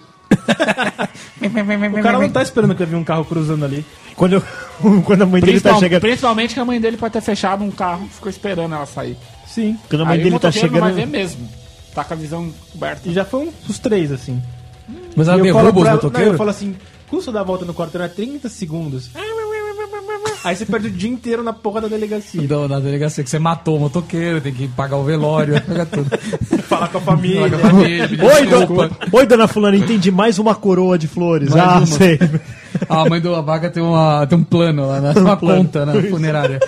[SPEAKER 8] O cara não tá esperando que vai vir um carro cruzando ali.
[SPEAKER 6] Quando a mãe dele tá chegando.
[SPEAKER 5] Principalmente que a mãe dele pode ter fechado um carro, ficou esperando ela sair.
[SPEAKER 8] Sim.
[SPEAKER 6] Quando a mãe
[SPEAKER 5] Aí o
[SPEAKER 6] dele tá
[SPEAKER 5] motoqueiro não vai ver
[SPEAKER 6] chegando.
[SPEAKER 5] mesmo. Tá com a visão coberta.
[SPEAKER 8] E já foi os 3, assim.
[SPEAKER 7] Mas ela
[SPEAKER 8] E eu
[SPEAKER 7] derruba
[SPEAKER 8] falo
[SPEAKER 7] os
[SPEAKER 8] pra ela- não,
[SPEAKER 7] motoqueiros?
[SPEAKER 8] eu falo assim, custa dar a volta no quarteirão é 30 segundos. Aí você perde o dia inteiro na porra da delegacia.
[SPEAKER 7] Então, na delegacia que você matou o motoqueiro, tem que pagar o velório, pagar tudo.
[SPEAKER 8] Falar com a família.
[SPEAKER 7] Pagar a família, pedir
[SPEAKER 6] Oi,
[SPEAKER 7] desculpa.
[SPEAKER 6] Oi, dona Fulana, entendi mais uma coroa de flores.
[SPEAKER 7] Mais
[SPEAKER 6] Ah,
[SPEAKER 7] uma.
[SPEAKER 6] sei.
[SPEAKER 7] A mãe do Abaca tem um plano lá, uma
[SPEAKER 6] plano.
[SPEAKER 7] conta na funerária.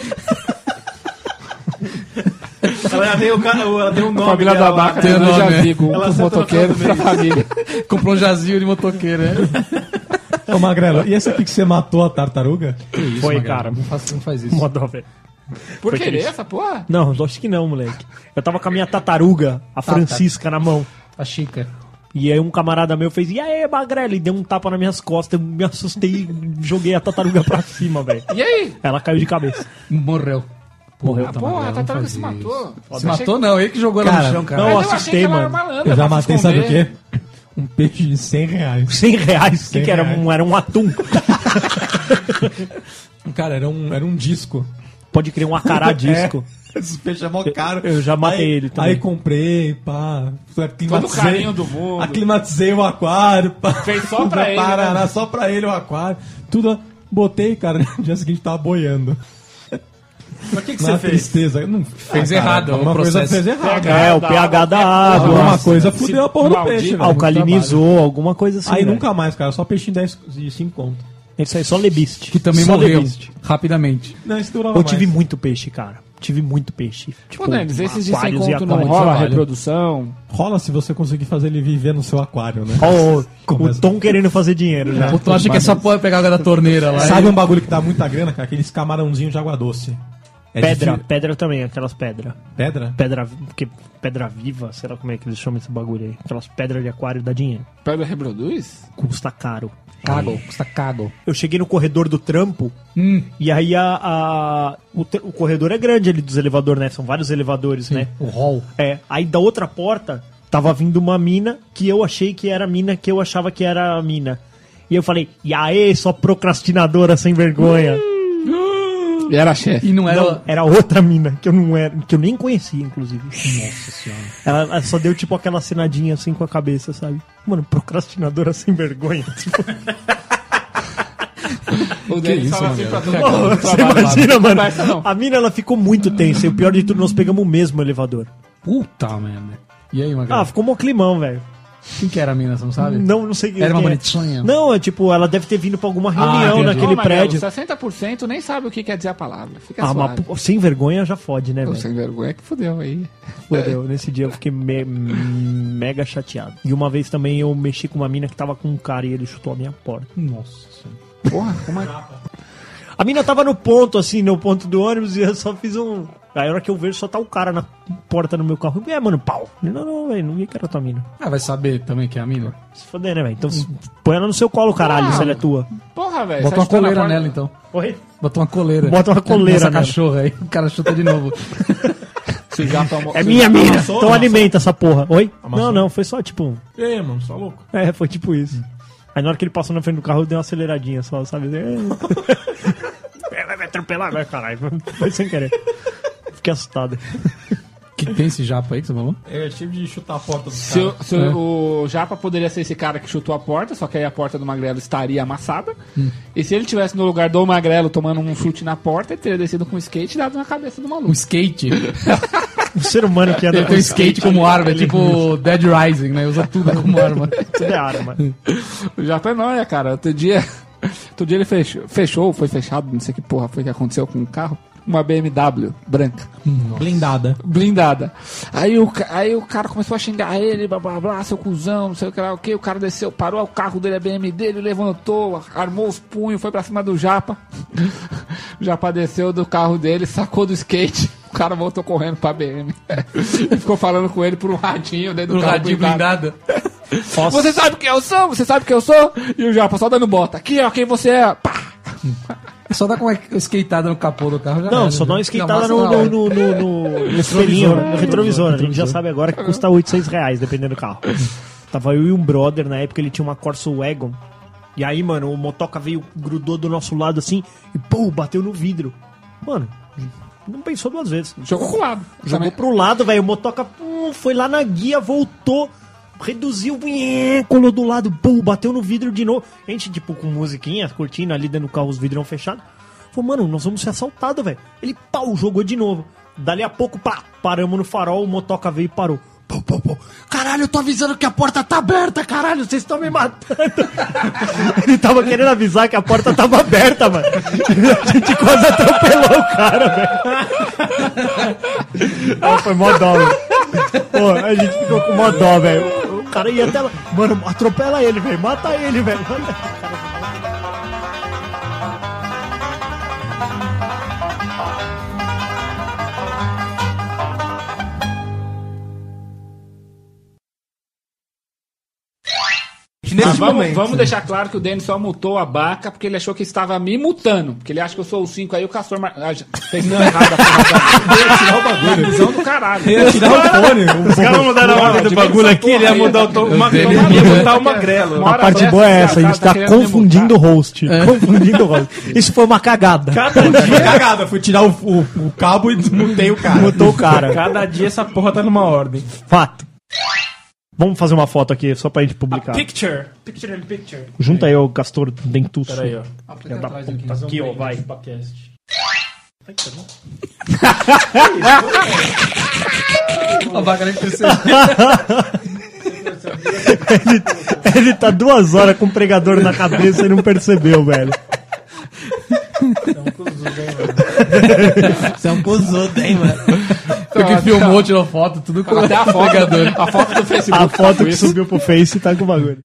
[SPEAKER 8] Ela tem o nome
[SPEAKER 5] Família
[SPEAKER 8] dela
[SPEAKER 5] da
[SPEAKER 8] lá,
[SPEAKER 5] Baca,
[SPEAKER 7] tem o
[SPEAKER 5] eu já
[SPEAKER 7] nome,
[SPEAKER 5] vi com
[SPEAKER 8] Ela
[SPEAKER 5] os
[SPEAKER 8] acerta no
[SPEAKER 5] motoqueiros
[SPEAKER 8] final
[SPEAKER 5] pra
[SPEAKER 8] do mês.
[SPEAKER 5] família.
[SPEAKER 7] Comprou um jazio de motoqueiro, né?
[SPEAKER 3] Ô, Magrelo, e esse aqui que você matou a tartaruga?
[SPEAKER 6] Foi,
[SPEAKER 7] Magrelo,
[SPEAKER 6] cara.
[SPEAKER 7] Não faz isso.
[SPEAKER 6] Modó, velho.
[SPEAKER 5] Por
[SPEAKER 6] Foi
[SPEAKER 5] querer
[SPEAKER 6] triste.
[SPEAKER 5] essa porra?
[SPEAKER 6] Não, acho que não, moleque. Eu tava com a minha tartaruga, a Francisca, na mão.
[SPEAKER 7] A Chica.
[SPEAKER 6] E aí um camarada meu fez, e aí, Magrelo? E deu um tapa nas minhas costas. Eu me assustei e joguei a tartaruga pra cima, velho.
[SPEAKER 5] E aí?
[SPEAKER 6] Ela caiu de cabeça.
[SPEAKER 7] Morreu.
[SPEAKER 6] Morreu.
[SPEAKER 5] Porra, a tartaruga se matou.
[SPEAKER 7] Se matou não, ele que jogou ela no chão, cara.
[SPEAKER 6] não,
[SPEAKER 5] Mas eu
[SPEAKER 6] assustei,
[SPEAKER 5] achei que ela era
[SPEAKER 6] mano.
[SPEAKER 5] malandra,
[SPEAKER 3] Eu já
[SPEAKER 5] pra se
[SPEAKER 3] matei, sabe o
[SPEAKER 5] esconder.
[SPEAKER 3] quê? Um peixe de 100 reais.
[SPEAKER 6] 100 reais? O que,
[SPEAKER 3] 100
[SPEAKER 6] que era?
[SPEAKER 3] reais.
[SPEAKER 6] Era um atum.
[SPEAKER 3] Cara, era um disco.
[SPEAKER 6] Pode criar um acará disco.
[SPEAKER 3] Esse peixe é mó caro.
[SPEAKER 6] Eu já matei ele também.
[SPEAKER 3] Aí comprei, pá.
[SPEAKER 5] Todo o carinho do mundo.
[SPEAKER 3] Aclimatizei o aquário, pá.
[SPEAKER 5] Fez só pra ele,
[SPEAKER 3] Paraná,
[SPEAKER 5] né?
[SPEAKER 3] só pra ele o aquário. Tudo. Botei, cara. No dia seguinte tava boiando.
[SPEAKER 8] Mas o que
[SPEAKER 3] Na
[SPEAKER 8] você fez?
[SPEAKER 3] tristeza. Não,
[SPEAKER 7] Fez errado
[SPEAKER 3] Alguma
[SPEAKER 7] o
[SPEAKER 3] coisa
[SPEAKER 7] processo.
[SPEAKER 3] fez errado.
[SPEAKER 6] É, o pH da água.
[SPEAKER 3] Alguma coisa fudeu a porra do
[SPEAKER 5] maldito.
[SPEAKER 3] peixe, velho.
[SPEAKER 6] Alcalinizou, alguma coisa assim.
[SPEAKER 3] Aí
[SPEAKER 6] velho.
[SPEAKER 3] nunca mais, cara. Só peixinho 10 e 5 conto.
[SPEAKER 6] Isso aí, só lebiste.
[SPEAKER 7] Que também
[SPEAKER 6] Só
[SPEAKER 7] morreu
[SPEAKER 6] lebiste.
[SPEAKER 7] rapidamente.
[SPEAKER 3] Não, isso durava
[SPEAKER 6] Eu
[SPEAKER 3] mais.
[SPEAKER 6] tive muito peixe, cara. Tive muito peixe. Tipo,
[SPEAKER 5] Pô, Denis, esses de 100
[SPEAKER 6] aquários e
[SPEAKER 5] conto não
[SPEAKER 6] aquários.
[SPEAKER 5] rola a
[SPEAKER 7] trabalho.
[SPEAKER 5] reprodução.
[SPEAKER 3] Rola se você conseguir fazer ele viver no seu aquário, né?
[SPEAKER 6] Ó, o
[SPEAKER 3] Começa-
[SPEAKER 6] Tom querendo fazer dinheiro já.
[SPEAKER 7] O Tom acha que é só pode pegar água da torneira lá.
[SPEAKER 3] Sabe um bagulho que dá muita grana, cara? Aqueles camarãozinhos de água doce. É
[SPEAKER 6] Pedra,
[SPEAKER 3] difícil-
[SPEAKER 6] pedra também, aquelas pedras.
[SPEAKER 3] Pedra?
[SPEAKER 6] Pedra viva, sei lá como é que eles chamam esse bagulho aí. Aquelas pedras de aquário dá dinheiro.
[SPEAKER 5] Pedra reproduz?
[SPEAKER 6] Custa caro.
[SPEAKER 7] Cago, custa cago.
[SPEAKER 6] Eu cheguei no corredor do trampo e aí o corredor é grande ali dos elevadores, né? São vários elevadores, né?
[SPEAKER 7] O hall.
[SPEAKER 6] É, aí da outra porta tava vindo uma mina que eu achei que era a mina que eu achava que era a mina. E eu falei, e aí, só procrastinadora sem vergonha.
[SPEAKER 5] E era chefe.
[SPEAKER 7] E não era...
[SPEAKER 6] Não, era outra mina, que eu nem conhecia, inclusive. Nossa senhora. Ela só deu tipo aquela cenadinha assim com a cabeça, sabe? Mano, procrastinadora sem vergonha. Tipo,
[SPEAKER 5] O Denis
[SPEAKER 7] isso,
[SPEAKER 5] fala assim
[SPEAKER 7] mano?
[SPEAKER 5] pra todo mundo do
[SPEAKER 6] você
[SPEAKER 5] trabalho.
[SPEAKER 6] imagina,
[SPEAKER 5] Não
[SPEAKER 6] mano?
[SPEAKER 5] conversa, não.
[SPEAKER 6] A mina, ela ficou muito tensa. E o pior de tudo, nós pegamos o mesmo elevador.
[SPEAKER 7] Puta merda. E aí, Magrelo?
[SPEAKER 6] Ah, ficou mó climão, velho.
[SPEAKER 7] Quem que era a mina, você não sabe?
[SPEAKER 6] Não sei quem
[SPEAKER 7] Era uma
[SPEAKER 6] quem é.
[SPEAKER 7] bonitinha?
[SPEAKER 6] Não, é tipo, ela deve ter vindo pra alguma reunião
[SPEAKER 7] entendi.
[SPEAKER 6] naquele
[SPEAKER 5] Ô, Magrelo,
[SPEAKER 6] prédio.
[SPEAKER 5] 60% nem sabe o que quer dizer a palavra. Fica
[SPEAKER 6] Ah,
[SPEAKER 5] suave.
[SPEAKER 6] mas sem vergonha já fode, né,
[SPEAKER 5] Pô,
[SPEAKER 6] velho?
[SPEAKER 5] sem vergonha que fudeu aí.
[SPEAKER 6] Fudeu. Nesse dia eu fiquei mega chateado. E uma vez também eu mexi com uma mina que tava com um cara e ele chutou a minha porta.
[SPEAKER 7] Nossa senhora.
[SPEAKER 5] Porra, como é?
[SPEAKER 6] A mina tava no ponto, assim, no ponto do ônibus e eu só fiz um... Aí a hora que eu vejo, só tá o cara na porta do meu carro. Eu, mano, pau. Não, velho, não vi que era tua mina.
[SPEAKER 7] Ah, vai saber também que é a mina?
[SPEAKER 6] Se foder, né, velho? Então põe ela no seu colo, caralho, se ela é tua.
[SPEAKER 5] Porra, velho.
[SPEAKER 7] Bota
[SPEAKER 5] você
[SPEAKER 7] uma
[SPEAKER 5] acha que tá na
[SPEAKER 7] coleira
[SPEAKER 5] porta-
[SPEAKER 7] nela, então.
[SPEAKER 6] Oi?
[SPEAKER 7] Bota uma coleira.
[SPEAKER 6] Bota uma coleira
[SPEAKER 7] Nessa
[SPEAKER 6] nela.
[SPEAKER 7] cachorra aí. O cara chuta de novo.
[SPEAKER 5] Se o Japa
[SPEAKER 6] É minha mina,
[SPEAKER 3] amassou,
[SPEAKER 6] então
[SPEAKER 3] amassou?
[SPEAKER 6] alimenta essa porra. Oi?
[SPEAKER 3] Amassou?
[SPEAKER 6] Não, foi só tipo...
[SPEAKER 3] Ei, mano, só louco.
[SPEAKER 6] É, foi tipo isso. Aí na hora que ele passou na frente do carro, eu dei uma aceleradinha só, sabe? Vai atropelar, vai, caralho. Foi sem querer. Fiquei assustado.
[SPEAKER 7] Que tem esse japa aí que você falou?
[SPEAKER 3] É, tipo de chutar a porta do
[SPEAKER 5] Se,
[SPEAKER 3] cara.
[SPEAKER 5] se o Japa poderia ser esse cara que chutou a porta, só que aí a porta do Magrelo estaria amassada. E se ele tivesse no lugar do Magrelo tomando um chute na porta, ele teria descido com um skate e dado na cabeça do maluco.
[SPEAKER 7] Um skate.
[SPEAKER 6] Um ser humano que anda
[SPEAKER 7] Ele tem um skate como arma, é tipo Dead Rising, né? Usa tudo como arma.
[SPEAKER 6] Tudo é arma.
[SPEAKER 5] O Japa é nóia, cara. Outro dia ele fechou, foi fechado, não sei que porra foi que aconteceu com o carro. Uma BMW branca. Blindada. Aí o cara começou a xingar ele, blá blá blá, seu cuzão, não sei o que lá, o que. O cara desceu, parou o carro dele, a BM dele, levantou, armou os punhos, foi pra cima do Japa. O Japa desceu do carro dele, sacou do skate. O cara voltou correndo pra BM. E ficou falando com ele por um radinho dentro do
[SPEAKER 7] Um
[SPEAKER 5] carro
[SPEAKER 7] radinho blindado.
[SPEAKER 5] Você sabe quem eu sou? Você sabe quem eu sou? E o Japa só dando bota. Aqui, ó, quem você é? Pá!
[SPEAKER 7] Só dá uma skateada no capô do carro já
[SPEAKER 6] Não,
[SPEAKER 7] era,
[SPEAKER 6] só
[SPEAKER 7] né?
[SPEAKER 6] dá uma skateada
[SPEAKER 7] Não, massa
[SPEAKER 6] no espelhinho, no retrovisor. A gente já sabe agora que custa R$800, dependendo do carro. Tava eu e um brother, na época ele tinha uma Corsa Wagon. E aí, mano, o motoca veio, grudou do nosso lado assim e, pô, bateu no vidro. Mano, não pensou duas vezes.
[SPEAKER 5] Jogou pro lado.
[SPEAKER 6] Jogou pro lado, velho. O motoca foi lá na guia, voltou, reduziu, colou do lado, pum, bateu no vidro de novo. A gente, tipo, com musiquinha, curtindo ali dentro do carro, os vidrão fechados. Falou, mano, nós vamos ser assaltados, velho. Ele, pau, jogou de novo. Dali a pouco, pá, paramos no farol, o motoca veio e parou. Pô, pô, pô. Caralho, eu tô avisando que a porta tá aberta, caralho, vocês estão me matando. Ele tava querendo avisar que a porta tava aberta, mano. A gente quase atropelou o cara, velho. Ah, foi mó dó, velho. Pô, a gente ficou com mó dó, velho. O cara ia até lá. Mano, atropela ele, velho. Mata ele, velho.
[SPEAKER 5] Mas vamos deixar claro que o Denis só mutou a Baca porque ele achou que estava me mutando. Porque ele acha que eu sou o 5 aí, o Castor fez não errado. Ia tirar o bagulho. Visão do caralho.
[SPEAKER 3] Ia tirar o fone.
[SPEAKER 8] Os caras mudaram a ordem do bagulho aqui, ele ia mudar o Magrelo. Ia botar o Magrelo.
[SPEAKER 6] A parte boa é essa, a gente tá confundindo o host. Confundindo o host. Isso foi uma cagada.
[SPEAKER 3] Cada dia cagada. Fui tirar o cabo e mutei o cara.
[SPEAKER 6] Mutou o cara.
[SPEAKER 8] Cada dia essa porra tá numa ordem.
[SPEAKER 6] Fato. Vamos fazer uma foto aqui, só pra gente publicar.
[SPEAKER 8] Picture in picture.
[SPEAKER 6] Junta aí o Castor Dentuço.
[SPEAKER 8] Pera aí, ó.
[SPEAKER 6] Aqui, ó, vai.
[SPEAKER 7] A vaca nem percebeu.
[SPEAKER 6] Ele tá 2 horas com o pregador na cabeça e não percebeu, velho.
[SPEAKER 7] Você é um cozudo, hein, mano? Porque filmou, tirou foto, tudo com
[SPEAKER 5] Até a foto do Facebook.
[SPEAKER 6] A foto que subiu pro Face tá com o bagulho.